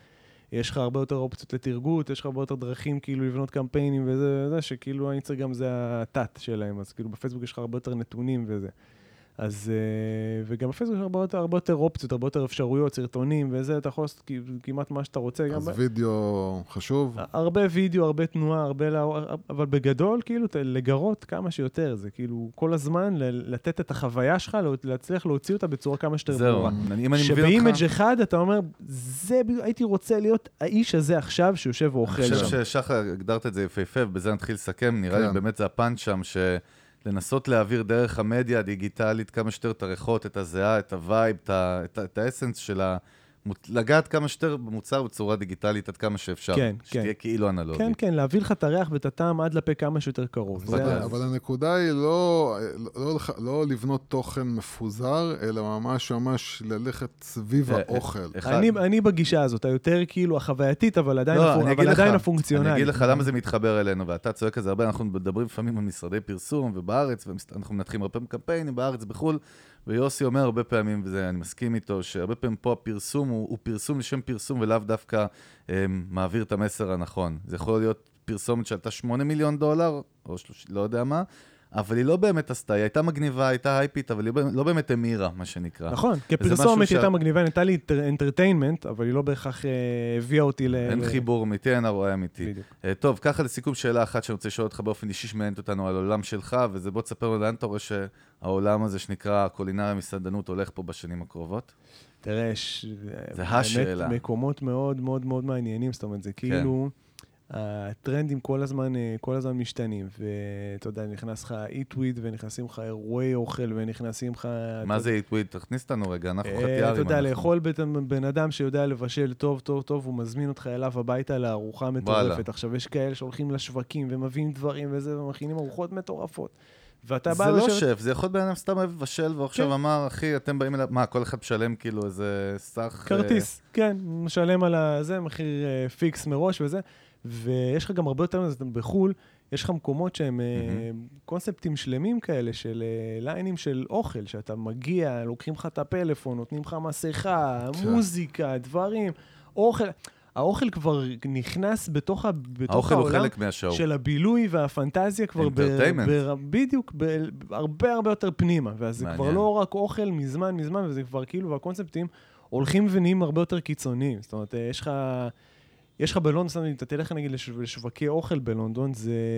יש לך הרבה יותר אופציות לתרגות, יש לך הרבה יותר דרכים כאילו לבנות קמפיינים וזה, שכאילו האינסטגרם זה התת שלהם, אז כאילו בפייסבוק יש לך הרבה יותר נתונים וזה. אז, וגם בפייסבוק יש הרבה יותר אופציות, הרבה יותר אפשרויות, סרטונים וזה, אתה יכול לעשות כמעט מה שאתה רוצה. אז וידאו חשוב? הרבה וידאו, הרבה תנועה, אבל בגדול, כאילו, לגרות כמה שיותר, זה כאילו, כל הזמן לתת את החוויה שלך, להצליח להוציא אותה בצורה כמה שיותר ברורה. שבאימג' אחד אתה אומר, הייתי רוצה להיות האיש הזה עכשיו שיושב ואוכל שם. אני חושב ששחר הגדרת את זה יפהפה, ובזה נתחיל לסכם, נראה לי באמת זה הפאנץ' שם לנסות להעביר דרך המדיה הדיגיטלית כמה שיותר את הריחות, את הזהה, את הווייב, את האסנס של לגעת כמה שיותר במוצר בצורה דיגיטלית עד כמה שאפשר. כן, שתהיה כאילו אנלוגי. כן, כן, להביא לך את הריח ואת הטעם עד לפה כמה שיותר קרוב. אבל הנקודה היא לא לבנות תוכן מפוזר, אלא ממש ללכת סביב האוכל. אני בגישה הזאת, היותר כאילו החווייתית, אבל עדיין הפונקציונלית. אני אגיד לך למה זה מתחבר אלינו, ואתה צועק על זה הרבה, אנחנו מדברים לפעמים על משרדי פרסום ובארץ, ואנחנו מנתחים הרבה קמפיינים בארץ, בחול, ויוסי אומר הרבה פעמים, ואני מסכים איתו, שהרבה פעמים פה הפרסום הוא פרסום לשם פרסום, ולאו דווקא מעביר את המסר הנכון. זה יכול להיות פרסומת שעלתה $8 מיליון, או 30, לא יודע מה, אבל היא לא באמת עשתה, היא הייתה מגניבה, הייתה הייפית, אבל היא לא באמת אמירה, מה שנקרא. נכון, כפרסומת היא הייתה מגניבה, נתן לי אנטרטיינמנט, אבל היא לא בהכרח הביאה אותי אין חיבור אמיתי, אין הרואה אמיתי. טוב, ככה לסיכום שאלה אחת שאני רוצה לשאול אותך באופן אישי שמעניינת אותנו על העולם שלך, וזה בוא תספר לנו לאן אתה רואה שהעולם הזה שנקרא קולינריה מסעדנות הולך פה בשנים הקרובות? תראה, זה השאלה. מקומות מאוד מאוד מאוד מעניינים, זאת אומרת, זה כאילו הטרנדים כל הזמן משתנים, ואתה יודע, נכנס לך איטוויד, ונכנסים לך אירועי אוכל, ונכנסים לך... מה זה איטוויד? תכניס אותנו רגע, אנחנו חתיארים. אתה יודע, לאכול בן אדם שיודע לבשל טוב, טוב, טוב, הוא מזמין אותך אליו הביתה לארוחה מטורפת. עכשיו, יש כאלה שהולכים לשווקים, ומביאים דברים וזה, ומכינים ארוחות מטורפות. זה לא שף, זה יכול בעצם סתם אוהב לבשל, ועכשיו אמר, אחי, אתם באים אליו, מה, כל אחד משלם כאילו איזה סך... כרטיס, כן, משלם על זה, מחיר פיקס מראש וזה, ויש לך גם הרבה יותר מזה, בחול, יש לך מקומות שהם קונספטים שלמים כאלה, של ליינים של אוכל, שאתה מגיע, לוקחים לך את הפלאפון, נותנים לך מסכה, מוזיקה, דברים, אוכל... האוכל כבר נכנס בתוך העולם של הבילוי והפנטזיה כבר בדיוק, הרבה הרבה יותר פנימה, ואז זה כבר לא רק אוכל מזמן, וזה כבר כאילו, והקונספטים הולכים ונהיים הרבה יותר קיצוניים. זאת אומרת, יש לך בלונדון, אתה תלך נגיד לשווקי אוכל בלונדון,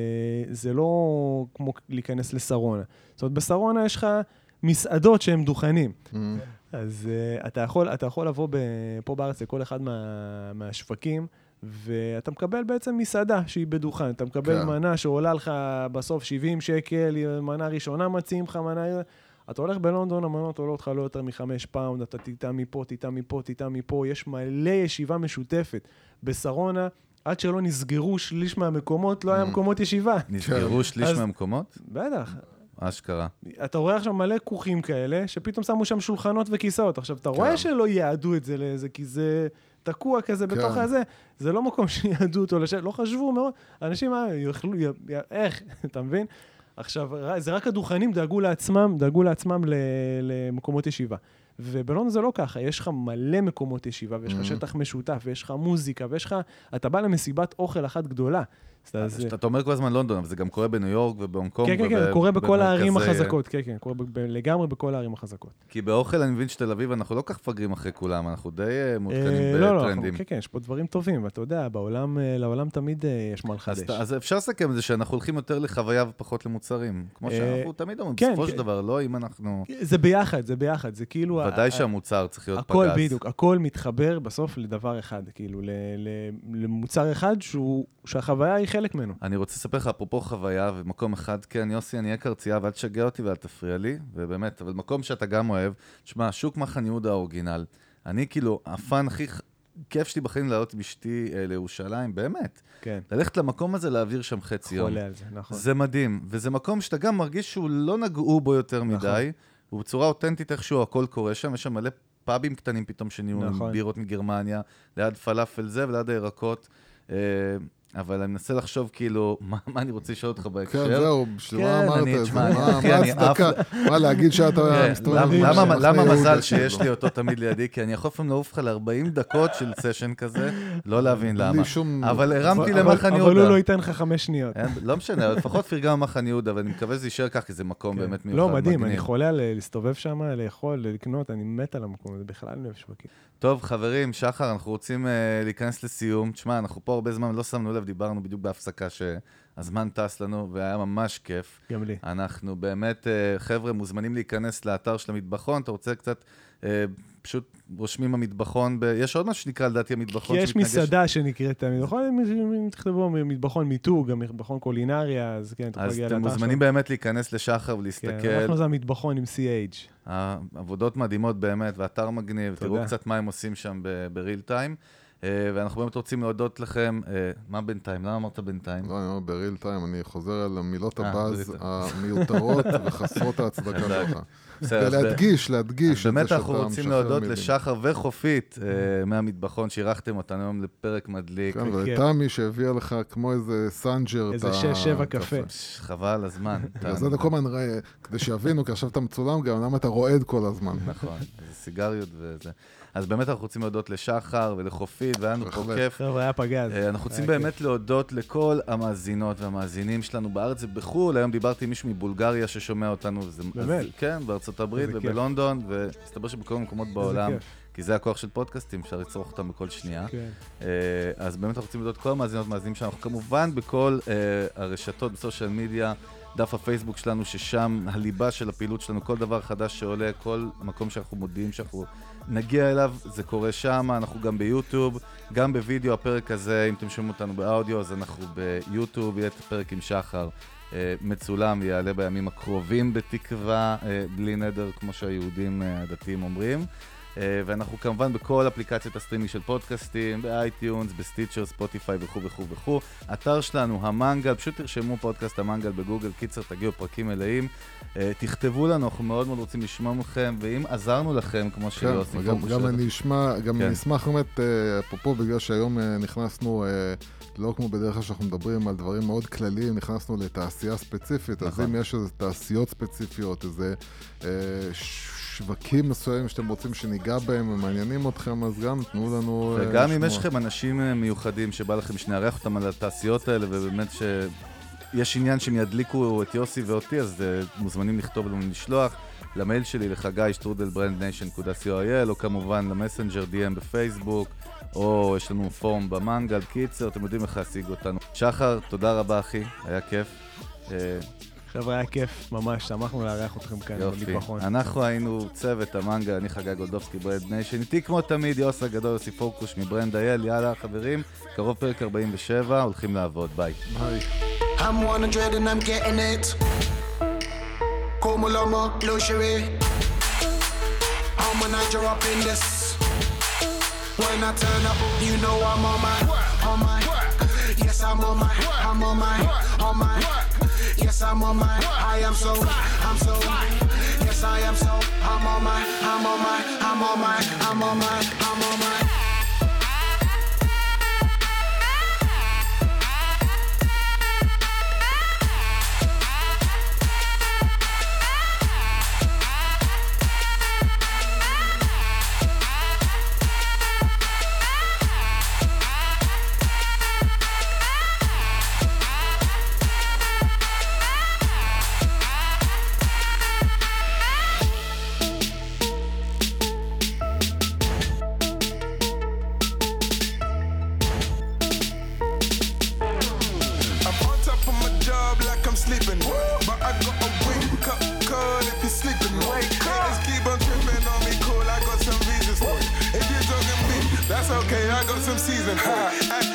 זה לא כמו להיכנס לסרונה. זאת אומרת, בסרונה יש לך מסעדות שהם דוכנים. אז אתה יכול לבוא פה בארץ לכל אחד מהשווקים, ואתה מקבל בעצם מסעדה שהיא בדוכן. אתה מקבל מנה שעולה לך בסוף 70 שקל, מנה ראשונה מציעים לך מנה... אתה הולך בלונדון, המנות עולות לך לא יותר מ5 פאונד, אתה תיטע מפה, יש מלא ישיבה משותפת. בסרונה, עד שלא נסגרו שליש מהמקומות, לא היה מקומות ישיבה. נסגרו שליש מהמקומות? בטח. אשכרה. אתה רואה עכשיו מלא כוכים כאלה, שפתאום שמו שם שולחנות וכיסאות. עכשיו, אתה רואה שלא יעדו את זה לאיזה, כי זה תקוע כזה בתוך הזה. זה לא מקום שיעדו אותו לשבת. לא חשבו מאוד. אנשים יאכלו, איך? אתה מבין? עכשיו, זה רק הדוכנים דאגו לעצמם למקומות ישיבה. ובלונדון זה לא ככה, יש לך מלא מקומות ישיבה, ויש לך שטח משותף, ויש לך מוזיקה, אתה בא למסיבת אוכל אחת גדולה. אתה אומר כל הזמן לונדון, אבל זה גם קורה בניו יורק ובהונג קונג. כן, כן, קורה בכל הערים החזקות, כן, קורה לגמרי בכל הערים החזקות. כי באוכל אני מבין שתל אביב אנחנו לא כך פגרים אחרי כולם, אנחנו די מותקנים בטרנדים. כן, כן, יש פה דברים טובים, ואתה יודע, לעולם תמיד יש מה לחדש. אז אפשר לסכם את זה שאנחנו הולכים יותר לחוויה ופחות למוצרים, כמו שאנחנו תמיד אומרים, בסופו של דבר, לא אם אנחנו... זה ביחד, זה כאילו... ודאי שהמוצר צריך להיות פגז. הכל בדיוק, הכל מתחבר בסוף לדבר אחד, כאילו למוצר אחד שהחוויה היא חלק ממנו. אני רוצה לספר לך, אפרופו חוויה, ומקום אחד, כן, יוסי, אני אהיה קרצייה, ואל תשגע אותי ואל תפריע לי, ובאמת, אבל מקום שאתה גם אוהב, תשמע, שוק מחנה יהודה האורגינל, אני כאילו, הפן הכי כיף שלי בחיים לעלות בשתי לירושלים, באמת. כן. ללכת למקום הזה, להעביר שם חצי יום. חולה על זה, נכון. זה מדהים, וזה מקום שאתה גם מרגיש שהוא לא נגעו בו יותר מדי, ובצורה אותנטית איכשהו הכל קורה שם, יש שם מלא פאבים קטנים פתאום שנהיו בירות מגרמניה, ליד פלאפל זה וליד הירקות. אבל אני מנסה לחשוב כאילו, מה אני רוצה לשאול אותך בהקשר? כן, זהו, בשביל מה אמרת את זה? מה הצדקה? מה להגיד שאתה מסתובב? למה מזל שיש לי אותו תמיד לידי? כי אני יכול לפעמים לעוף לך ל-40 דקות של סשן כזה, לא להבין למה. אבל הרמתי למחנה יהודה. אבל הוא לא ייתן לך 5 שניות. לא משנה, לפחות פרגע במחנה יהודה, ואני מקווה שזה יישאר כך, כי זה מקום באמת מיוחד. לא, מדהים, אני חולה להסתובב שם, לאכול, לקנות, אני מת על המקום, זה בכלל לא שווקים. טוב, חברים, שחר, אנחנו רוצים להיכנס לסיום. תשמע, אנחנו פה הרבה זמן, לא שמנו לב, דיברנו בדיוק בהפסקה שהזמן טס לנו, והיה ממש כיף. גם לי. אנחנו באמת, חבר'ה, מוזמנים להיכנס לאתר של המטבחון. אתה רוצה קצת, פשוט רושמים המטבחון, יש עוד משהו שנקרא לדעתי המטבחון. כי יש מסעדה שנקראת המטבחון, הם תכתבו מטבחון מיתוג, גם מטבחון קולינריה, אז כן, אז אתם מוזמנים באמת להיכנס לשחר ולהסתכל. אנחנו זה המטבחון עם CH. העבודות מדהימות באמת, ואתר מגניב, תראו קצת מה הם עושים שם בריל טיים. ואנחנו באמת רוצים להודות לכם. מה בינתיים? למה אמרת בינתיים? לא, אני אומר בריל טיים, אני חוזר על מילות הבאז המיותרות וחסרות ההצדקה שלך. להדגיש. באמת אנחנו רוצים להודות לשחר וחופית מהמטבחון שאירחתם אותנו היום לפרק מדליק. כן, ולתמי שהביאה לך כמו איזה סנג'ר. איזה 6-7 קפה. חבל הזמן. זה כל הזמן, כדי שיבינו, כי עכשיו אתה מצולם גם, למה אתה רועד כל הזמן. נכון, זה סיגריות וזה. אז באמת אנחנו רוצים להודות לשחר ולחופית, והיה לנו פה כיף. טוב, היה פגז. אנחנו רוצים באמת להודות לכל המאזינות והמאזינים שלנו בארץ ובחול. היום דיברתי עם מישהו מבולגריה ששומע אותנו. באמת? כן, בארצות הברית ובלונדון, והסתבר שבכל מקומות בעולם, כי זה הכוח של פודקאסטים, אפשר לצרוך אותם בכל שנייה. אז באמת אנחנו רוצים להודות כל המאזינות והמאזינים שלנו. כמובן בכל הרשתות, בסושיאל מדיה, דף הפייסבוק שלנו, ששם הליבה של הפעילות שלנו, כל דבר חדש שעולה, כל מקום שאנחנו מודיעים שאנחנו נגיע אליו, זה קורה שם. אנחנו גם ביוטיוב, גם בווידאו. הפרק הזה, אם אתם שומעים אותנו באודיו, אז אנחנו ביוטיוב, יהיה את הפרק עם שחר מצולם, יעלה בימים הקרובים בתקווה, בלי נדר, כמו שהיהודים הדתיים אומרים. ואנחנו כמובן בכל אפליקציות הסטרימינג של פודקאסטים, באייטיונס, בסטיצ'ר, ספוטיפיי וכו'. אתר שלנו, המנגל, פשוט תרשמו פודקאסט המנגל בגוגל, קיצר, תגיעו פרקים מלאים. תכתבו לנו, אנחנו מאוד מאוד רוצים לשמוע מכם, ואם עזרנו לכם, כמו שיוסי פוקוש. גם אני אשמח באמת, אפרופו, בגלל שהיום נכנסנו, לא כמו בדרך כלל שאנחנו מדברים על דברים מאוד כלליים, נכנסנו לתעשייה ספציפית, אז אם יש איזה תעשיות ספציפיות, איזה שווקים מסוימים שאתם רוצים שניגע בהם ומעניינים אתכם, אז גם תנו לנו וגם אם יש לכם אנשים מיוחדים שבא לכם שנערך אותם על התעשיות האלה, ובאמת שיש עניין שהם ידליקו את יוסי ואותי, אז מוזמנים לכתוב לנו לשלוח למייל שלי לחגי@brandnation.co.il, או כמובן למסנג'ר DM בפייסבוק, או יש לנו פורום במנגל. קיצר, אתם יודעים איך להשיג אותנו. שחר, תודה רבה אחי, היה כיף. עכשיו היה כיף, ממש, שמחנו לארח אתכם כאן במטבחון. אנחנו היינו צוות המנגל, אני חגי גולדובסקי, ברנד ניישן. איתי כמו תמיד, יוס הגדול, יוסי פוקוש מברנד אייל. יאללה חברים, קרוב פרק 47, הולכים לעבוד, ביי. ביי. I'm 100 and I'm getting it. Como lomo, luxury. I'm a Niger up in this. When I turn up, you know I'm on my. Yes, I'm on my. Yes, I'm on my. I'm so. Yes, I am so. I'm on my. Okay, I got some season.